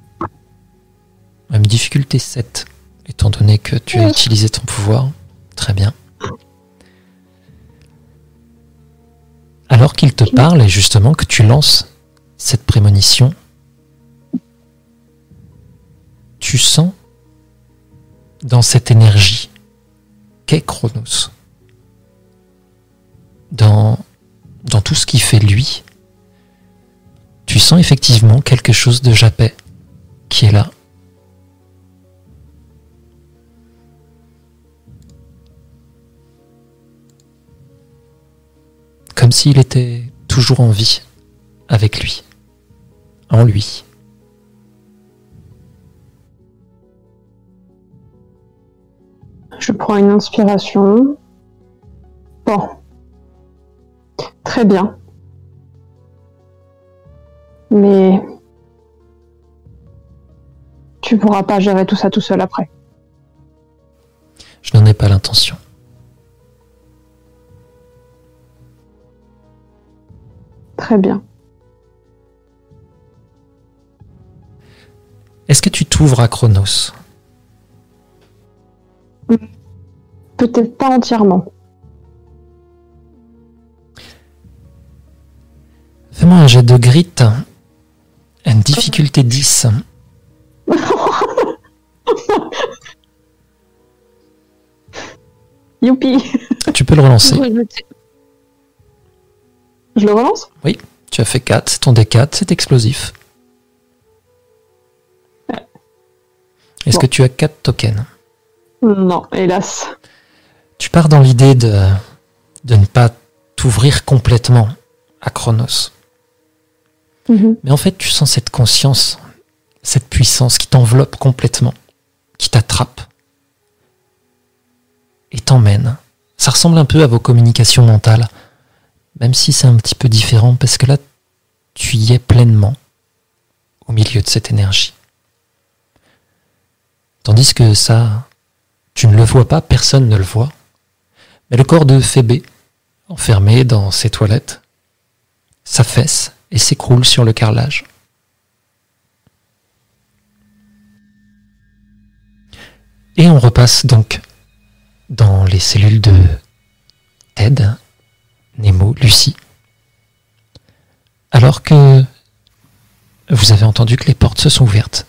Même difficulté sept, étant donné que tu as utilisé ton pouvoir. Très bien. Alors qu'il te parle, et justement que tu lances cette prémonition, tu sens dans cette énergie qu'est Chronos, dans, dans tout ce qui fait lui, tu sens effectivement quelque chose de Japet qui est là. Comme s'il était toujours en vie avec lui, en lui. Je prends une inspiration. Bon. Très bien. Mais tu pourras pas gérer tout ça tout seul après. Je n'en ai pas l'intention. Très bien. Est-ce que tu t'ouvres à Chronos ? Peut-être pas entièrement. Fais-moi un jet de grit. Une difficulté dix. Youpi. Tu peux le relancer. Je le relance ? Oui, tu as fait quatre, c'est ton D quatre, c'est explosif. Ouais. Est-ce Bon. que tu as quatre tokens ? Non, hélas. Tu pars dans l'idée de, de ne pas t'ouvrir complètement à Chronos. Mm-hmm. Mais en fait, tu sens cette conscience, cette puissance qui t'enveloppe complètement, qui t'attrape et t'emmène. Ça ressemble un peu à vos communications mentales, même si c'est un petit peu différent, parce que là, tu y es pleinement au milieu de cette énergie. Tandis que ça, tu ne le vois pas, personne ne le voit. Mais le corps de Phébé, enfermé dans ses toilettes, s'affaisse et s'écroule sur le carrelage. Et on repasse donc dans les cellules de Ted, Nemo, Lucie. Alors que vous avez entendu que les portes se sont ouvertes.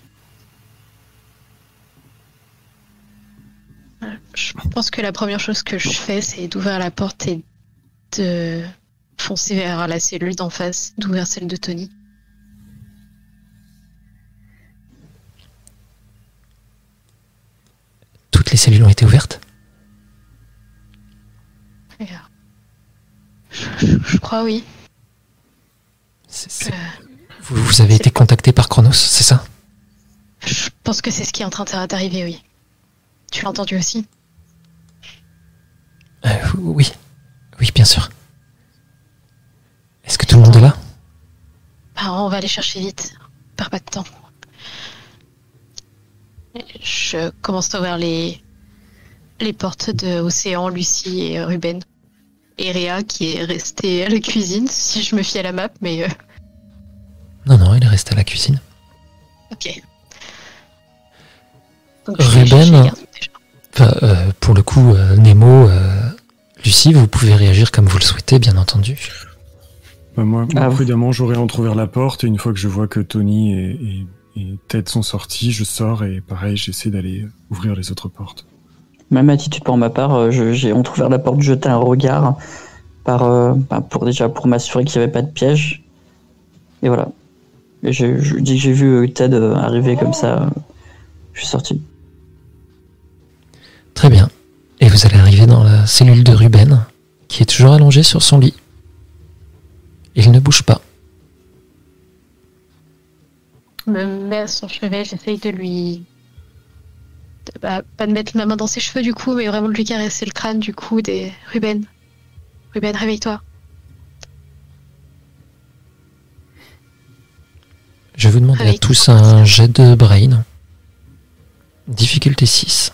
Je pense que la première chose que je fais, c'est d'ouvrir la porte et de foncer vers la cellule d'en face, d'ouvrir celle de Tony. Toutes les cellules ont été ouvertes ? Et, euh, je, je crois oui. C'est- c'est- Euh, Vous, vous avez c'est été pas- contacté par Chronos, c'est ça ? Je pense que c'est ce qui est en train d'arriver, oui. Tu l'as entendu aussi ? Euh, Oui, oui, bien sûr. Est-ce que tout le monde est là ? Bah, on va aller chercher vite. Perds pas de temps. Je commence à ouvrir les, les portes de Océan, Lucie et Ruben. Et Réa qui est restée à la cuisine, si je me fie à la map, mais... euh, Non, non, il est resté à la cuisine. ok. Donc, je vais Ruben, chercher les garçons, déjà. Enfin, euh, pour le coup, euh, Nemo, euh, Lucie, vous pouvez réagir comme vous le souhaitez, bien entendu. Bah, moi, moi Ah, prudemment, j'aurais entrouvert la porte et une fois que je vois que Tony et, et, et Ted sont sortis, je sors et pareil, j'essaie d'aller ouvrir les autres portes. Même attitude pour ma part, euh, je- j'ai entrouvert la porte, jeté un regard par, euh, bah, pour déjà pour m'assurer qu'il n'y avait pas de piège. Et voilà. Et je, je dis que j'ai vu euh, Ted euh, arriver comme ça. euh, je suis sorti. Très bien. Et vous allez arriver dans la cellule de Ruben, qui est toujours allongé sur son lit. Il ne bouge pas. Je me mets à son chevet, j'essaye de lui bah, pas de mettre ma main dans ses cheveux du coup, mais vraiment de lui caresser le crâne du coup des Ruben. Ruben, réveille-toi. Je vais vous demander à tous un jet de brain. Difficulté six.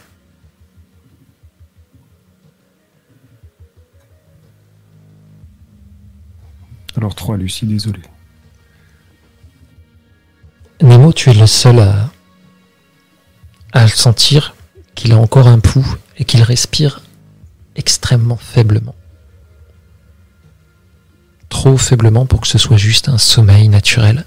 Alors trois, Lucie, désolé. Nemo, tu es le seul à, à sentir qu'il a encore un pouls et qu'il respire extrêmement faiblement. Trop faiblement pour que ce soit juste un sommeil naturel.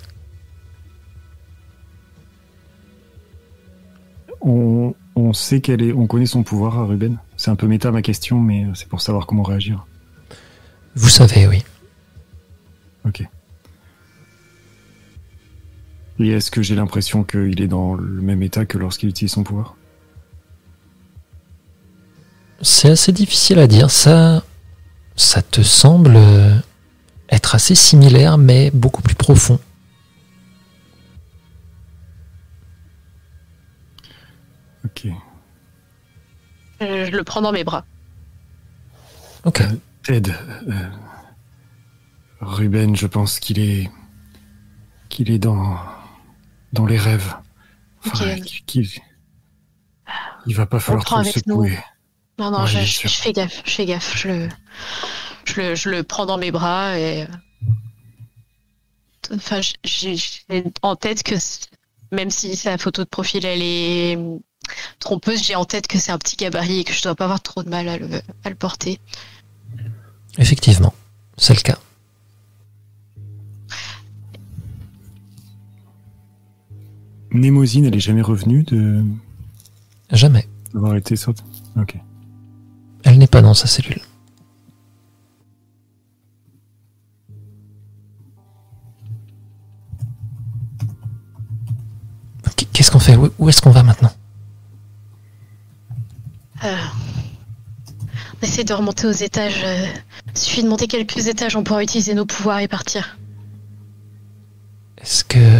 On, on sait qu'elle est, on connaît son pouvoir à Ruben. C'est un peu méta ma question, mais c'est pour savoir comment réagir. Vous savez, oui. Ok. Et est-ce que j'ai l'impression qu'il est dans le même état que lorsqu'il utilise son pouvoir? C'est assez difficile à dire. Ça, ça te semble être assez similaire, mais beaucoup plus profond. Ok. Je, je le prends dans mes bras. Ok. Euh, Ted, euh, Ruben, je pense qu'il est, qu'il est dans, dans les rêves. Enfin, Ok. qu'il, il va pas falloir trop le secouer. Non, non, Ouais, je, bien je, sûr. je fais gaffe, je fais gaffe. Je le, je le, je le prends dans mes bras et. Enfin, j'ai j'ai en tête que c- même si sa photo de profil elle est trompeuse, j'ai en tête que c'est un petit gabarit et que je dois pas avoir trop de mal à le, à le porter. Effectivement, c'est le cas. Némosine, elle est jamais revenue de Jamais. d'avoir été sortie. Ok. Elle n'est pas dans sa cellule. Qu- Qu'est-ce qu'on fait? Où où est-ce qu'on va maintenant? Euh, on essaie de remonter aux étages. Euh, suffit de monter quelques étages, on pourra utiliser nos pouvoirs et partir. Est-ce que...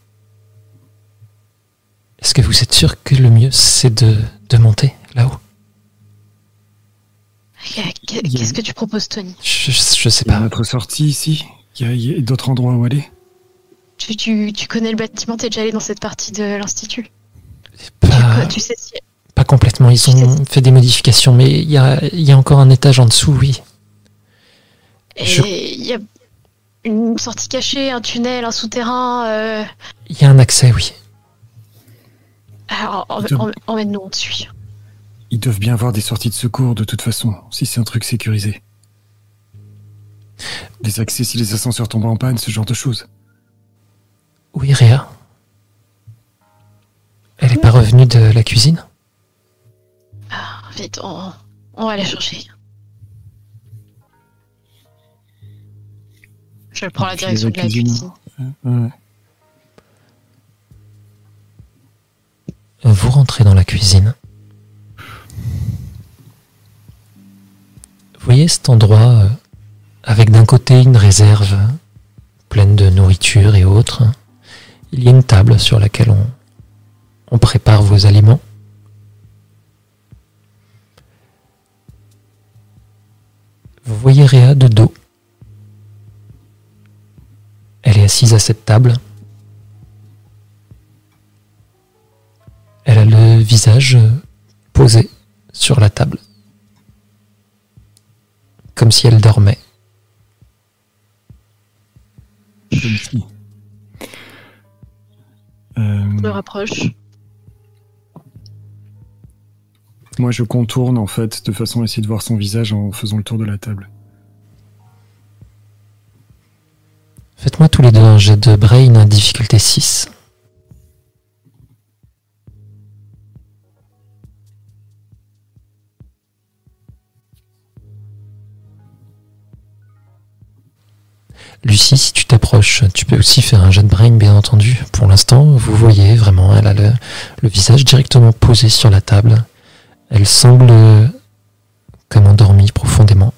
Est-ce que vous êtes sûr que le mieux, c'est de, de monter là-haut? Qu'est- Qu'est-ce que tu proposes, Tony? je, je sais Il y a pas. une autre sortie ici. Il y a, il y a d'autres endroits où aller. tu, tu, tu connais le bâtiment, t'es déjà allé dans cette partie de l'Institut? Pas, tu, tu sais si... pas complètement, ils ont fait des modifications, mais il y a, il y a encore un étage en dessous, oui. Et Je- il y a une sortie cachée, un tunnel, un souterrain. Euh... Il y a un accès, oui. Alors, en- Putain. en- emmène-nous, on te suit. Ils doivent bien avoir des sorties de secours de toute façon, si c'est un truc sécurisé. Des accès si les ascenseurs tombent en panne, ce genre de choses. Oui, Réa. Elle est pas revenue de la cuisine? Ah, vite, on, on va la chercher. Je prends la Puis direction la de la cuisine. cuisine. Ouais. Vous rentrez dans la cuisine. Vous voyez cet endroit euh, avec d'un côté une réserve euh, pleine de nourriture et autres. Il y a une table sur laquelle on, on prépare vos aliments. Vous voyez Réa de dos. Elle est assise à cette table. Elle a le visage euh, posé sur la table. Comme si elle dormait. Comme si. Euh, Je me rapproche. moi, je contourne en fait, de façon à essayer de voir son visage en faisant le tour de la table. Faites-moi tous les deux un jet de brain, difficulté six. Lucie, si tu t'approches, tu peux aussi faire un jet de brain, bien entendu. Pour l'instant, vous voyez vraiment, elle a le, le visage directement posé sur la table. Elle semble euh, comme endormie profondément.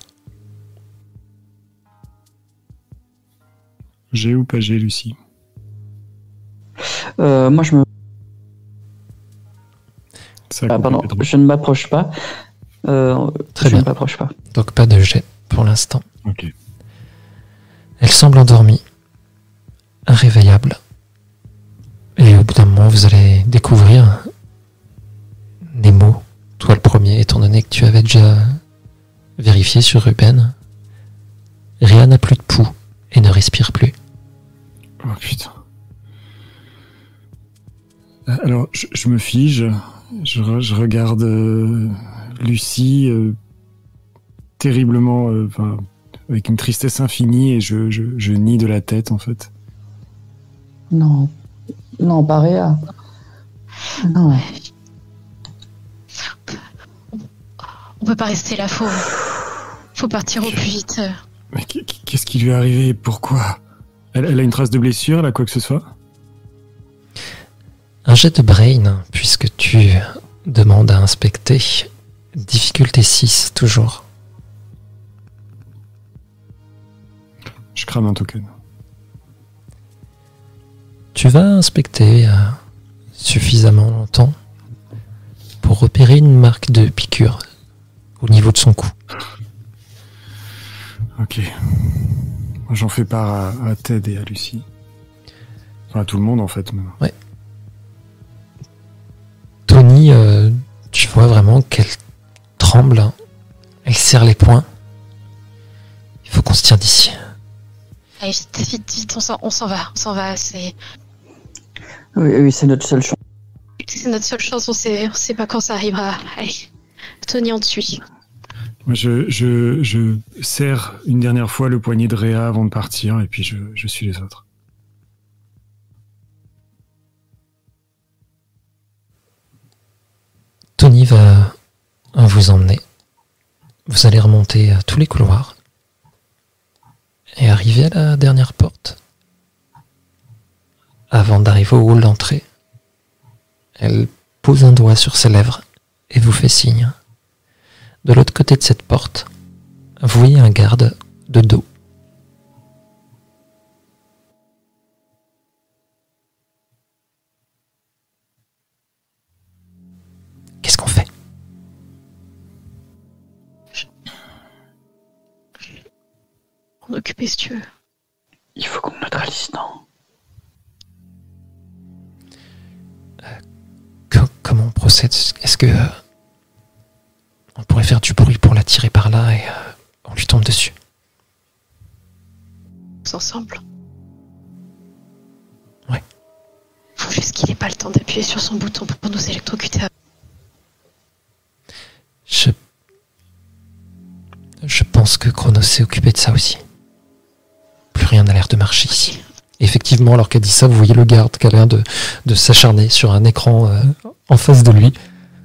J'ai ou pas j'ai, Lucie? Euh, moi, je me. Ça Ah, pardon, je ne m'approche pas. Euh, Très je bien. ne m'approche pas. Donc pas de jet pour l'instant. Ok. Elle semble endormie, irréveillable. Et au bout d'un moment, vous allez découvrir des mots. Toi le premier, étant donné que tu avais déjà vérifié sur Ruben. Rien n'a plus de pouls et ne respire plus. Oh putain. Alors, je, je me fige, je, je regarde euh, Lucie euh, terriblement, euh, enfin, avec une tristesse infinie, et je, je, je nie de la tête, en fait. Non. Non, pas Réa. Non. On peut pas rester là, faut, faut partir au plus vite. Mais qu'est-ce qui lui est arrivé? Pourquoi? elle, elle a une trace de blessure, là, quoi que ce soit? Un jet de brain, puisque tu demandes à inspecter. Difficulté six, toujours. Je crame un token. Tu vas inspecter euh, suffisamment longtemps pour repérer une marque de piqûre au niveau de son cou. Ok. J'en fais part à, à Ted et à Lucie. Enfin, à tout le monde, en fait. Même. Ouais. Tony, euh, tu vois vraiment qu'elle tremble. Elle serre les poings. Il faut qu'on se tire d'ici. Allez, vite, vite, vite, on s'en, on s'en va, on s'en va, c'est... Oui, oui, c'est notre seule chance. C'est notre seule chance, on sait, on sait pas quand ça arrivera. Allez, Tony, on te suit. Moi, je, je, je serre une dernière fois le poignet de Réa avant de partir, et puis je, je suis les autres. Tony va vous emmener. Vous allez remonter tous les couloirs et arriver à la dernière porte. Avant d'arriver au hall d'entrée, elle pose un doigt sur ses lèvres et vous fait signe. De l'autre côté de cette porte, vous voyez un garde de dos. Qu'est-ce qu'on fait? On est occupé si tu veux. Il faut qu'on neutralise, non? Que, comment on procède? Est-ce que euh, on pourrait faire du bruit pour la tirer par là et euh, on lui tombe dessus? Tous ensemble. Ouais. Faut juste qu'il ait pas le temps d'appuyer sur son bouton pour nous électrocuter. Je... Je pense que Chronos s'est occupé de ça aussi. Plus rien n'a l'air de marcher ici. Effectivement, alors qu'elle dit ça, vous voyez le garde qui a l'air de, de s'acharner sur un écran euh, en face de lui.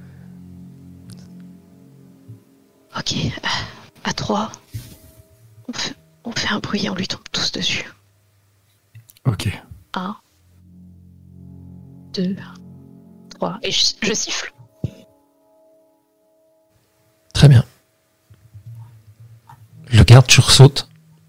Ok, à trois, on fait, on fait un bruit et on lui tombe tous dessus. Ok. Un, deux, trois, et je, je siffle. Très bien. Le garde sursaute.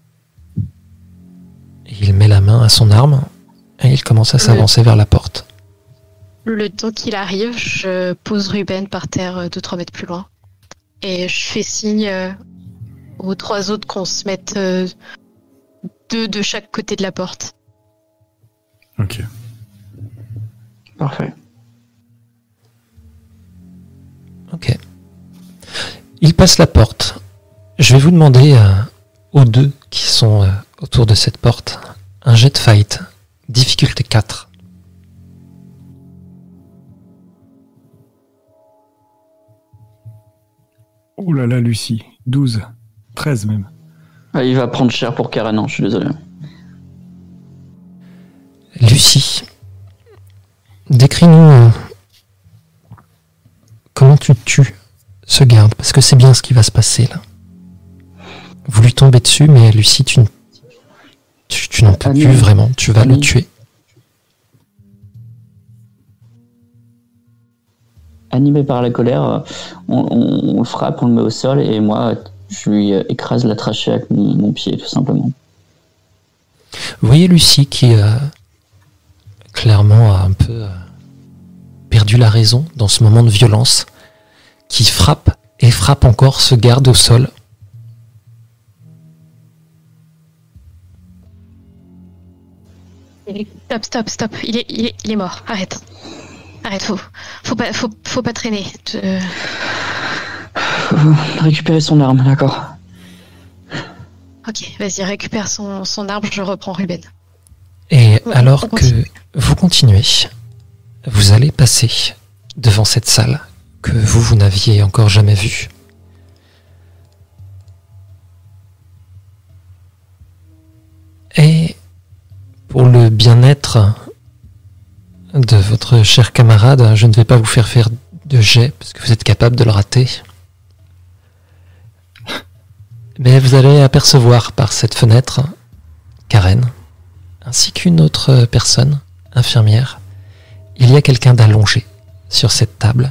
Il met la main à son arme et il commence à s'avancer vers la porte. Le temps qu'il arrive, je pose Ruben par terre deux trois mètres plus loin. Et je fais signe euh, aux trois autres qu'on se mette euh, deux de chaque côté de la porte. Ok. Parfait. Ok. Il passe la porte. Je vais vous demander euh, aux deux qui sont euh, autour de cette porte un jet de fight. Difficulté quatre. Oh là là, Lucie. douze. treize même. Ah, il va prendre cher pour Karen, non, je suis désolé. Lucie, décris-nous euh, comment tu tues ce garde, parce que c'est bien ce qui va se passer là. Vous lui tombez dessus, mais Lucie, tu, n- tu, tu n'en peux Annie. plus vraiment, tu vas le Annie. tuer. Animé par la colère, euh, on, on- on le frappe, on le met au sol, et moi, je lui euh, écrase la trachée avec mon, mon pied, tout simplement. Vous voyez Lucie qui euh, clairement a un peu euh, perdu la raison dans ce moment de violence qui frappe et frappe encore ce garde au sol. Stop, stop, stop. Il est, il est, il est mort. Arrête. Arrête, faut, faut pas, faut, faut pas traîner. Te... Récupérer son arme, d'accord. Ok, vas-y, récupère son, son arme, je reprends Ruben. Et Ouais, alors que vous continuez, vous allez passer devant cette salle que vous, vous n'aviez encore jamais vue. Et pour le bien-être de votre cher camarade, je ne vais pas vous faire faire de jet, parce que vous êtes capable de le rater. Mais vous allez apercevoir par cette fenêtre Karen, ainsi qu'une autre personne, infirmière. Il y a quelqu'un d'allongé sur cette table.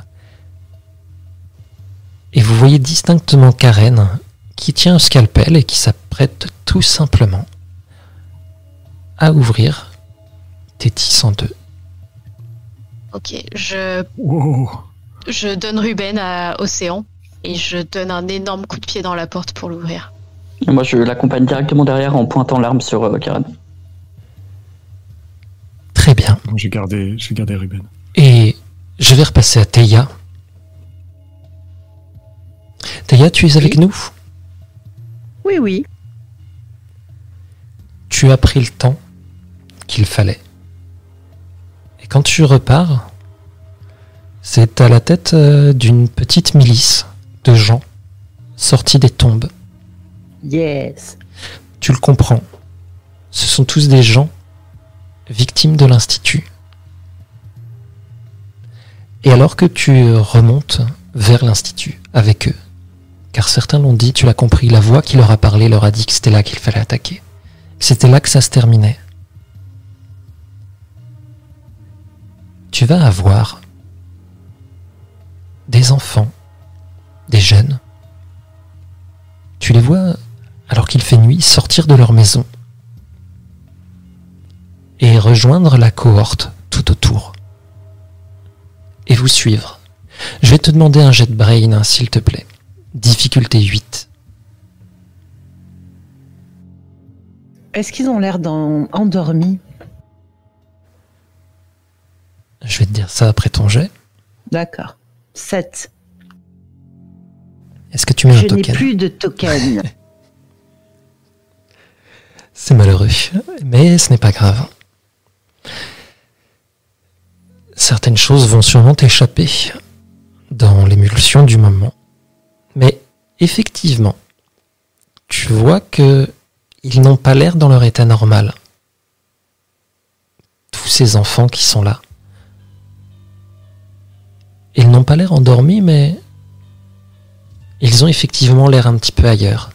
Et vous voyez distinctement Karen qui tient un scalpel et qui s'apprête tout simplement à ouvrir Tétis en deux. Ok, je, Wow. je donne Ruben à Océan et je donne un énorme coup de pied dans la porte pour l'ouvrir. Et moi, je l'accompagne directement derrière en pointant l'arme sur euh, Karen. Très bien. J'ai gardé, j'ai gardé Ruben. Et je vais repasser à Théia. Théia, tu es avec nous ? Oui, oui. Tu as pris le temps qu'il fallait. Et quand tu repars, c'est à la tête euh, d'une petite milice de gens sortis des tombes. Yes. Tu le comprends. Ce sont tous des gens victimes de l'Institut. Et alors que tu remontes vers l'Institut avec eux, car certains l'ont dit, tu l'as compris, la voix qui leur a parlé leur a dit que c'était là qu'il fallait attaquer. C'était là que ça se terminait. Tu vas avoir des enfants, des jeunes. Tu les vois, alors qu'il fait nuit, sortir de leur maison et rejoindre la cohorte tout autour. Et vous suivre. Je vais te demander un jet de brain, hein, s'il te plaît. Difficulté huit. Est-ce qu'ils ont l'air d'en- endormis? Je vais te dire ça après ton jet. D'accord. sept. Est-ce que tu mets un Je n'ai token ? plus de token. C'est malheureux, mais ce n'est pas grave. Certaines choses vont sûrement t'échapper dans l'émulsion du moment. Mais effectivement, tu vois que ils n'ont pas l'air dans leur état normal. Tous ces enfants qui sont là. Ils n'ont pas l'air endormis, mais ils ont effectivement l'air un petit peu ailleurs.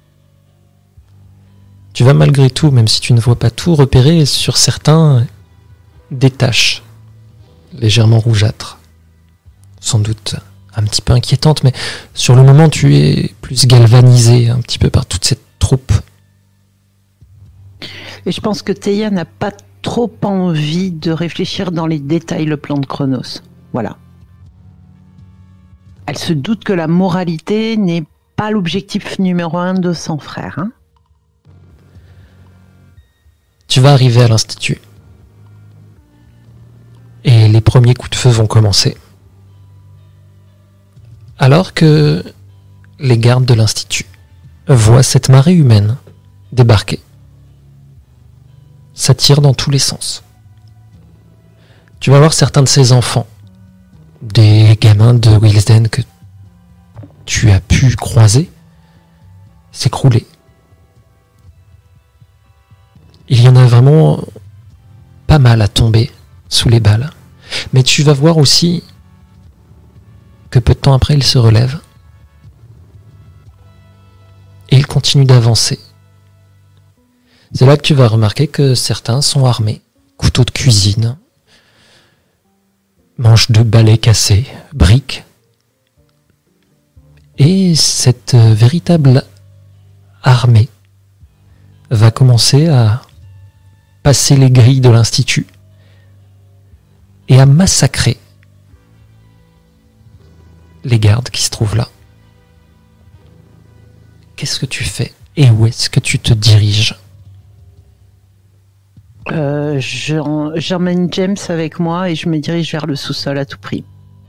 Tu vas malgré tout, même si tu ne vois pas tout, repérer sur certains des taches légèrement rougeâtres. Sans doute un petit peu inquiétantes, mais sur le moment tu es plus galvanisé un petit peu par toute cette troupe. Et je pense que Théia n'a pas trop envie de réfléchir dans les détails le plan de Chronos. Voilà. Elle se doute que la moralité n'est pas l'objectif numéro un de son frère. Hein. Tu vas arriver à l'Institut. Et les premiers coups de feu vont commencer. Alors que les gardes de l'Institut voient cette marée humaine débarquer. Ça tire dans tous les sens. Tu vas voir certains de ces enfants, des gamins de Wilsden que tu as pu croiser, s'écrouler. Il y en a vraiment pas mal à tomber sous les balles. Mais tu vas voir aussi que peu de temps après, ils se relèvent. Et ils continuent d'avancer. C'est là que tu vas remarquer que certains sont armés. Couteaux de cuisine, manches de balai cassées, briques. Et cette véritable armée va commencer à passer les grilles de l'Institut et à massacrer les gardes qui se trouvent là. Qu'est-ce que tu fais et où est-ce que tu te diriges ? euh, j'en- J'emmène James avec moi et je me dirige vers le sous-sol à tout prix.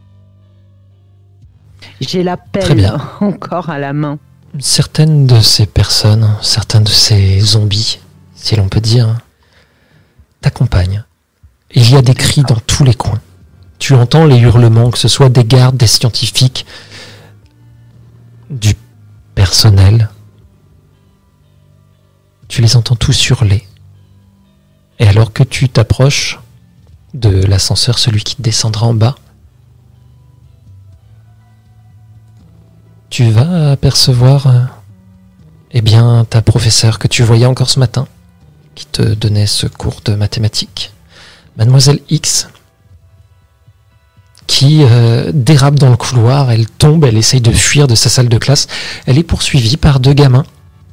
J'ai la Très pelle bien. encore à la main. Certaines de ces personnes, certains de ces zombies, si l'on peut dire, t'accompagnent. Il y a des cris dans tous les coins. Tu entends les hurlements, que ce soit des gardes, des scientifiques, du personnel. Tu les entends tous hurler. Et alors que tu t'approches de l'ascenseur, celui qui te descendra en bas, tu vas apercevoir euh, eh bien, ta professeure que tu voyais encore ce matin, qui te donnait ce cours de mathématiques. Mademoiselle X, qui euh, dérape dans le couloir, elle tombe, elle essaye de fuir de sa salle de classe. Elle est poursuivie par deux gamins.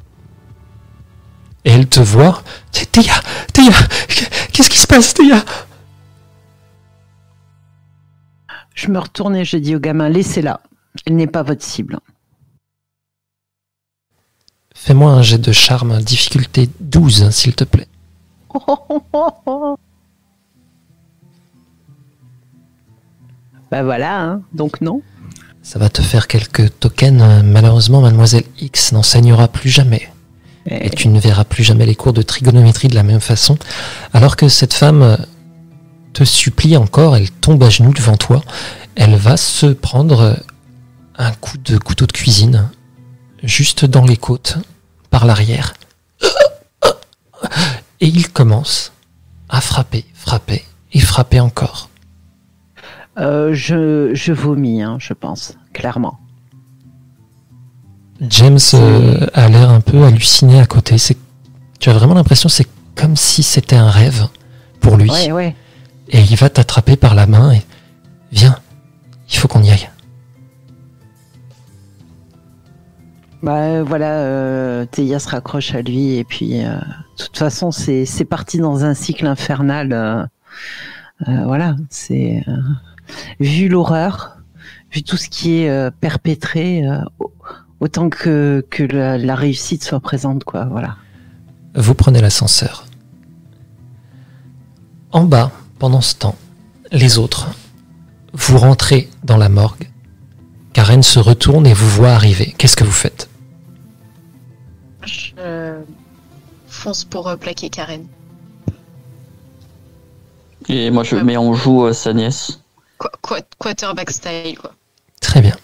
Et elle te voit. Théa, Théa, qu'est-ce qui se passe, Théa ? Je me retourne et je dis au gamin, laissez-la. Elle n'est pas votre cible. Fais-moi un jet de charme, difficulté douze, s'il te plaît. Bah voilà, hein. Donc non. Ça va te faire quelques tokens. Malheureusement, Mademoiselle X n'enseignera plus jamais. Et... Et tu ne verras plus jamais les cours de trigonométrie de la même façon. Alors que cette femme te supplie encore, elle tombe à genoux devant toi. Elle va se prendre un coup de couteau de cuisine, juste dans les côtes, par l'arrière. Et il commence à frapper, frapper et frapper encore. Euh, je, je vomis, hein, je pense, clairement. James euh, a l'air un peu halluciné à côté. C'est, tu as vraiment l'impression que c'est comme si c'était un rêve pour lui. Ouais, ouais. Et il va t'attraper par la main et viens, il faut qu'on y aille. Bah euh, voilà, euh, Théa se raccroche à lui et puis euh, de toute façon c'est c'est parti dans un cycle infernal. Euh, euh, voilà, c'est euh, vu l'horreur, vu tout ce qui est euh, perpétré, euh, autant que que la, la réussite soit présente, quoi. Voilà. Vous prenez l'ascenseur. En bas, pendant ce temps, les autres, vous rentrez dans la morgue. Karen se retourne et vous voit arriver. Qu'est-ce que vous faites ? Je fonce pour euh, plaquer Karen. Et moi je Ouais. mets en joue euh, sa nièce. Qu- qu- Quarterback style, quoi. Très bien.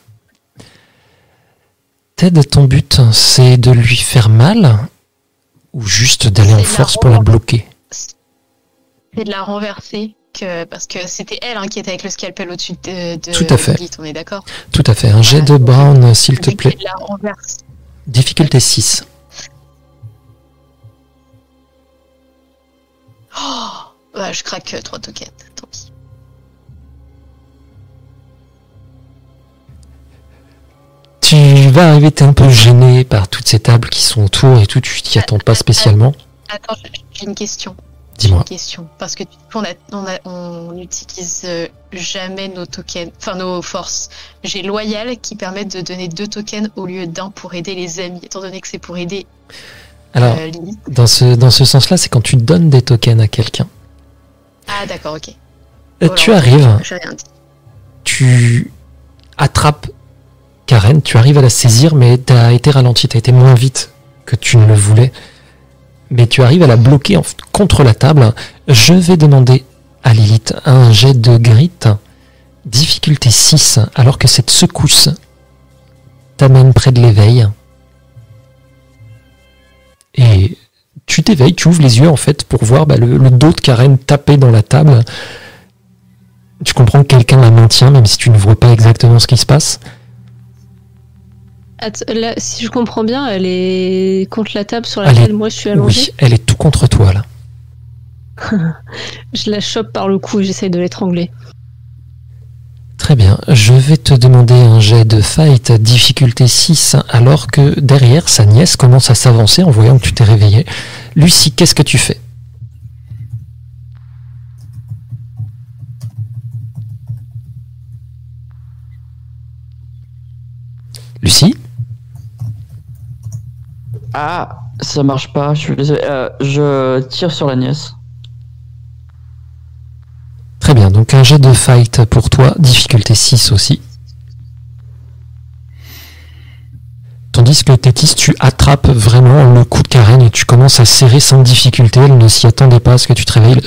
Ted, ton but, c'est de lui faire mal ou juste d'aller C'est en de la force pour la renverser. bloquer ? C'est de la renverser, que, parce que c'était elle hein, qui était avec le scalpel au-dessus de, de Tout à fait. Lilith, on est d'accord. Tout à fait. Un jet de Brown, s'il te Donc, plaît. c'est de la renverse. Difficulté six. Oh, bah, je craque euh, trois tokens, tant pis. Tu vas arriver, t'es un peu gêné par toutes ces tables qui sont autour et tout, tu t'y attends pas spécialement. Attends, j'ai une question. Dis-moi. Une question. Parce que du coup, on a, on a, on n'utilise euh, jamais nos tokens, enfin nos forces. J'ai Loyal qui permet de donner deux tokens au lieu d'un pour aider les amis, étant donné que c'est pour aider Alors, euh, Lilith. dans ce, dans ce sens-là, c'est quand tu donnes des tokens à quelqu'un. Ah d'accord, ok. Euh, Oh, tu alors, arrives, J'ai rien dit. tu attrapes Karen, tu arrives à la saisir, mais t'as été ralenti, t'as été moins vite que tu ne le voulais. Mais tu arrives à la bloquer en, contre la table. Je vais demander à Lilith un jet de grit, difficulté six, alors que cette secousse t'amène près de l'éveil. Et tu t'éveilles, tu ouvres les yeux en fait pour voir bah, le, le dos de Karen taper dans la table. Tu comprends que quelqu'un la maintient, même si tu ne vois pas exactement ce qui se passe. Att- là, si je comprends bien, elle est contre la table sur Elle laquelle est- moi je suis allongée. Oui, elle est tout contre toi là. Je la chope par le cou et j'essaye de l'étrangler. Très bien, je vais te demander un jet de fight difficulté six, alors que derrière, sa nièce commence à s'avancer en voyant que tu t'es réveillé. Lucie, qu'est-ce que tu fais ? Lucie? Ah, ça marche pas, je suis désolé. Euh, je tire sur la nièce. Très bien, donc un jet de fight pour toi, difficulté six aussi. Tandis que Tétis, tu attrapes vraiment le coup de Karen et tu commences à serrer sans difficulté. Elle ne s'y attendait pas à ce que tu te réveilles.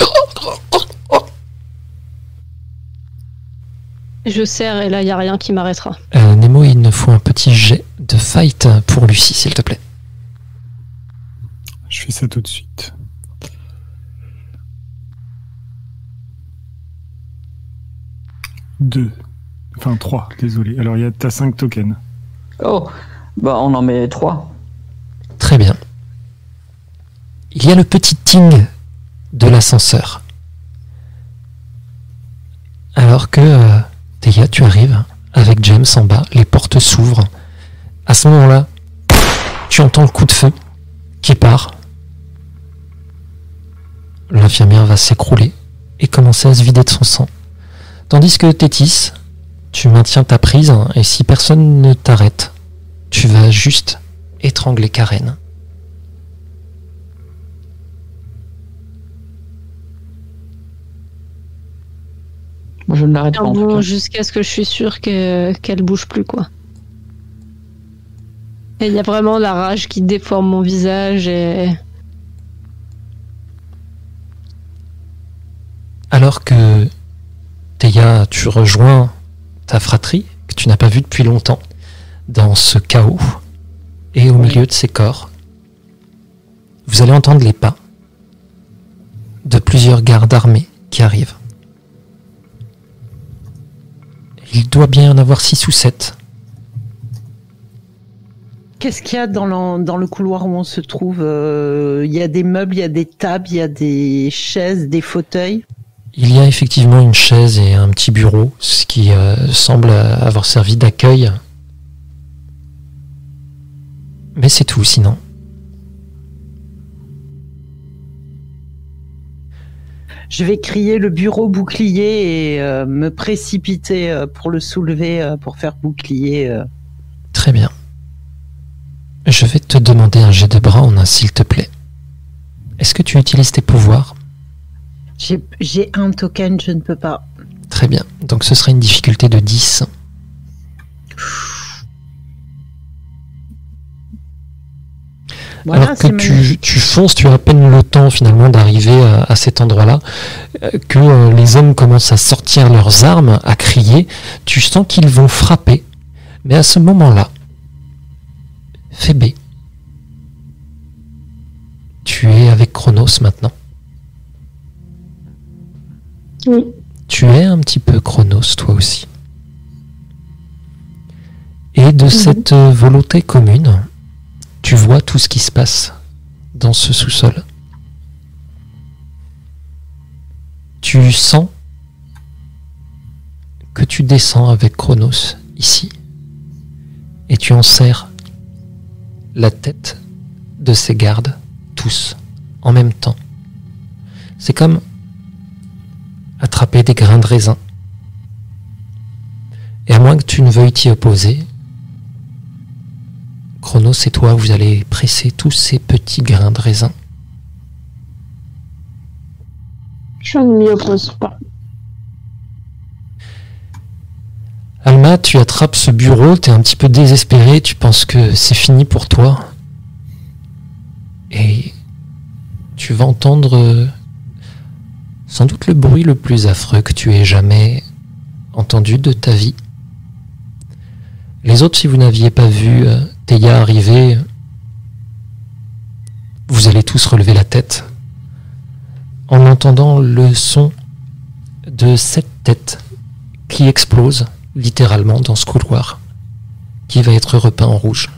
Je serre et là, il n'y a rien qui m'arrêtera. Euh, Nemo, il nous faut un petit jet de fight pour Lucie, s'il te plaît. Je fais ça tout de suite. Deux. Enfin, trois, désolé. Alors, il y a t'as cinq tokens. Oh, bah on en met trois. Très bien. Il y a le petit ting de l'ascenseur. Alors que euh, Théa, tu arrives avec James en bas, les portes s'ouvrent. À ce moment-là, tu entends le coup de feu qui part. L'infirmière va s'écrouler et commencer à se vider de son sang. Tandis que Tétis, tu maintiens ta prise et si personne ne t'arrête, tu vas juste étrangler Karen. Moi je ne l'arrête pas en tout Bon, cas. jusqu'à ce que je suis sûre que, qu'elle bouge plus, quoi. Et il y a vraiment la rage qui déforme mon visage et... Alors que Théa, tu rejoins ta fratrie, que tu n'as pas vue depuis longtemps, dans ce chaos, et au milieu de ces corps, vous allez entendre les pas de plusieurs gardes armés qui arrivent. Il doit bien y en avoir six ou sept. Qu'est-ce qu'il y a dans le, dans le couloir où on se trouve? euh, Il y a des meubles, il y a des tables, il y a des chaises, des fauteuils. Il y a effectivement une chaise et un petit bureau, ce qui euh, semble avoir servi d'accueil. Mais c'est tout sinon. Je vais crier le bureau bouclier et euh, me précipiter euh, pour le soulever, euh, pour faire bouclier. Euh. Très bien. Je vais te demander un jet de Brown, s'il te plaît. Est-ce que tu utilises tes pouvoirs? J'ai, j'ai un token, je ne peux pas. Très bien. Donc ce sera une difficulté de dix. Voilà, Alors que c'est tu, magnifique. tu fonces, tu as à peine le temps finalement d'arriver à, à cet endroit-là, euh, que euh, les hommes commencent à sortir leurs armes, à crier. Tu sens qu'ils vont frapper. Mais à ce moment-là, Phébé, tu es avec Chronos maintenant. Oui. Tu es un petit peu Chronos, toi aussi. Et de cette euh, volonté commune, tu vois tout ce qui se passe dans ce sous-sol. Tu sens que tu descends avec Chronos ici. Et tu enserres la tête de ces gardes, tous, en même temps. C'est comme attraper des grains de raisin. Et à moins que tu ne veuilles t'y opposer, Chronos et toi, vous allez presser tous ces petits grains de raisin. Je ne m'y oppose pas. Alma, tu attrapes ce bureau, t'es un petit peu désespéré, tu penses que c'est fini pour toi. Et tu vas entendre euh, sans doute le bruit le plus affreux que tu aies jamais entendu de ta vie. Les autres, si vous n'aviez pas vu euh, Théa arriver, vous allez tous relever la tête en entendant le son de cette tête qui explose littéralement dans ce couloir qui va être repeint en rouge.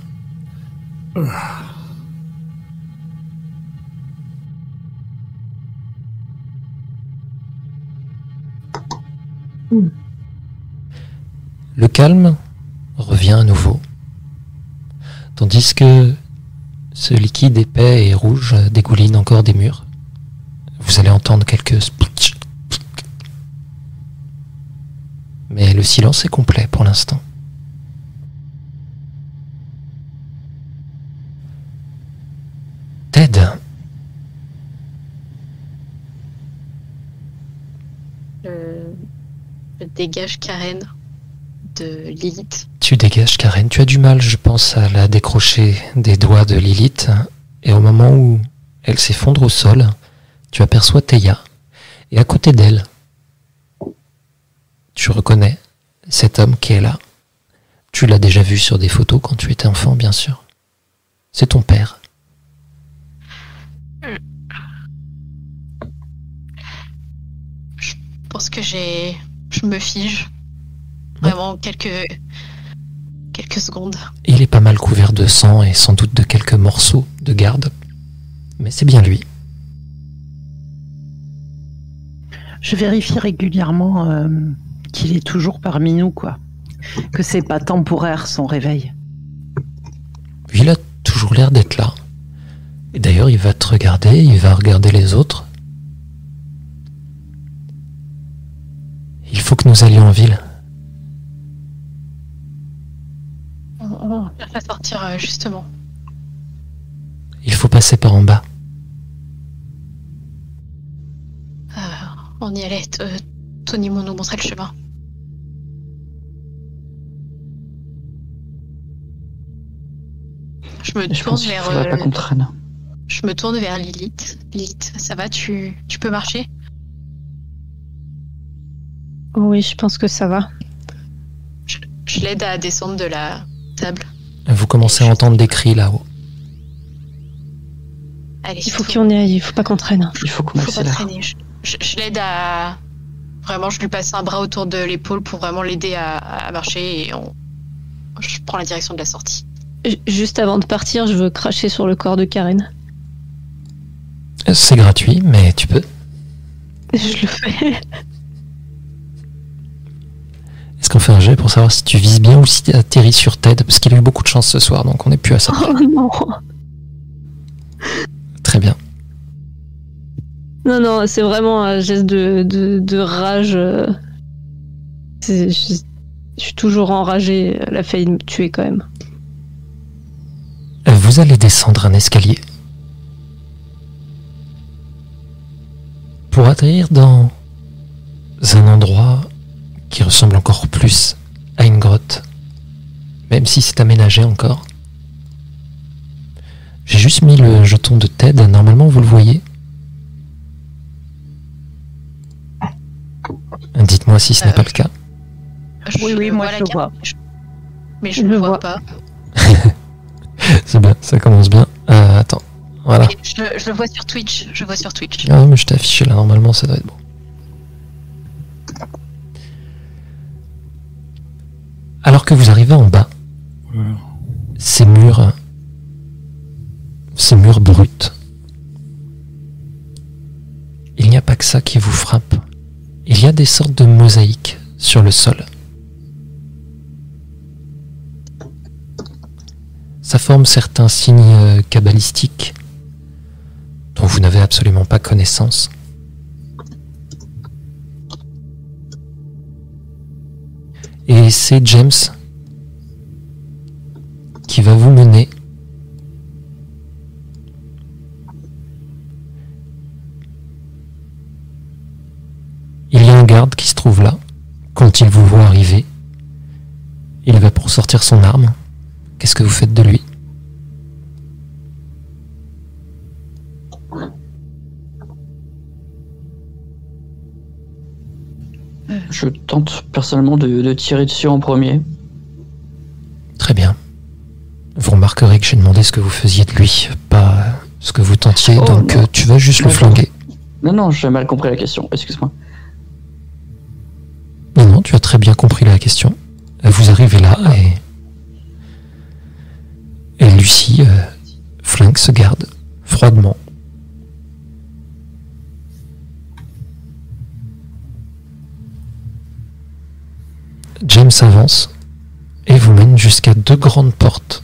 Le calme revient à nouveau, tandis que ce liquide épais et rouge dégouline encore des murs. Vous allez entendre quelques sputch. Mais le silence est complet pour l'instant. Ted. Je... je dégage Karen de Lilith. Tu dégages Karen. Tu as du mal, je pense, à la décrocher des doigts de Lilith. Et au moment où elle s'effondre au sol, tu aperçois Théa. Et à côté d'elle, tu reconnais cet homme qui est là. Tu l'as déjà vu sur des photos quand tu étais enfant, bien sûr. C'est ton père. Je pense que j'ai... Je me fige. Vraiment quelques... quelques secondes. Il est pas mal couvert de sang et sans doute de quelques morceaux de garde. Mais c'est bien lui. Je vérifie régulièrement euh, qu'il est toujours parmi nous, quoi. Que c'est pas temporaire son réveil. Il a toujours l'air d'être là. Et d'ailleurs, il va te regarder, il va regarder les autres. Il faut que nous allions en ville. On, on va faire sortir euh, justement. Il faut passer par en bas. Euh, on y allait. T- Tony nous montrait le chemin. Je me Je tourne pense qu'il vers. faudrait euh, pas qu'on traîne. Je me tourne vers Lilith. Lilith, ça va, tu, tu peux marcher? Oui, je pense que ça va. Je, je l'aide à descendre de la table. Vous commencez à entendre des cris là-haut. Allez, Il faut qu'on y aille, il faut pas qu'on traîne. Il faut qu'on faut pas accélère. traîner. Je, je- je l'aide à. Vraiment, je lui passe un bras autour de l'épaule pour vraiment l'aider à, à marcher et on. Je prends la direction de la sortie. J- Juste avant de partir, je veux cracher sur le corps de Karen. C'est gratuit, mais tu peux. Je le fais. Est-ce qu'on fait un jet pour savoir si tu vises bien ou si tu atterris sur Ted? Parce qu'il a eu beaucoup de chance ce soir, donc on n'est plus à ça. Oh non. Très bien. Non, non, c'est vraiment un geste de, de, de rage. euh. C'est- Je, je suis toujours enragée. Elle a failli me tuer quand même. Vous allez descendre un escalier. Pour atterrir dans un endroit qui ressemble encore plus à une grotte, même si c'est aménagé encore. J'ai juste mis le jeton de Ted, normalement vous le voyez. Dites-moi si ce n'est Euh, pas le cas. Oui, oui, Je moi, vois je la le carte, vois. mais je- Mais je Je ne le vois vois. pas. C'est bien, ça commence bien. Euh, attends, voilà. Mais Je, je le vois sur Twitch. Je vois sur Twitch. Ah mais je t'ai affiché là, normalement ça doit être bon. Alors que vous arrivez en bas, Voilà. ces murs, ces murs bruts, il n'y a pas que ça qui vous frappe. Il y a des sortes de mosaïques sur le sol. Ça forme certains signes euh, kabbalistiques dont vous n'avez absolument pas connaissance. Et c'est James qui va vous mener il y a un garde qui se trouve là. Quand il vous voit arriver, il va pour sortir son arme. Qu'est-ce que vous faites de lui? Je tente personnellement de, de tirer dessus en premier. Très bien. Vous remarquerez que j'ai demandé ce que vous faisiez de lui, pas ce que vous tentiez, Oh, donc non. euh, tu vas juste le D'accord. flinguer. Non, non, j'ai mal compris la question, excuse-moi. Non, non, tu as très bien compris la question. Vous arrivez là et... Et Lucie euh, flingue ce garde, froidement. James avance et vous mène jusqu'à deux grandes portes.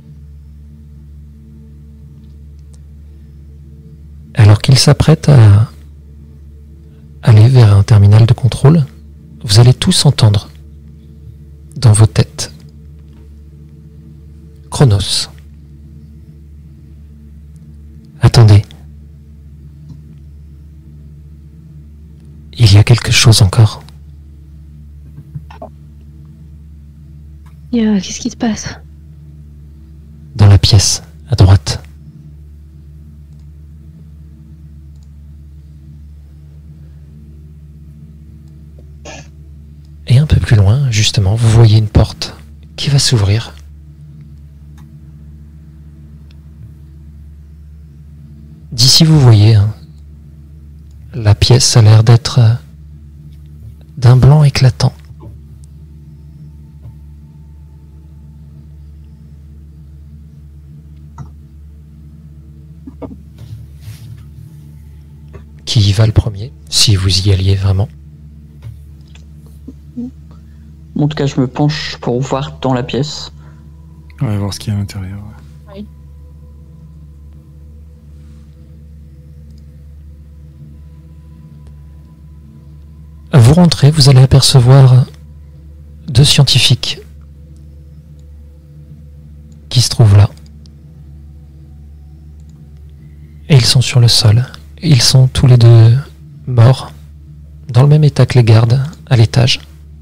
Alors qu'il s'apprête à aller vers un terminal de contrôle, vous allez tous entendre dans vos têtes Chronos. Attendez. Il y a quelque chose encore. Yeah, qu'est-ce qui se passe? Dans la pièce, à droite. Et un peu plus loin, justement, vous voyez une porte qui va s'ouvrir. D'ici, vous voyez, hein, la pièce a l'air d'être euh, d'un blanc éclatant. Qui y va le premier, si vous y alliez vraiment? En tout cas, je me penche pour voir dans la pièce. On va voir ce qu'il y a à l'intérieur. Oui. Vous rentrez, vous allez apercevoir deux scientifiques qui se trouvent là. Et ils sont sur le sol. Ils sont tous les deux morts, dans le même état que les gardes, à l'étage.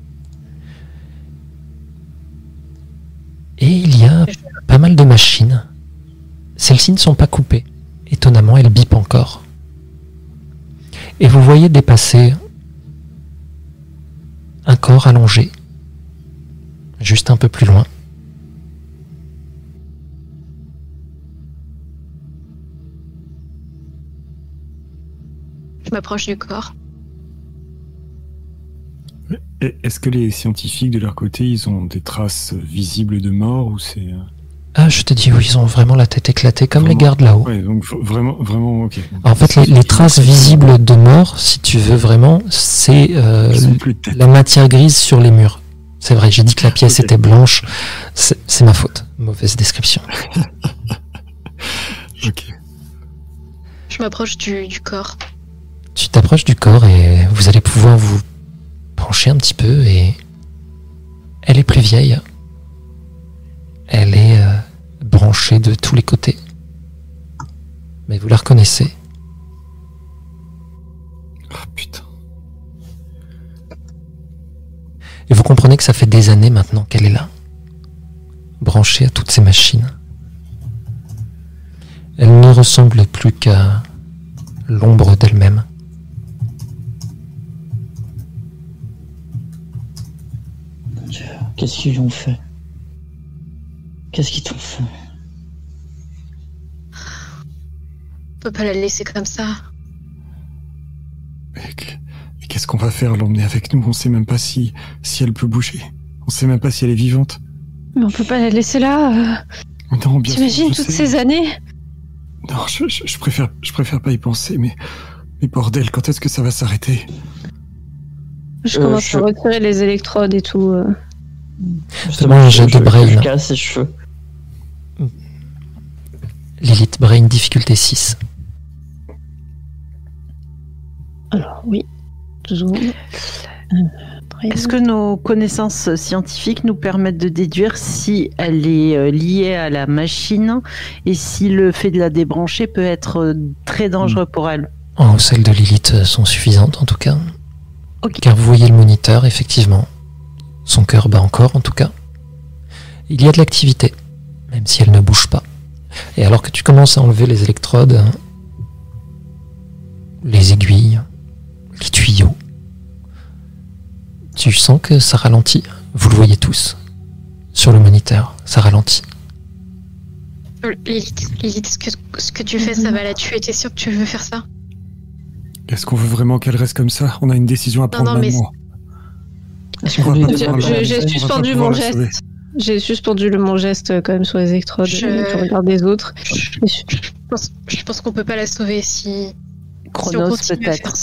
Et il y a pas mal de machines. Celles-ci ne sont pas coupées. Étonnamment, elles bipent encore. Et vous voyez dépasser un corps allongé, juste un peu plus loin. Je m'approche du corps. Est-ce que les scientifiques de leur côté, ils ont des traces visibles de mort ou c'est... Ah, je te dis, oui, ils ont vraiment la tête éclatée, comme vraiment, les gardes là-haut. Ouais, donc vraiment, vraiment, ok. En fait, les, les traces visibles de mort, si tu veux vraiment, c'est euh, la matière grise sur les murs. C'est vrai, j'ai dit que la pièce okay. était blanche. C'est, c'est ma faute. Mauvaise description. Ok. Je m'approche du, du corps. Tu t'approches du corps et vous allez pouvoir vous pencher un petit peu et elle est plus vieille. Elle est euh, branchée de tous les côtés. Mais vous la reconnaissez. Oh putain. Et vous comprenez que ça fait des années maintenant qu'elle est là. Branchée à toutes ces machines. Elle ne ressemble plus qu'à l'ombre d'elle-même. Mon Dieu, qu'est-ce qu'ils lui ont fait? Qu'est-ce qu'ils t'ont fait? On peut pas la laisser comme ça. Mais, mais qu'est-ce qu'on va faire, l'emmener avec nous? On sait même pas si, si elle peut bouger. On sait même pas si elle est vivante. Mais on peut pas la laisser là. Euh... Non, bien T'imagines toutes sais. ces années? Non, je, je, je préfère, je préfère pas y penser, mais, mais bordel, quand est-ce que ça va s'arrêter? Je euh, commence je... à retirer les électrodes et tout. Euh... Justement, un jet de brain. Je casse ses cheveux. Lilith, brain difficulté six. Alors, oui. Deux secondes. Est-ce que nos connaissances scientifiques nous permettent de déduire si elle est liée à la machine et si le fait de la débrancher peut être très dangereux pour elle? Oh, celles de Lilith sont suffisantes en tout cas. Okay. Car vous voyez le moniteur, effectivement. Son cœur bat encore en tout cas. Il y a de l'activité, même si elle ne bouge pas. Et alors que tu commences à enlever les électrodes, les aiguilles, les tuyaux, tu sens que ça ralentit. Vous le voyez tous. Sur le moniteur, ça ralentit. Lilith, Lilith, ce que, ce que tu fais, ça va la tuer. T'es sûr que tu veux faire ça? Est-ce qu'on veut vraiment qu'elle reste comme ça? On a une décision à prendre non, non, maintenant. Mais je, j'ai suspendu mon geste. J'ai suspendu le, mon geste quand même sur les électrodes. Je, je regarde les autres. Je, je, je pense, je pense qu'on peut pas la sauver si... Chronos si peut-être.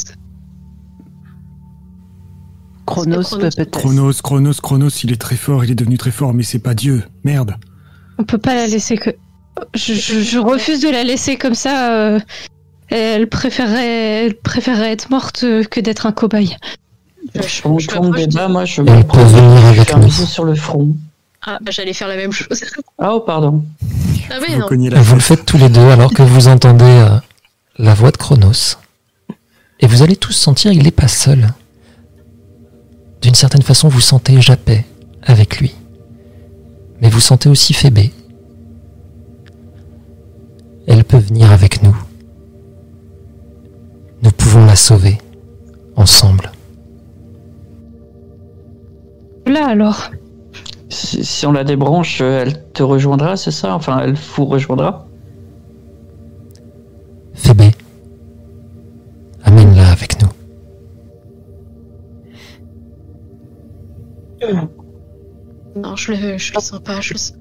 Chronos peut-être. Chronos, Chronos, Chronos, il est très fort, il est devenu très fort, mais c'est pas Dieu. Merde. On peut pas la laisser que... Je, je, je refuse de la laisser comme ça. Euh... Elle préférerait, elle préférerait être morte que d'être un cobaye. Je, je, je me débat, moi je me prends un bisou sur le front. Ah, bah, j'allais faire la même chose. Ah, oh, pardon. Ah, mais non. Vous le faites tous les deux alors que vous entendez euh, la voix de Chronos. Et vous allez tous sentir qu'il n'est pas seul. D'une certaine façon, vous sentez Japet avec lui. Mais vous sentez aussi Phébé. Elle peut venir avec nous. Nous pouvons la sauver, ensemble. Là alors. Si, si on la débranche, elle te rejoindra, c'est ça? Enfin, elle vous rejoindra? Phébé, amène-la avec nous. Non, je le, je le sens pas, je le sens.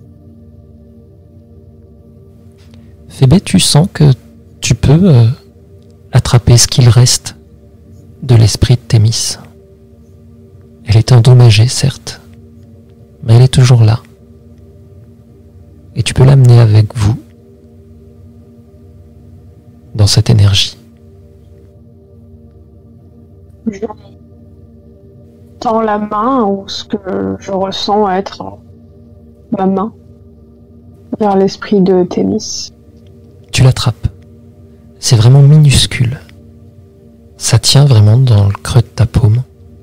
Phébé, tu sens que tu peux euh, attraper ce qu'il reste de l'esprit de Thémis. Elle est endommagée, certes, mais elle est toujours là. Et tu peux l'amener avec vous dans cette énergie. Je tends la main ou ce que je ressens être ma main vers l'esprit de Thémis. Tu l'attrapes. C'est vraiment minuscule. Ça tient vraiment dans le creux de ta paume.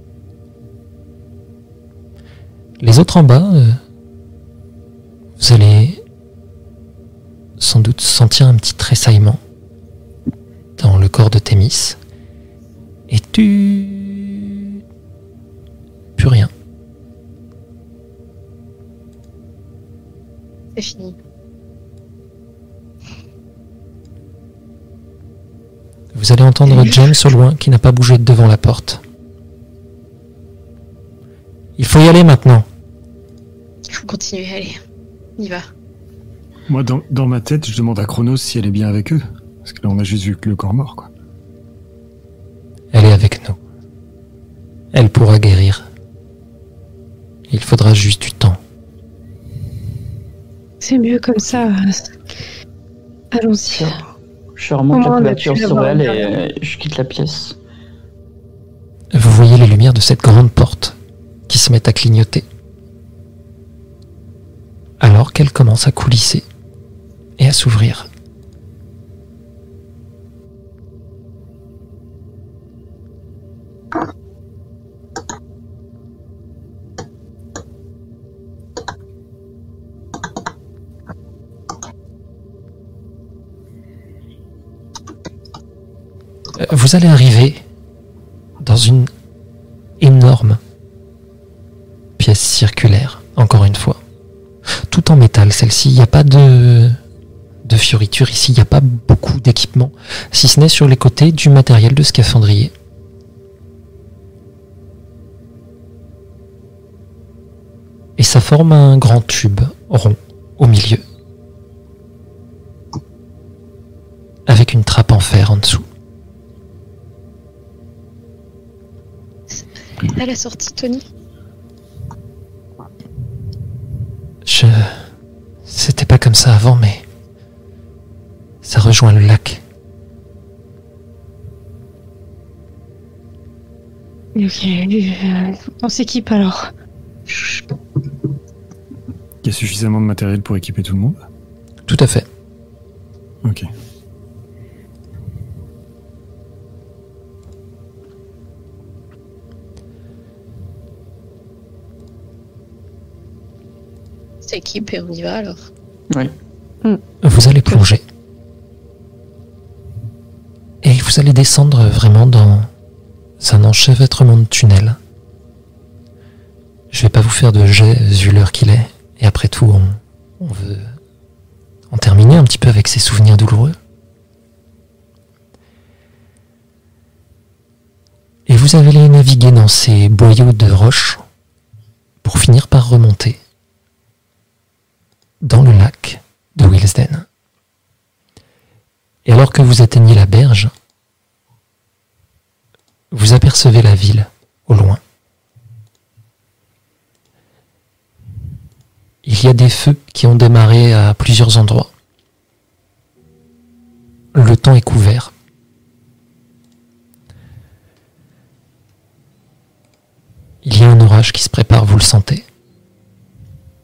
Les autres en bas, euh, vous allez sans doute sentir un petit tressaillement dans le corps de Thémis. Et tu... plus rien. C'est fini. Vous allez entendre James au loin qui n'a pas bougé devant la porte. Il faut y aller maintenant. Il faut continuer, allez. On y va. Moi, dans, dans ma tête, je demande à Chronos si elle est bien avec eux. Parce que là, on a juste vu que le corps mort, quoi. Elle est avec nous. Elle pourra guérir. Il faudra juste du temps. C'est mieux comme ça. Allons-y. Je remonte Comment la on a pu couverture sur l'avoir elle et regardé euh, je quitte la pièce. Vous voyez les lumières de cette grande porte qui se mettent à clignoter. Alors qu'elle commence à coulisser et à s'ouvrir. Vous allez arriver dans une énorme pièce circulaire, encore une fois. Tout en métal, celle-ci. Il n'y a pas de, de fioritures ici, il n'y a pas beaucoup d'équipement, si ce n'est sur les côtés du matériel de scaphandrier. Et ça forme un grand tube rond au milieu, avec une trappe en fer en dessous. À la sortie, Tony. Je... C'était pas comme ça avant, mais... Ça rejoint le lac. Ok, euh, on s'équipe alors. Il y a suffisamment de matériel pour équiper tout le monde? Tout à fait. Ok. S'équipe et on y va alors. Oui. Vous allez plonger. Et vous allez descendre vraiment dans un enchevêtrement de tunnels. Je vais pas vous faire de jet vu l'heure qu'il est. Et après tout, on, on veut en terminer un petit peu avec ces souvenirs douloureux. Et vous allez naviguer dans ces boyaux de roches pour finir par remonter dans le lac de Willesden. Et alors que vous atteignez la berge, vous apercevez la ville au loin. Il y a des feux qui ont démarré à plusieurs endroits. Le temps est couvert. Il y a un orage qui se prépare, vous le sentez.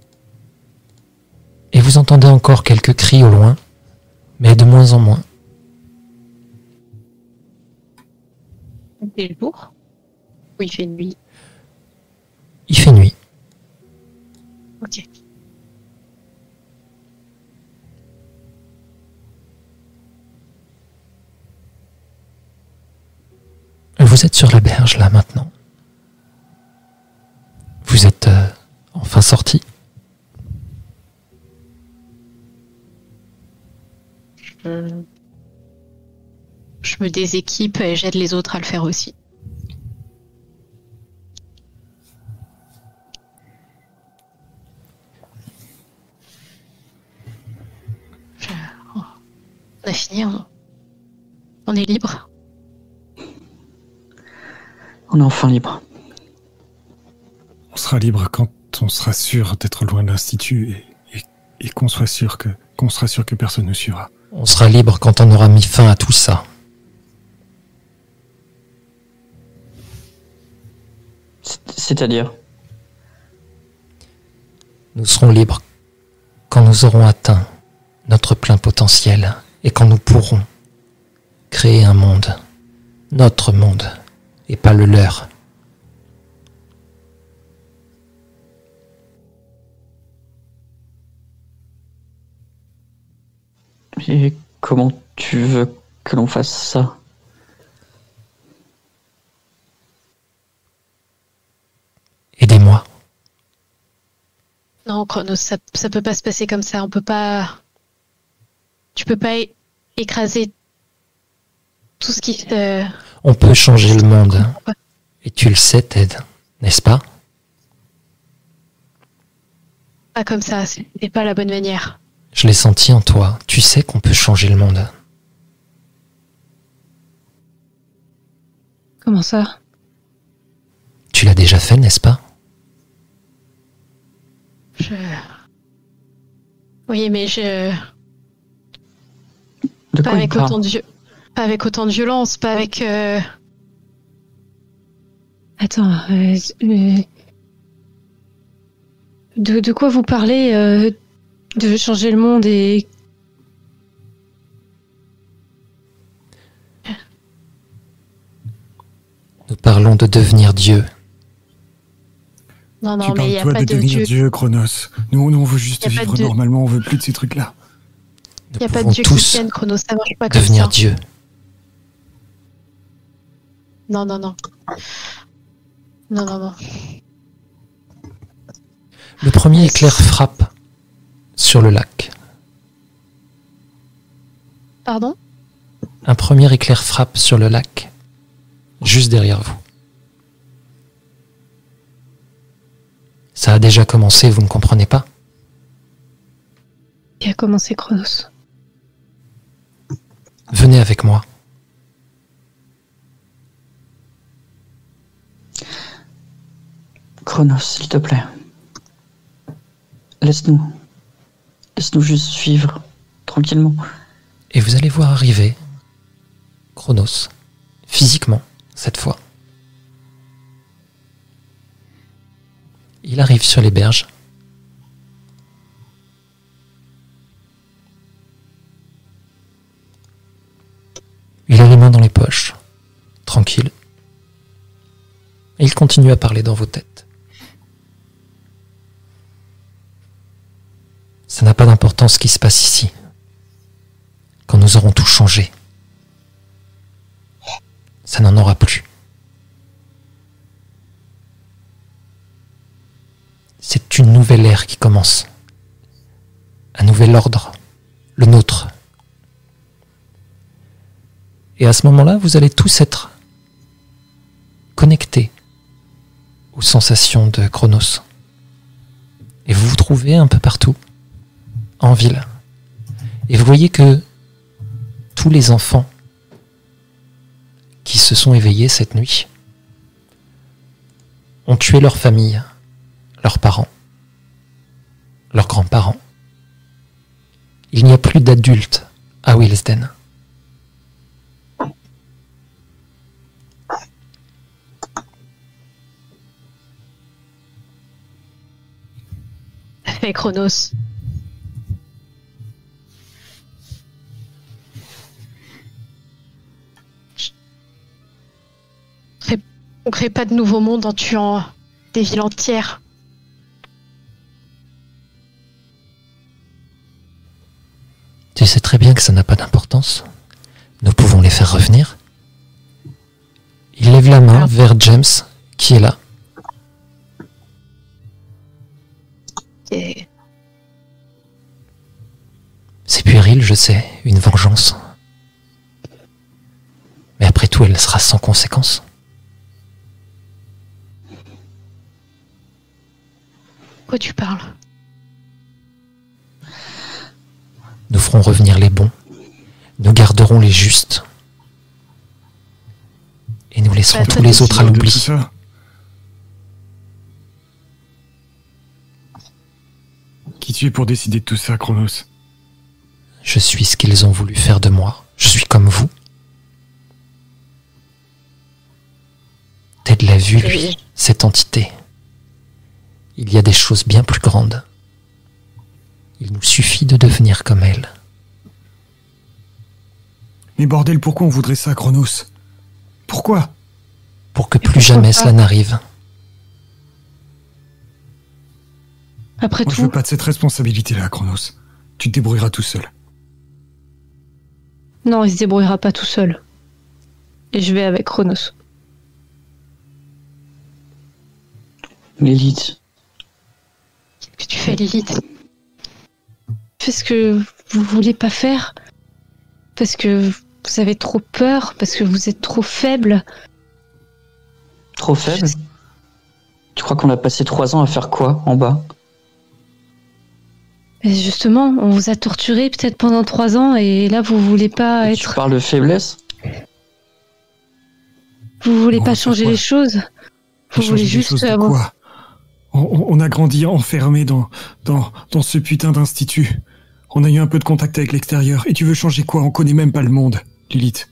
Et vous entendez encore quelques cris au loin, mais de moins en moins. C'est le jour ou il fait nuit? Il fait nuit. Ok. Vous êtes sur la berge là maintenant. Vous êtes euh, enfin sorti. Je... je me déséquipe et j'aide les autres à le faire aussi. Je... On a fini, on... on est libre. On est enfin libre. On sera libre quand on sera sûr d'être loin de l'Institut et, et, et qu'on soit sûr que qu'on sera sûr que personne ne suivra. On sera libre quand on aura mis fin à tout ça. C'est-à-dire ? Nous serons libres quand nous aurons atteint notre plein potentiel et quand nous pourrons créer un monde, notre monde, et pas le leur. Et comment tu veux que l'on fasse ça ? Aidez-moi. Non, Chronos, ça, ça peut pas se passer comme ça. On peut pas... Tu peux pas é- écraser tout ce qui se... On peut changer le monde. Et tu le sais, Ted, n'est-ce pas ? Pas comme ça, c'est pas la bonne manière. Je l'ai senti en toi. Tu sais qu'on peut changer le monde. Comment ça ? Tu l'as déjà fait, n'est-ce pas ? Je... Oui, mais je... De Pas quoi il avec parle ? autant de... vi- Pas avec autant de violence, pas avec... euh, Attends, euh, euh, de, de quoi vous parlez euh, de changer le monde et... Nous parlons de devenir Dieu. Non, non, tu mais il parles n'y a toi pas de de devenir dieu. Dieu, Chronos. Nous, nous, on veut juste Y a pas vivre de- normalement, on veut plus de ces trucs-là. Nous Il n'y a pas de pouvons dieu qui tous tienne, Chronos, ça marche pas comme devenir ça. Dieu. Non, non, non. Non, non, non. Le premier éclair frappe sur le lac. Pardon ? Un premier éclair frappe sur le lac, juste derrière vous. Ça a déjà commencé, vous ne comprenez pas ? Qui a commencé Chronos ? Venez avec moi. Chronos, s'il te plaît. Laisse-nous. Laisse-nous juste suivre, tranquillement. Et vous allez voir arriver Chronos, physiquement, cette fois. Il arrive sur les berges. Il a les mains dans les poches, tranquille. Et il continue à parler dans vos têtes. Ça n'a pas d'importance ce qui se passe ici. Quand nous aurons tout changé, ça n'en aura plus. C'est une nouvelle ère qui commence. Un nouvel ordre, le nôtre. Et à ce moment-là, vous allez tous être connectés aux sensations de Chronos. Et vous vous trouvez un peu partout, en ville. Et vous voyez que tous les enfants qui se sont éveillés cette nuit ont tué leur famille, leurs parents, leurs grands-parents. Il n'y a plus d'adultes à Willesden. Fait Chronos. On crée pas de nouveaux mondes en tuant des villes entières. Tu sais très bien que ça n'a pas d'importance. Nous pouvons les faire revenir. Il lève la main vers James, qui est là. Et... C'est puéril, je sais, une vengeance. Mais après tout, elle sera sans conséquence. Quoi tu parles? Nous ferons revenir les bons. Nous garderons les justes. Et nous laisserons Bah, tous les autres à l'oubli. Ça. Qui tu es pour décider de tout ça, Chronos? Je suis ce qu'ils ont voulu faire de moi. Je suis comme vous. Ted l'a vu, lui, cette entité. Il y a des choses bien plus grandes. Il nous suffit de devenir comme elle. Mais bordel, pourquoi on voudrait ça, Chronos? Pourquoi? Pour que plus jamais cela n'arrive. Après Moi, tout... je veux pas de cette responsabilité-là, Chronos. Tu te débrouilleras tout seul. Non, il se débrouillera pas tout seul. Et je vais avec Chronos. Lilith. Qu'est-ce que tu fais, Lilith? Fais ce que vous voulez pas faire. Parce que vous avez trop peur. Parce que vous êtes trop faible. Trop faible? Je... Tu crois qu'on a passé trois ans à faire quoi, en bas? Et justement, on vous a torturé peut-être pendant trois ans et là vous voulez pas Et être... Tu parles de faiblesse? Vous voulez On pas va changer faire quoi? les choses. Vous Changer voulez les juste choses de avoir... quoi? on, on a grandi enfermé dans, dans, dans ce putain d'institut. On a eu un peu de contact avec l'extérieur. Et tu veux changer quoi? On connaît même pas le monde, Lilith.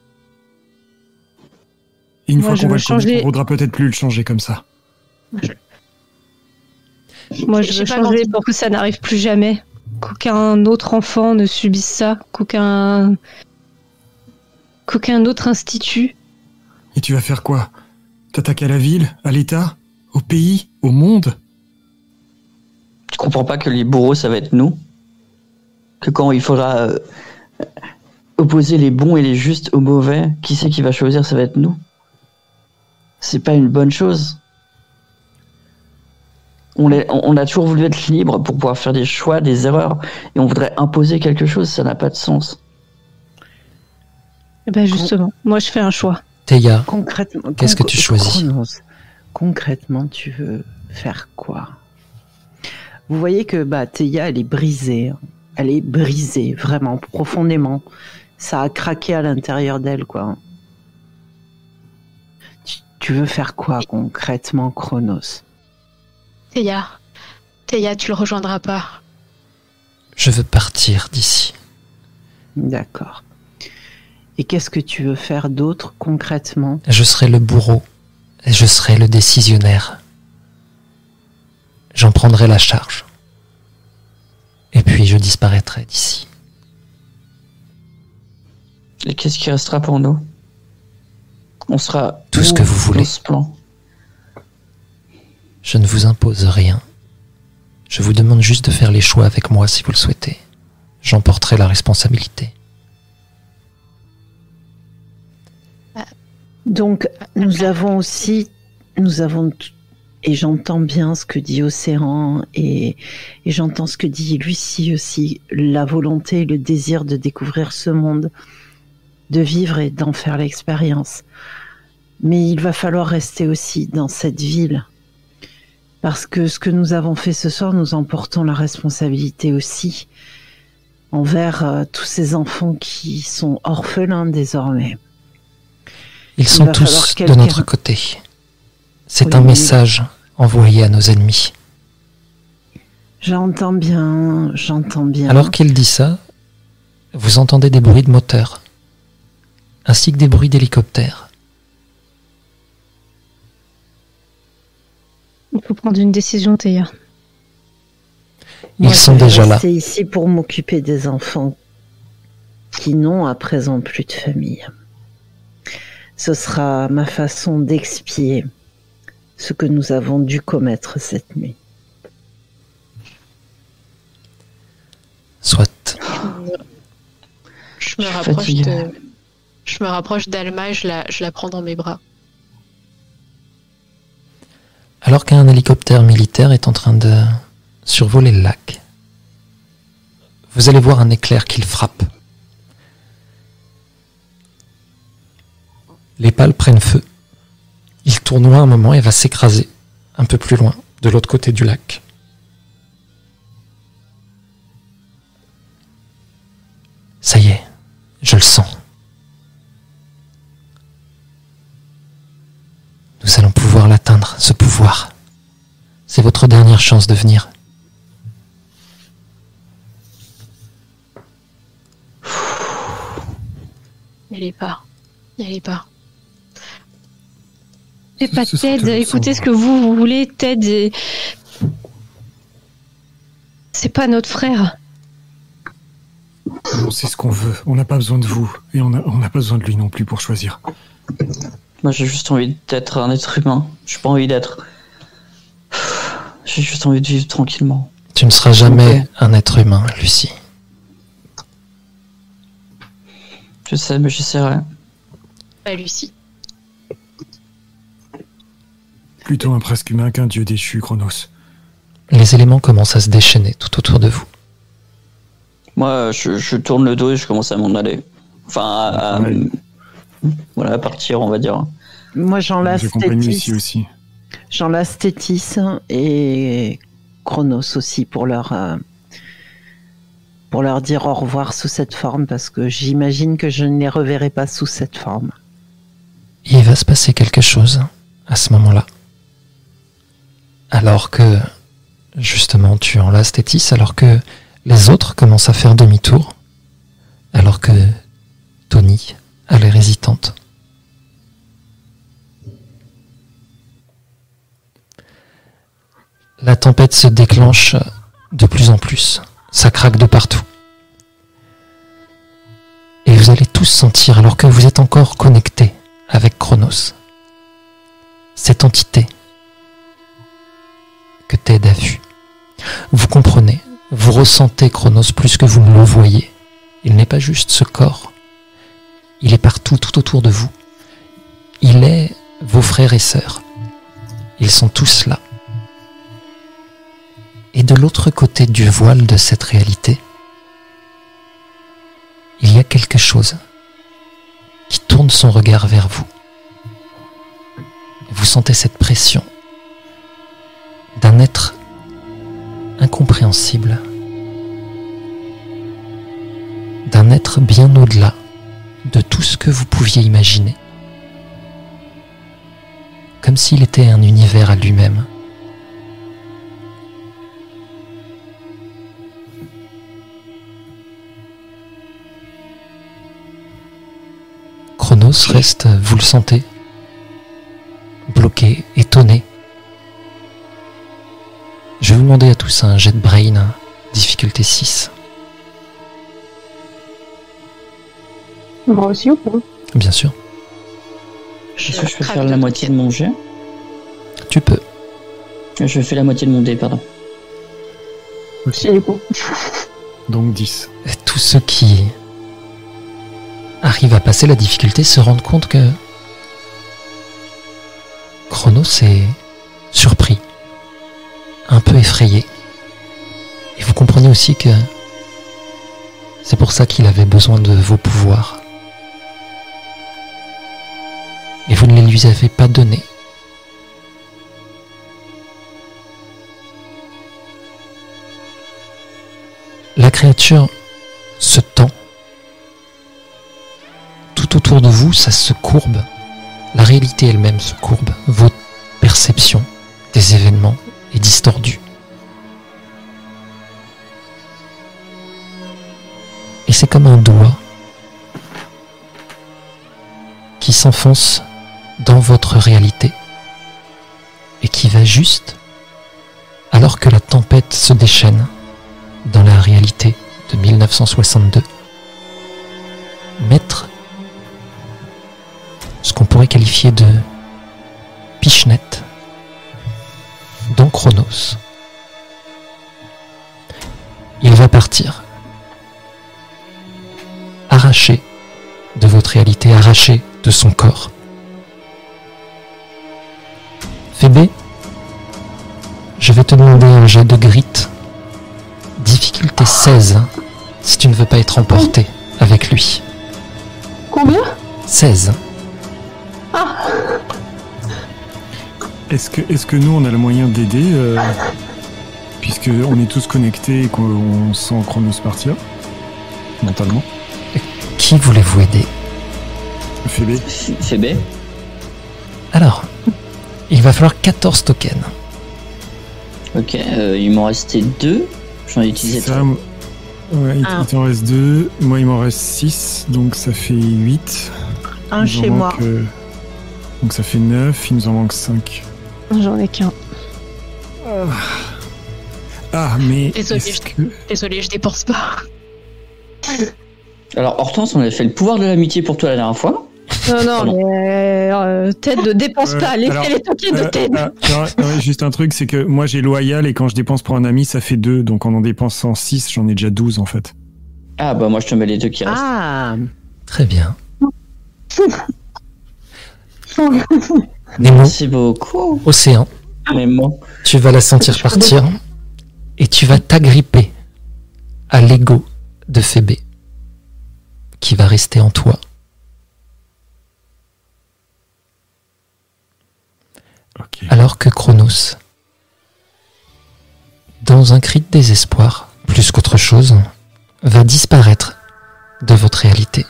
Et une Moi, fois je qu'on va veux le connaître, changer- on voudra peut-être plus le changer comme ça. Moi je J'ai veux pas changer grandi. pour que ça n'arrive plus jamais. Qu'aucun autre enfant ne subisse ça. Qu'aucun... Qu'aucun autre institut. Et tu vas faire quoi? T'attaques à la ville? À l'État? Au pays? Au monde? Tu comprends pas que les bourreaux, ça va être nous? Que quand il faudra euh, opposer les bons et les justes aux mauvais, qui c'est qui va choisir? Ça va être nous. C'est pas une bonne chose. On, l'est- on a toujours voulu être libre pour pouvoir faire des choix, des erreurs, et on voudrait imposer quelque chose, ça n'a pas de sens. Et ben justement, moi je fais un choix. Théa, Concrètement, Qu'est-ce que tu choisis? Chronos, concrètement, tu veux faire quoi? Vous voyez que bah, Théa, elle est brisée. hein. Elle est brisée, vraiment, profondément. Ça a craqué à l'intérieur d'elle, quoi. Tu, tu veux faire quoi, concrètement, Chronos? Théa. Théa, tu le rejoindras pas. je veux partir d'ici. D'accord. Et qu'est-ce que tu veux faire d'autre, concrètement? Je serai le bourreau et je serai le décisionnaire. J'en prendrai la charge. Et puis je disparaîtrai d'ici. Et qu'est-ce qui restera pour nous? On sera Tout ce où que vous voulez. dans ce plan? Je ne vous impose rien. Je vous demande juste de faire les choix avec moi si vous le souhaitez. J'en porterai la responsabilité. Donc, nous avons aussi, nous avons, t- et j'entends bien ce que dit Océan, et, et j'entends ce que dit Lucie aussi, la volonté, le désir de découvrir ce monde, de vivre et d'en faire l'expérience. Mais il va falloir rester aussi dans cette ville, parce que ce que nous avons fait ce soir, nous en portons la responsabilité aussi envers euh, tous ces enfants qui sont orphelins désormais. Ils sont va falloir tous de quelqu'un. notre côté. C'est Oui, un oui. message envoyé à nos ennemis. J'entends bien, j'entends bien. Alors qu'il dit ça, vous entendez des bruits de moteurs, ainsi que des bruits d'hélicoptères. Il faut prendre une décision, Théa. Moi, Ils sont je vais déjà là. rester ici pour m'occuper des enfants qui n'ont à présent plus de famille. Ce sera ma façon d'expier ce que nous avons dû commettre cette nuit. Soit. Je me rapproche de... Je me rapproche d'Alma et je la, je la prends dans mes bras. Alors qu'un hélicoptère militaire est en train de survoler le lac, vous allez voir un éclair qui le frappe. Les pales prennent feu. Il tournoie un moment et va s'écraser un peu plus loin, de l'autre côté du lac. Ça y est, je le sens. Nous allons pouvoir l'atteindre, ce pouvoir. C'est votre dernière chance de venir. N'y allez pas. N'y allez pas. Et pas Ted, écoutez ce que vous, vous voulez, Ted. C'est pas notre frère. On sait ce qu'on veut. On n'a pas besoin de vous. Et on n'a on n'a pas besoin de lui non plus pour choisir. Moi, j'ai juste envie d'être un être humain. J'ai pas envie d'être... J'ai juste envie de vivre tranquillement. Tu ne seras jamais okay. un être humain, Lucie. Je sais, mais j'essaierai. Pas Lucie. Plutôt un presque humain qu'un dieu déchu, Chronos. Les éléments commencent à se déchaîner tout autour de vous. Moi, je, je tourne le dos et je commence à m'en aller. Enfin, à, à, ouais. voilà, à partir, on va dire. Moi, j'enlace Tétis. aussi. J'enlace Tétis et Chronos aussi pour leur, euh, pour leur dire au revoir sous cette forme, parce que j'imagine que je ne les reverrai pas sous cette forme. Il va se passer quelque chose à ce moment-là. Alors que, justement, tu enlaces Tétis, alors que les autres commencent à faire demi-tour, alors que Tony a l'air hésitante. La tempête se déclenche de plus en plus. Ça craque de partout. Et vous allez tous sentir, alors que vous êtes encore connectés avec Chronos, cette entité que Ted a vue. Vous comprenez, vous ressentez Chronos plus que vous ne le voyez. Il n'est pas juste ce corps. Il est partout, tout autour de vous. Il est vos frères et sœurs. Ils sont tous là. Et de l'autre côté du voile de cette réalité, il y a quelque chose qui tourne son regard vers vous. Vous sentez cette pression d'un être incompréhensible, d'un être bien au-delà de tout ce que vous pouviez imaginer, comme s'il était un univers à lui-même. Chronos reste, vous le sentez, bloqué, étonné. Je vais vous demander à tous un jet de brain, difficulté six. Moi aussi ou pas? Bien sûr. Est-ce que je peux faire la moitié de mon jet? Tu peux. Je fais la moitié de mon dé, pardon. Aussi, du coup. Donc dix. Et tous ceux qui arrivent à passer la difficulté se rendent compte que Chronos est surpris, un peu effrayé. Et vous comprenez aussi que c'est pour ça qu'il avait besoin de vos pouvoirs. Et vous ne les lui avez pas donnés. La créature se tend. Tout autour de vous, ça se courbe. La réalité elle-même se courbe. Votre perception des événements est distordue. Et c'est comme un doigt qui s'enfonce dans votre réalité et qui va juste, alors que la tempête se déchaîne dans la réalité de mille neuf cent soixante-deux, mettre ce qu'on pourrait pourrait qualifier de pichenette, dont Chronos. Il va partir, arraché de votre réalité, arraché de son corps. Phébé, je vais te demander un jet de grit, difficulté seize, si tu ne veux pas être emporté avec lui. Combien? seize. Ah. Est-ce que, est-ce que nous, on a le moyen d'aider, euh, puisque on est tous connectés et qu'on sent Chronos partir, mentalement? Qui voulez-vous aider? Phébé. Phébé. Alors, il va falloir quatorze tokens. Ok, euh, il m'en restait deux. J'en ai utilisé Ça, trois. moi- ouais, il, Un. il t'en reste deux. Moi, il m'en reste six, donc ça fait huit. Un Il nous en chez moi. manque, euh, donc ça fait neuf, il nous en manque cinq. J'en ai qu'un. Ah, mais. Désolé, est-ce je- que- Désolée, je dépense pas. Alors, Hortense, on avait fait le pouvoir de l'amitié pour toi la dernière fois. Non, non, Pardon. mais euh, Ted ne dépense Euh, pas. Laissez alors, les tokens de Euh, Ted. ah, non, non, juste un truc, c'est que moi j'ai loyal et quand je dépense pour un ami, ça fait deux. Donc en en dépensant six, j'en ai déjà douze en fait. Ah, bah moi je te mets les deux qui restent. Ah, Très bien. Oh, Nemo, Merci beaucoup. Océan, Mais moi. tu vas la sentir partir et tu vas t'agripper à l'ego de Phébé qui va rester en toi. Ok. Alors que Chronos, dans un cri de désespoir, plus qu'autre chose, va disparaître de votre réalité.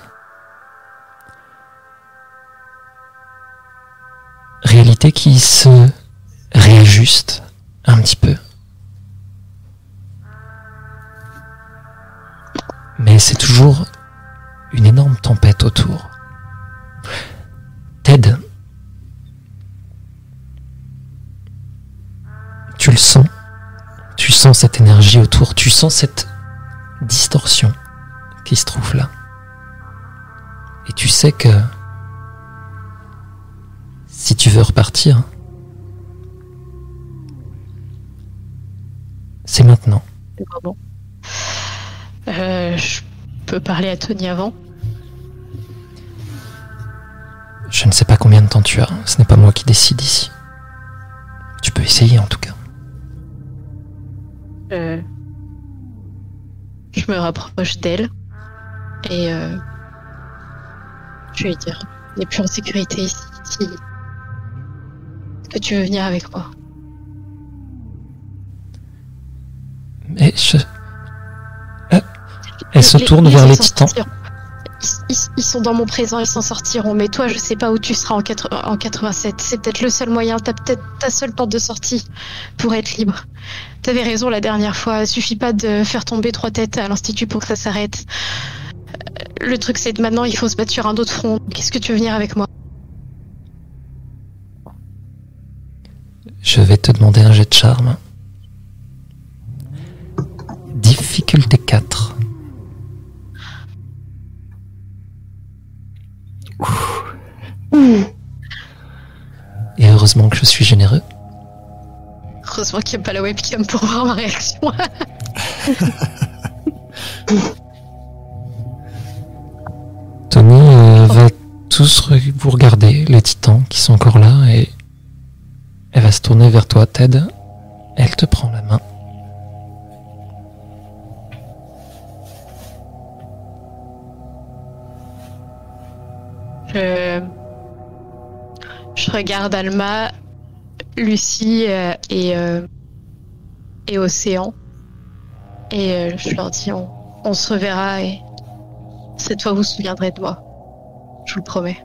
Réalité qui se réajuste un petit peu. Mais c'est toujours une énorme tempête autour. Ted, tu le sens. Tu sens cette énergie autour. Tu sens cette distorsion qui se trouve là. Et tu sais que si tu veux repartir, c'est maintenant. Pardon. Euh, je peux parler à Tony avant. Je ne sais pas combien de temps tu as. Ce n'est pas moi qui décide ici. Tu peux essayer en tout cas. Euh, je me rapproche d'elle et euh, je vais lui dire, on n'est plus en sécurité ici. Si... Est-ce que tu veux venir avec moi? Mais je... Euh, Elle se Les- tourne les vers s'en les titans. sortiront. Ils, ils- ils sont dans mon présent, ils s'en sortiront. Mais toi, je sais pas où tu seras en, quatre- en quatre-vingt-sept. C'est peut-être le seul moyen, t'as peut-être ta seule porte de sortie pour être libre. T'avais raison la dernière fois. Il suffit pas de faire tomber trois têtes à l'institut pour que ça s'arrête. Euh, Le truc, c'est que maintenant, il faut se battre sur un autre front. Qu'est-ce que tu veux venir avec moi? Je vais te demander un jet de charme. Difficulté quatre. Et heureusement que je suis généreux. Heureusement qu'il n'y a pas la webcam pour voir ma réaction. Tony euh, va tous re- vous regarder, les titans qui sont encore là, et elle va se tourner vers toi, Ted. Elle te prend la main. Je, je regarde Alma, Lucie euh, et, euh, et Océan. Et euh, je leur dis, on, on se reverra et cette fois vous vous souviendrez de moi. Je vous le promets.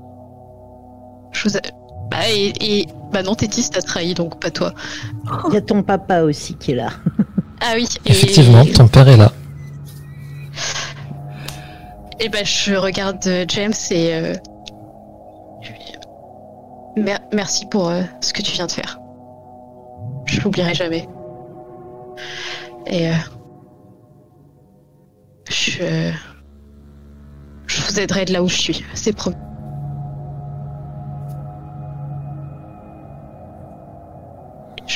Je vous a... Bah, et, et... Bah non, Tétis t'as trahi, donc pas toi. il y a ton papa aussi qui est là. Ah oui. Et... Effectivement, ton père est là. Et bah je regarde euh, James et... Euh... je lui dis, Mer- merci pour euh, ce que tu viens de faire. Je l'oublierai jamais. Et... Euh... Je... Je vous aiderai de là où je suis, c'est promis.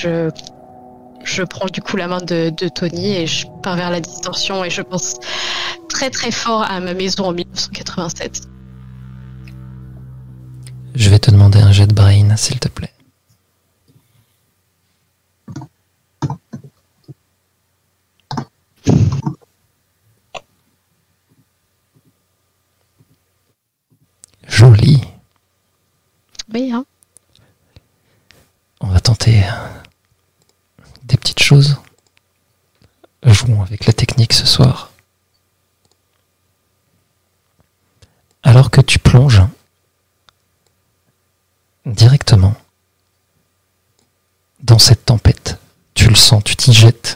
je, je prends du coup la main de, de Tony et je pars vers la distorsion et je pense très très fort à ma maison en dix-neuf cent quatre-vingt-sept. Je vais te demander un jet de brain, s'il te plaît. Joli. Oui, hein. On va tenter des petites choses. Jouons avec la technique ce soir. Alors que tu plonges directement dans cette tempête, tu le sens, tu t'y jettes.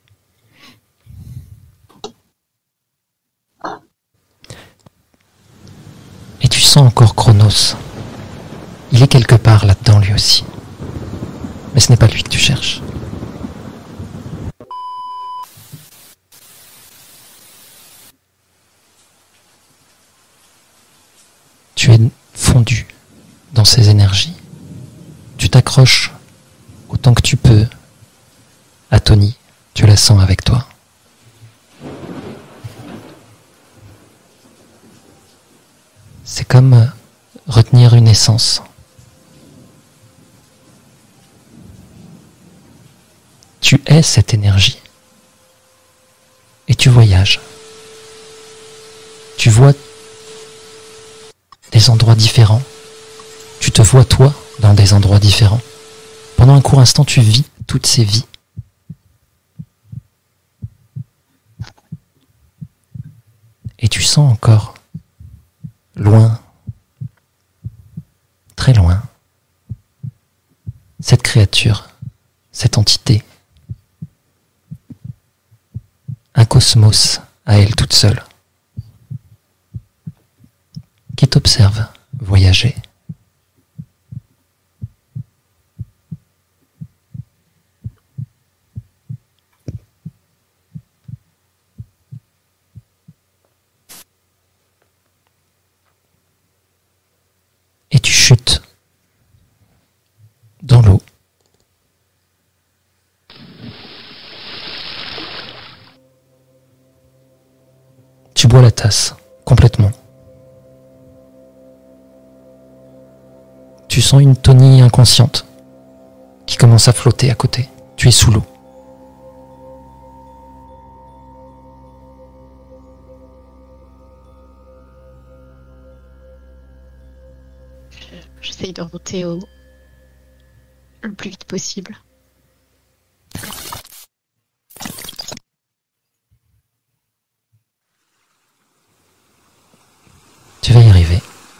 Et tu sens encore Chronos. Il est quelque part là-dedans lui aussi. Mais ce n'est pas lui que tu cherches. Tu es fondu dans ces énergies. Tu t'accroches autant que tu peux à Tony. Tu la sens avec toi. C'est comme retenir une essence. Tu es cette énergie. Et tu voyages. Tu vois des endroits différents. Tu te vois toi dans des endroits différents. Pendant un court instant, tu vis toutes ces vies. Et tu sens encore loin, très loin, cette créature, cette entité, un cosmos à elle toute seule, qui t'observe voyager. Et tu chutes dans l'eau. Tu bois la tasse complètement. Tu sens une Tony inconsciente qui commence à flotter à côté. Tu es sous l'eau. J'essaye de remonter au... le plus vite possible. Tu vas y arriver.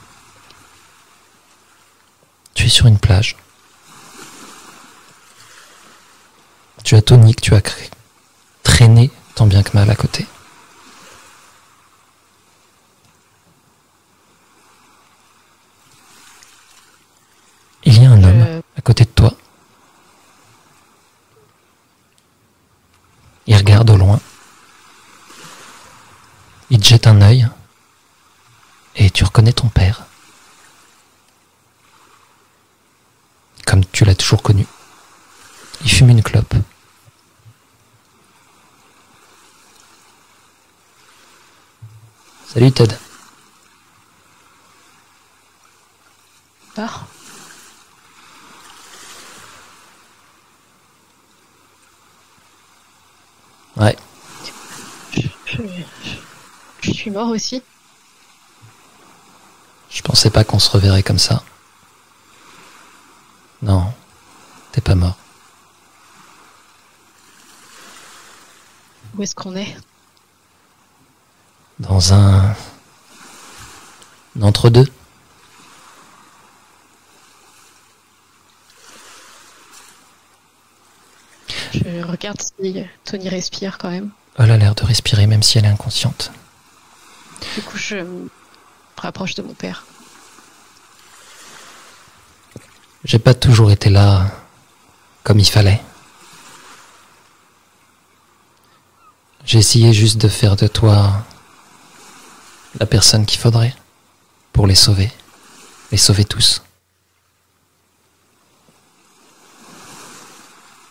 Tu es sur une plage. Tu as Tony que tu as créé, traîné tant bien que mal à côté. Il y a un homme Euh, à côté de toi. Il regarde au loin. Il te jette un œil. Et tu reconnais ton père. Comme tu l'as toujours connu. Il fume une clope. Salut Ted. Part. Ouais. Je, je, je suis mort aussi. Je pensais pas qu'on se reverrait comme ça. Non, t'es pas mort. Où est-ce qu'on est? Dans un... un entre-deux. Je regarde si Tony respire quand même. Elle a l'air de respirer même si elle est inconsciente. Du coup, je me rapproche de mon père. J'ai pas toujours été là comme il fallait. J'ai essayé juste de faire de toi la personne qu'il faudrait pour les sauver. Les sauver tous.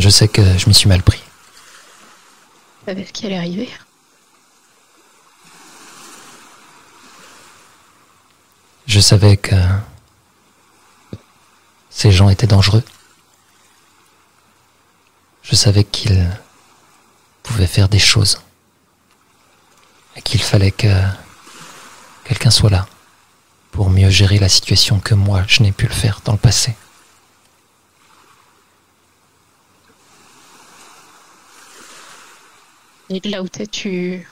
Je sais que je m'y suis mal pris. Tu savais ce qui allait arriver. Je savais que ces gens étaient dangereux. Je savais qu'ils pouvaient faire des choses. Et qu'il fallait que quelqu'un soit là pour mieux gérer la situation que moi, je n'ai pu le faire dans le passé. Et là où t'es, tu...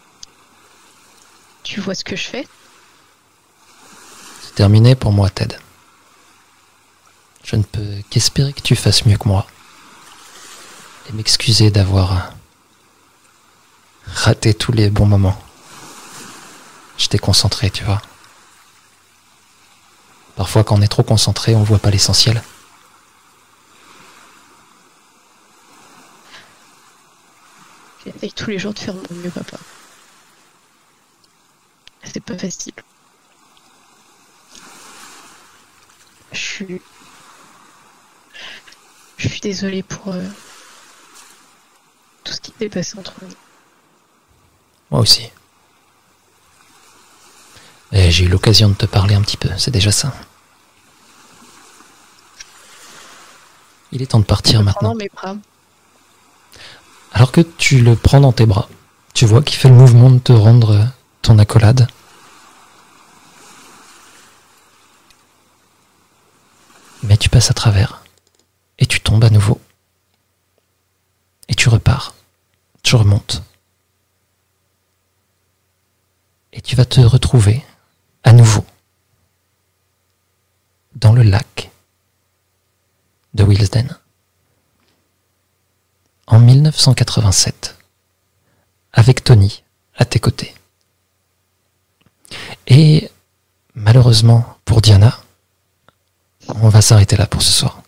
Tu vois ce que je fais? C'est terminé pour moi, Ted. Je ne peux qu'espérer que tu fasses mieux que moi. Et m'excuser d'avoir raté tous les bons moments. J'étais concentré, tu vois. Parfois, quand on est trop concentré, on voit pas l'essentiel. J'essaye tous les jours de faire mon mieux, papa. C'est pas facile. Je suis... Je suis désolée pour euh, tout ce qui s'est passé entre nous. Moi aussi. Et j'ai eu l'occasion de te parler un petit peu, c'est déjà ça. Il est temps de partir maintenant. Dans mes bras. Alors que tu le prends dans tes bras, tu vois qu'il fait le mouvement de te rendre ton accolade. Mais tu passes à travers. Et tu tombes à nouveau. Et tu repars. Tu remontes. Et tu vas te retrouver à nouveau dans le lac de Willesden en mille neuf cent quatre-vingt-sept avec Tony à tes côtés. Et malheureusement pour Diana, on va s'arrêter là pour ce soir.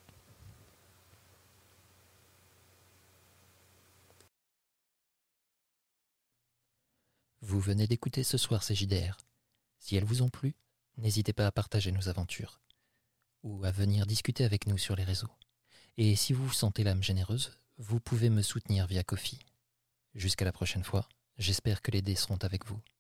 Vous venez d'écouter ce soir ces J D R. Si elles vous ont plu, n'hésitez pas à partager nos aventures ou à venir discuter avec nous sur les réseaux. Et si vous vous sentez l'âme généreuse, vous pouvez me soutenir via Ko-fi. Jusqu'à la prochaine fois, j'espère que les dés seront avec vous.